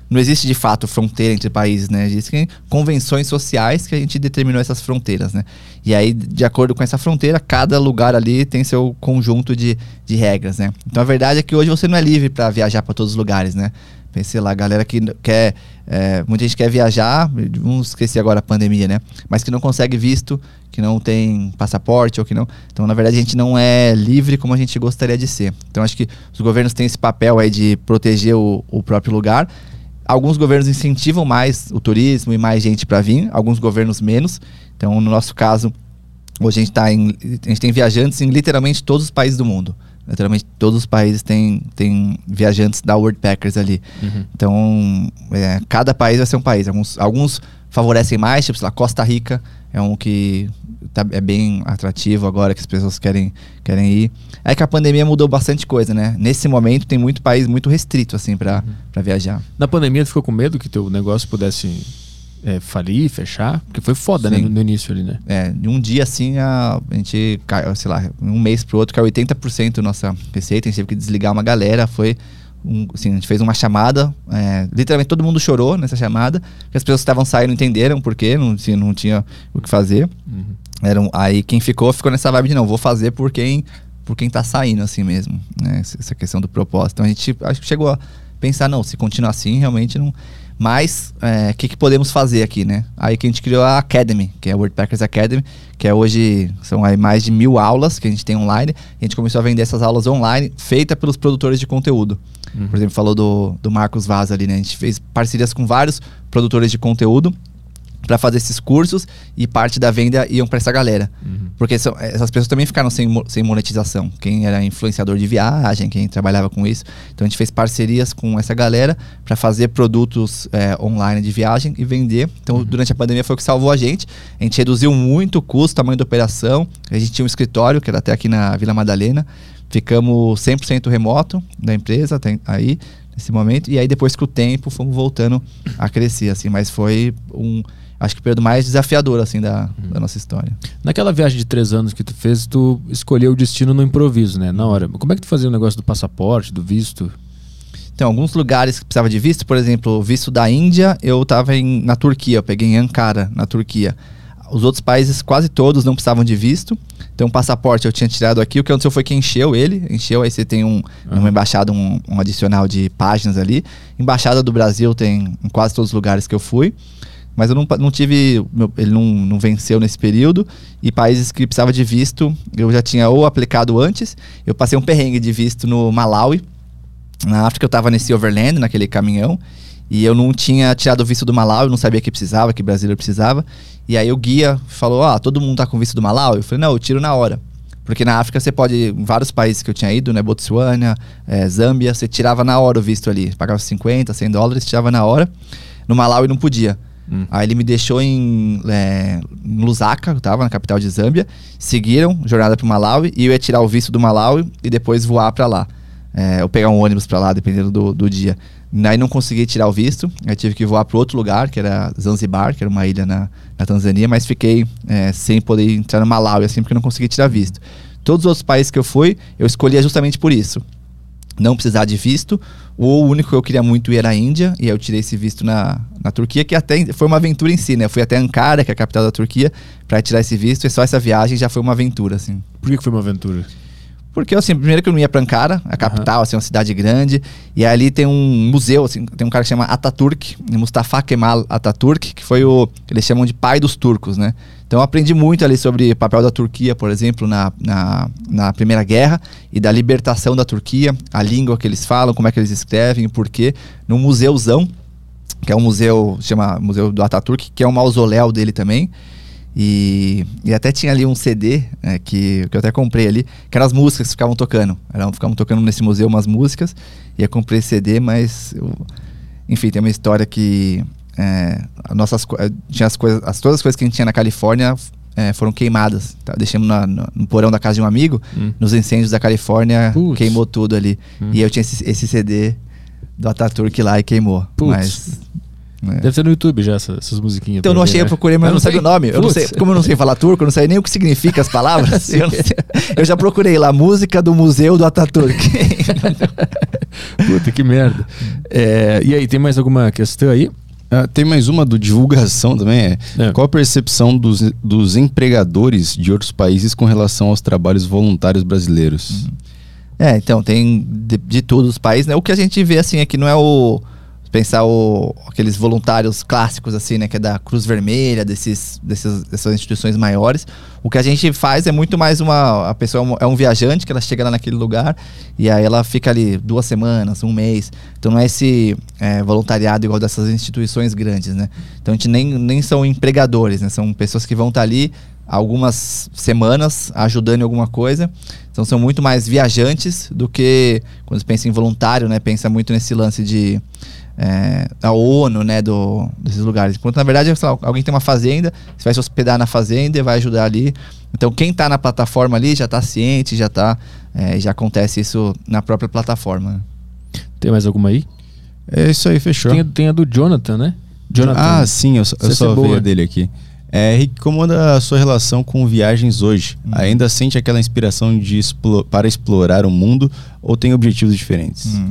não existe de fato fronteira entre países, né? Existem convenções sociais que a gente determinou essas fronteiras, né? E aí, de acordo com essa fronteira, cada lugar ali tem seu conjunto de, de regras, né? Então a verdade é que hoje você não é livre para viajar para todos os lugares, né? Pensei lá, a galera que quer, é, muita gente quer viajar, vamos esquecer agora a pandemia, né? Mas que não consegue visto, que não tem passaporte ou que não... Então, na verdade, a gente não é livre como a gente gostaria de ser. Então, acho que os governos têm esse papel aí de proteger o, o próprio lugar. Alguns governos incentivam mais o turismo e mais gente para vir, alguns governos menos. Então, no nosso caso, hoje a gente, tá em, a gente tem viajantes em literalmente todos os países do mundo. Literalmente todos os países têm, têm viajantes da Worldpackers ali. Uhum. Então, é, cada país vai ser um país. Alguns, alguns favorecem mais, tipo, sei lá, Costa Rica é um que tá, é bem atrativo agora, que as pessoas querem, querem ir. É que a pandemia mudou bastante coisa, né? Nesse momento tem muito país muito restrito, assim, pra, uhum. pra viajar. Na pandemia, tu ficou com medo que teu negócio pudesse... É, falir, fechar? Porque foi foda, né, no, no início ali, né? É, em um dia assim, a, a gente caiu, sei lá, um mês pro outro, caiu oitenta por cento da nossa receita, a gente teve que desligar uma galera, foi, um, assim, a gente fez uma chamada, é, literalmente todo mundo chorou nessa chamada, porque as pessoas que estavam saindo entenderam por quê, não, assim, não tinha o que fazer. Uhum. Eram, aí quem ficou, ficou nessa vibe de não, vou fazer por quem, por quem tá saindo assim mesmo, né, essa questão do propósito. Então a gente acho que chegou a pensar, não, se continuar assim, realmente não... Mas, o é, que, que podemos fazer aqui, né? Aí que a gente criou a Academy, que é a Worldpackers Academy, que é hoje, são aí mais de mil aulas que a gente tem online. A gente começou a vender essas aulas online, feitas pelos produtores de conteúdo. Uhum. Por exemplo, falou do, do Marcos Vaz ali, né? A gente fez parcerias com vários produtores de conteúdo para fazer esses cursos e parte da venda iam para essa galera. Uhum. Porque são, essas pessoas também ficaram sem, sem monetização. Quem era influenciador de viagem, quem trabalhava com isso. Então a gente fez parcerias com essa galera para fazer produtos é, online de viagem e vender. Então uhum. durante a pandemia foi o que salvou a gente. A gente reduziu muito o custo, tamanho da operação. A gente tinha um escritório, que era até aqui na Vila Madalena. Ficamos cem por cento remoto da empresa até aí, nesse momento. E aí depois com o tempo fomos voltando a crescer, assim. Mas foi um... Acho que o período mais desafiador, assim, da, uhum. da nossa história. Naquela viagem de três anos que tu fez, tu escolheu o destino no improviso, né? Na hora. Como é que tu fazia o negócio do passaporte, do visto? Então, alguns lugares que precisava de visto, por exemplo, o visto da Índia, eu estava na Turquia, eu peguei em Ankara, na Turquia. Os outros países, quase todos, não precisavam de visto. Então, o passaporte eu tinha tirado aqui. O que aconteceu foi que encheu ele. Encheu, aí você tem um, uhum. uma embaixada, um, um adicional de páginas ali. Embaixada do Brasil tem em quase todos os lugares que eu fui. Mas eu não, não tive, meu, ele não, não venceu nesse período. E países que precisavam de visto, eu já tinha ou aplicado antes. Eu passei um perrengue de visto no Malawi. Na África eu estava nesse overland, naquele caminhão. E eu não tinha tirado o visto do Malawi, eu não sabia que precisava, que brasileiro precisava. E aí o guia falou, ah, todo mundo tá com visto do Malawi? Eu falei, não, eu tiro na hora. Porque na África você pode, em vários países que eu tinha ido, né, Botsuana, é, Zâmbia, você tirava na hora o visto ali. Pagava cinquenta, cem dólares, tirava na hora. No Malawi não podia. Hum. Aí ele me deixou em, é, em Lusaka, eu tava na capital de Zâmbia. Seguiram, jornada pro Malawi. E eu ia tirar o visto do Malawi e depois voar pra lá. É, ou pegar um ônibus pra lá, dependendo do, do dia. Aí não consegui tirar o visto. Aí tive que voar para outro lugar, que era Zanzibar, que era uma ilha na, na Tanzânia. Mas fiquei é, sem poder entrar no Malawi, assim, porque não consegui tirar visto. Todos os outros países que eu fui, eu escolhia justamente por isso. Não precisar de visto. O único que eu queria muito ir era a Índia. E aí eu tirei esse visto na, na Turquia, que até foi uma aventura em si, né? Eu fui até Ankara, que é a capital da Turquia, para tirar esse visto. E só essa viagem já foi uma aventura, assim. Por que, que foi uma aventura? Porque, assim, primeiro que eu não ia pra Ankara, a capital, uhum. assim, uma cidade grande. E ali tem um museu, assim, tem um cara que chama Ataturk, Mustafa Kemal Ataturk, que foi o que eles chamam de pai dos turcos, né? Então eu aprendi muito ali sobre o papel da Turquia, por exemplo, na, na, na Primeira Guerra e da libertação da Turquia, a língua que eles falam, como é que eles escrevem, por quê. Num museuzão, que é um museu, chama Museu do Ataturk, que é um mausoléu dele também. E, e até tinha ali um C D, né, que, que eu até comprei ali, que eram as músicas que ficavam tocando. Eram, ficavam tocando nesse museu umas músicas, e eu comprei esse C D, mas... Eu, enfim, tem uma história que... É, nossas, tinha as coisas, as, todas as coisas que a gente tinha na Califórnia é, foram queimadas. Tá? Deixamos na, no, no porão da casa de um amigo, hum. nos incêndios da Califórnia, Puts. queimou tudo ali. Hum. E eu tinha esse, esse C D do Ataturk lá e queimou. Puts. Mas... É. Deve ter no YouTube já essas, essas musiquinhas. Então eu não achei, né? Eu procurei, mas eu não, não sabia o nome. Eu não sei, como eu não sei falar turco, eu não sei nem o que significa as palavras. eu, eu já procurei lá, música do Museu do Ataturk. Puta, que merda. É, e aí, tem mais alguma questão aí? Ah, tem mais uma do divulgação também. É. É. Qual a percepção dos, dos empregadores de outros países com relação aos trabalhos voluntários brasileiros? É, então, tem de, de todos os países, né? O que a gente vê, assim, é que não é o... Pensar o, aqueles voluntários clássicos, assim, né? Que é da Cruz Vermelha, desses, desses, dessas instituições maiores. O que a gente faz é muito mais uma... A pessoa é um, é um viajante, que ela chega lá naquele lugar e aí ela fica ali duas semanas, um mês. Então não é esse é, voluntariado igual dessas instituições grandes, né? Então a gente nem, nem são empregadores, né? São pessoas que vão estar ali algumas semanas ajudando em alguma coisa. Então são muito mais viajantes do que... Quando você pensa em voluntário, né? Pensa muito nesse lance de... É, a ONU, né, do, desses lugares. Enquanto na verdade, sei lá, alguém tem uma fazenda, você vai se hospedar na fazenda e vai ajudar ali. Então quem está na plataforma ali já está ciente, já tá, é, já acontece isso na própria plataforma. Tem mais alguma aí? É isso aí, fechou. Tem, tem a do Jonathan, né? Jonathan. Ah, sim, eu, só- eu só vi a dele aqui. É, Rick, como anda a sua relação com viagens hoje? Hum. Ainda sente aquela inspiração de explo- para explorar o mundo ou tem objetivos diferentes? Hum.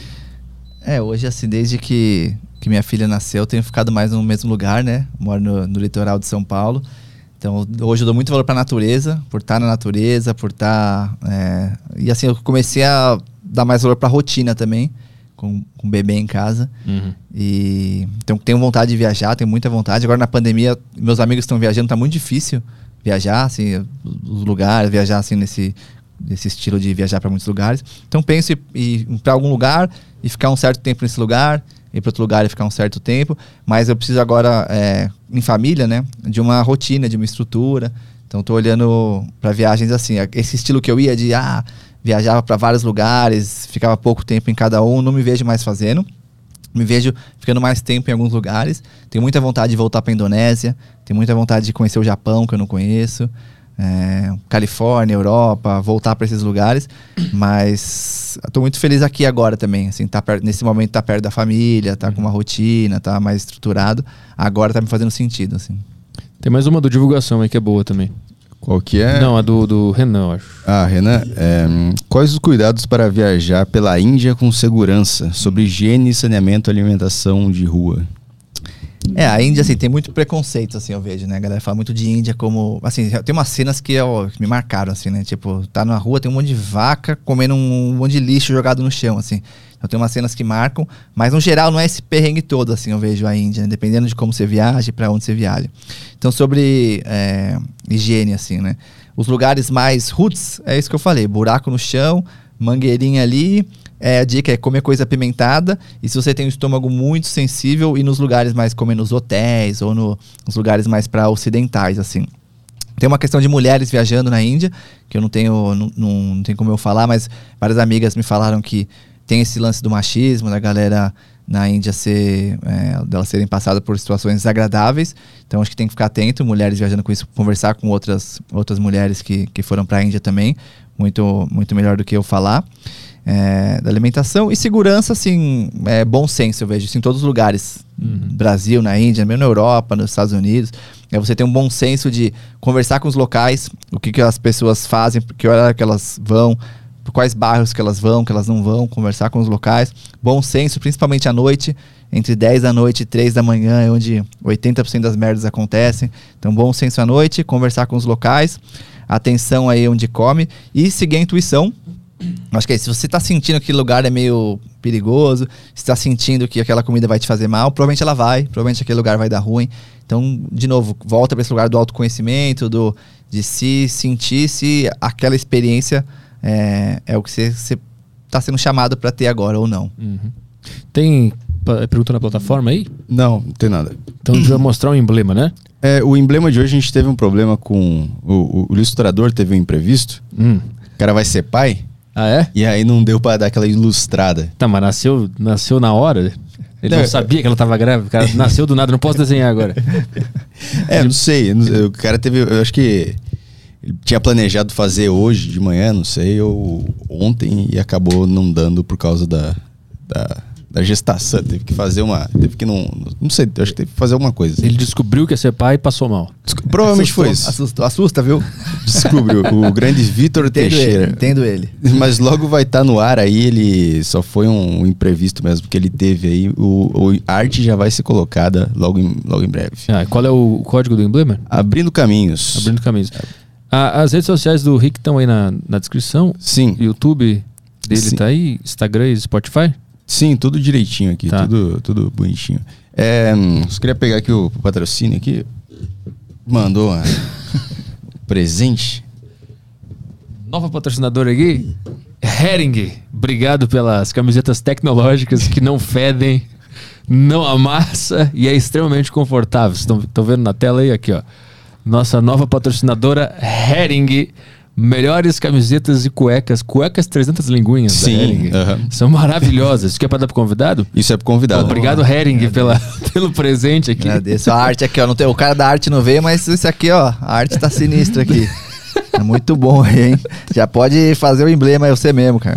É, hoje assim, desde que, que minha filha nasceu, eu tenho ficado mais no mesmo lugar, né? Moro no, no litoral de São Paulo. Então, hoje eu dou muito valor para a natureza, por estar na natureza, por estar... É... E assim, eu comecei a dar mais valor para a rotina também, com, com o bebê em casa. Uhum. E então, tenho vontade de viajar, tenho muita vontade. Agora, na pandemia, meus amigos estão viajando, tá muito difícil viajar, assim, os lugares, viajar assim nesse... desse estilo de viajar para muitos lugares. Então penso em ir para algum lugar e ficar um certo tempo nesse lugar, ir para outro lugar e ficar um certo tempo, mas eu preciso agora, é, em família, né, de uma rotina, de uma estrutura. Então estou olhando para viagens assim, esse estilo que eu ia de, ah, viajava para vários lugares, ficava pouco tempo em cada um, não me vejo mais fazendo. Me vejo ficando mais tempo em alguns lugares. Tenho muita vontade de voltar para a Indonésia, tenho muita vontade de conhecer o Japão, que eu não conheço. É, Califórnia, Europa, voltar para esses lugares, mas estou muito feliz aqui agora também, assim, tá perto, nesse momento tá perto da família, tá com uma rotina, tá mais estruturado, agora tá me fazendo sentido, assim. Tem mais uma do divulgação aí que é boa também. Qual que é? Não, a do, do Renan, eu acho. Ah, Renan, é, quais os cuidados para viajar pela Índia com segurança? Sobre higiene, saneamento, alimentação de rua. É, a Índia, assim, tem muito preconceito, assim, eu vejo, né? A galera fala muito de Índia como... Assim, tem umas cenas que, ó, que me marcaram, assim, né? Tipo, tá na rua, tem um monte de vaca comendo um monte de lixo jogado no chão, assim. Então tem umas cenas que marcam, mas no geral não é esse perrengue todo, assim, eu vejo a Índia, né? Dependendo de como você viaja e pra onde você viaja. Então, sobre é, higiene, assim, né? Os lugares mais roots, é isso que eu falei, buraco no chão, mangueirinha ali... É, a dica é comer coisa apimentada, e se você tem um estômago muito sensível, ir nos lugares mais, comer nos hotéis ou no, nos lugares mais para ocidentais, assim. Tem uma questão de mulheres viajando na Índia, que eu não tenho, não, não, não tenho como eu falar, mas várias amigas me falaram que tem esse lance do machismo, da galera na Índia ser, é, delas serem passadas por situações desagradáveis. Então acho que tem que ficar atento, mulheres viajando com isso, conversar com outras, outras mulheres que, que foram para a Índia também, muito, muito melhor do que eu falar. É, da alimentação e segurança, assim, é bom senso, eu vejo isso em todos os lugares. Uhum. Brasil, na Índia, mesmo na Europa, nos Estados Unidos. É você ter um bom senso de conversar com os locais, o que, que as pessoas fazem, por que hora que elas vão, por quais bairros que elas vão, que elas não vão, conversar com os locais. Bom senso, principalmente à noite, entre dez da noite e três da manhã, é onde oitenta por cento das merdas acontecem. Então, bom senso à noite, conversar com os locais, atenção aí onde come e seguir a intuição. Acho que é isso. Se você tá sentindo que aquele lugar é meio perigoso, se tá sentindo que aquela comida vai te fazer mal, provavelmente ela vai, provavelmente aquele lugar vai dar ruim. Então, de novo, volta para esse lugar do autoconhecimento, do, de se sentir se aquela experiência é, é o que você, você tá sendo chamado para ter agora ou não. Uhum. Tem pergunta na plataforma aí? Não, não tem nada. Então a gente vai mostrar um emblema, né? É, o emblema de hoje a gente teve um problema com... O, o, o ilustrador teve um imprevisto. Hum. O cara vai ser pai. Ah, é? E aí não deu pra dar aquela ilustrada. Tá, mas nasceu, nasceu na hora? Ele não, não sabia que ela tava grávida? O cara nasceu do nada, não posso desenhar agora. É, não sei. O cara teve... Eu acho que ele tinha planejado fazer hoje de manhã, não sei, ou ontem, e acabou não dando por causa da... da da gestação, teve que fazer uma... Teve que não... Não sei, acho que teve que fazer alguma coisa. Ele descobriu que ia ser pai e passou mal. Provavelmente Assustou, foi isso. Assustou, assusta, viu? Descobriu, o grande Vitor Entendo Teixeira. ele, entendo ele. Mas logo vai estar no ar aí, ele só foi um imprevisto mesmo que ele teve aí. O, o a arte já vai ser colocada logo em, logo em breve. Ah, qual é o código do emblema? Abrindo caminhos. Abrindo caminhos. Ah, as redes sociais do Rick estão aí na, na descrição? Sim. YouTube dele Sim. tá aí? Instagram e Spotify? Sim, tudo direitinho aqui, Tá. tudo, tudo bonitinho. É, hum, só queria pegar aqui o patrocínio aqui. Mandou um presente. Nova patrocinadora aqui, Hering. Obrigado pelas camisetas tecnológicas que não fedem, não amassa e é extremamente confortável. Estão vendo na tela aí? Aqui, ó. Nossa nova patrocinadora, Hering. Melhores camisetas e cuecas. Cuecas trezentas linguinhas Sim, da Hering. aham. São maravilhosas. Isso aqui é pra dar pro convidado? Isso é pro convidado. Obrigado, Hering, pela, pelo presente aqui. Agradeço. A arte aqui, ó. Não tem, o cara da arte não veio, mas isso aqui, ó. A arte tá sinistra aqui. É muito bom aí, hein? Já pode fazer o emblema aí você mesmo, cara.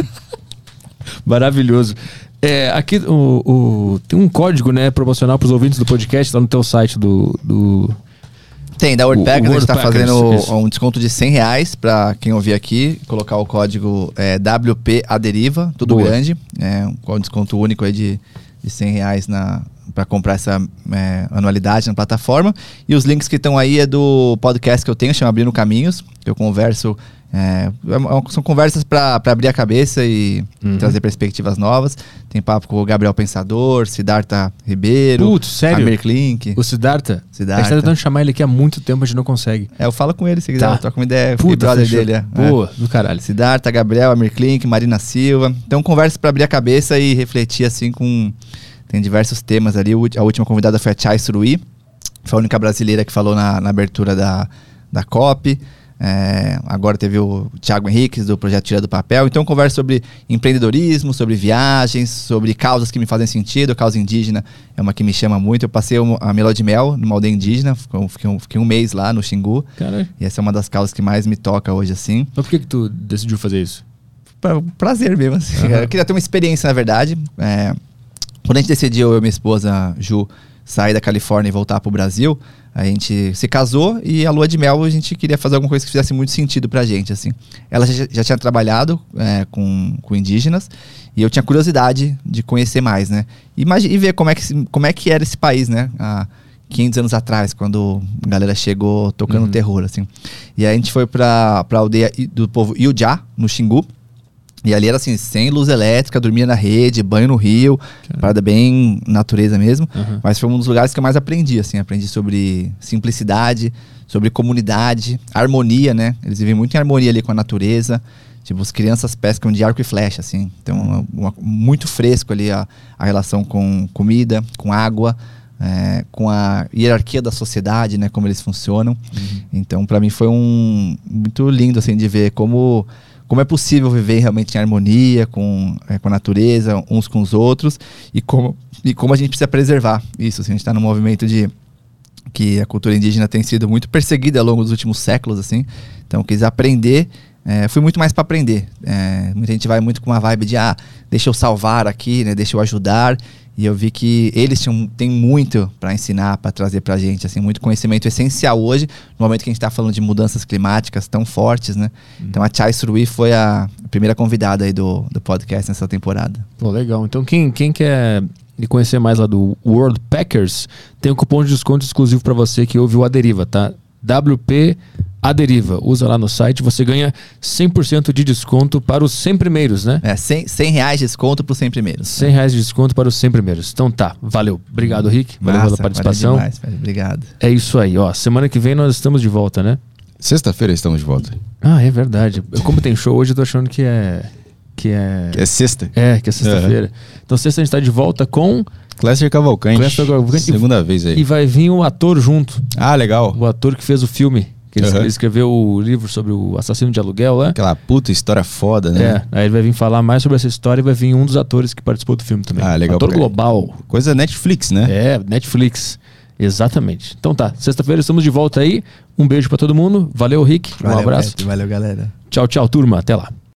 Maravilhoso. É, aqui o, o- tem um código, né, promocional para os ouvintes do podcast lá no teu site do... do... Tem, da O- WordPackers, o a gente tá WordPackers, fazendo isso. um desconto de cem reais pra quem ouvir aqui, colocar o código é, W P A Deriva, tudo Boa. grande, é, um, um desconto único aí de, de cem reais na, pra comprar essa é, anualidade na plataforma. E os links que estão aí é do podcast que eu tenho, chama Abrindo Caminhos, que eu converso, é, é uma- são conversas pra pra abrir a cabeça e Uhum. trazer perspectivas novas. Tem papo com o Gabriel Pensador, Siddhartha Ribeiro, Putz, sério? Amir Klink. O Siddhartha? Siddhartha. A gente tá tentando chamar ele aqui há muito tempo, a gente não consegue. É, eu falo com ele se quiser, Tá. eu troco uma ideia, eu fui Puta, brother fechou. dele. É. Boa, do caralho. Siddhartha, Gabriel, Amir Klink, Marina Silva. Então, conversa pra abrir a cabeça e refletir, assim, com... Tem diversos temas ali. O ulti- A última convidada foi a Chai Suruí. Foi a única brasileira que falou na, na abertura da, da C O P. É, agora teve o Thiago Henriques, do Projeto Tira do Papel. Então, conversa sobre empreendedorismo, sobre viagens, sobre causas que me fazem sentido. A causa indígena é uma que me chama muito. Eu passei um- a Meló de Mel numa aldeia indígena. Fiquei, fiquei um, fiquei um mês lá no Xingu. Caralho. E essa é uma das causas que mais me toca hoje, assim. Mas por que que tu decidiu fazer isso? Pra- prazer mesmo, assim. Aham. Eu queria ter uma experiência, na verdade. É, quando a gente decidiu, eu e minha esposa, Ju, sair da Califórnia e voltar pro Brasil, a gente se casou e a lua de mel a gente queria fazer alguma coisa que fizesse muito sentido pra gente, assim. Ela já, já tinha trabalhado é, com, com indígenas e eu tinha curiosidade de conhecer mais, né? E, imagi- e ver como é, que, se- como é que era esse país, né? Há quinhentos anos atrás, quando a galera chegou tocando Uhum. terror, assim. E aí a gente foi pra, pra aldeia I- do povo Iujá, no Xingu. E ali era assim, sem luz elétrica, dormia na rede, banho no rio, parada bem natureza mesmo. Uhum. Mas foi um dos lugares que eu mais aprendi, assim, aprendi sobre simplicidade, sobre comunidade, harmonia, né? Eles vivem muito em harmonia ali com a natureza. Tipo, as crianças pescam de arco e flecha, assim. Então, uma- muito fresco ali a, a relação com comida, com água, é, com a hierarquia da sociedade, né? Como eles funcionam. Então, pra mim foi um muito lindo, assim, de ver como como é possível viver realmente em harmonia com, é, com a natureza, uns com os outros, e como, e como a gente precisa preservar isso. Assim, a gente está num movimento de que a cultura indígena tem sido muito perseguida ao longo dos últimos séculos, assim. Então, eu quis aprender, é, fui muito mais para aprender. É, muita gente vai muito com uma vibe de, ah, deixa eu salvar aqui, né, deixa eu ajudar. E eu vi que eles tinham, têm muito para ensinar, para trazer para a gente, assim, muito conhecimento essencial hoje, no momento que a gente está falando de mudanças climáticas tão fortes, né? Uhum. Então a Chai Suruí foi a primeira convidada aí do, do podcast nessa temporada. Pô, legal. Então quem, quem quer conhecer mais lá do World Packers, tem um cupom de desconto exclusivo para você que ouve o A Deriva, tá? W P A Deriva. Usa lá no site, você ganha cem por cento de desconto para os cem primeiros, né? É, cem, cem reais de desconto para os cem primeiros. cem reais de desconto para os cem primeiros. Então tá, valeu. Obrigado, Rick. Valeu Massa, pela participação. valeu demais, velho. Obrigado. É isso aí, ó. Semana que vem nós estamos de volta, né? Sexta-feira estamos de volta. Ah, é verdade. Eu, como tem show hoje, eu tô achando que é... Que é... É sexta. É, que é sexta-feira. Então sexta a gente tá de volta com... Cléster Cavalcante. Cléster Cavalcante. Segunda vez aí. E vai vir o ator junto. Ah, legal. O ator que fez o filme. Que ele, Uhum. ele escreveu o livro sobre o assassino de aluguel lá. Aquela puta história foda, né? É, aí ele vai vir falar mais sobre essa história e vai vir um dos atores que participou do filme também. Ah, legal Ator pra global. Coisa Netflix, né? É, Netflix. Exatamente. Então tá, sexta-feira estamos de volta aí. Um beijo pra todo mundo. Valeu, Rick. Um Valeu, abraço. Beto. Valeu, galera. Tchau, tchau, turma. Até lá.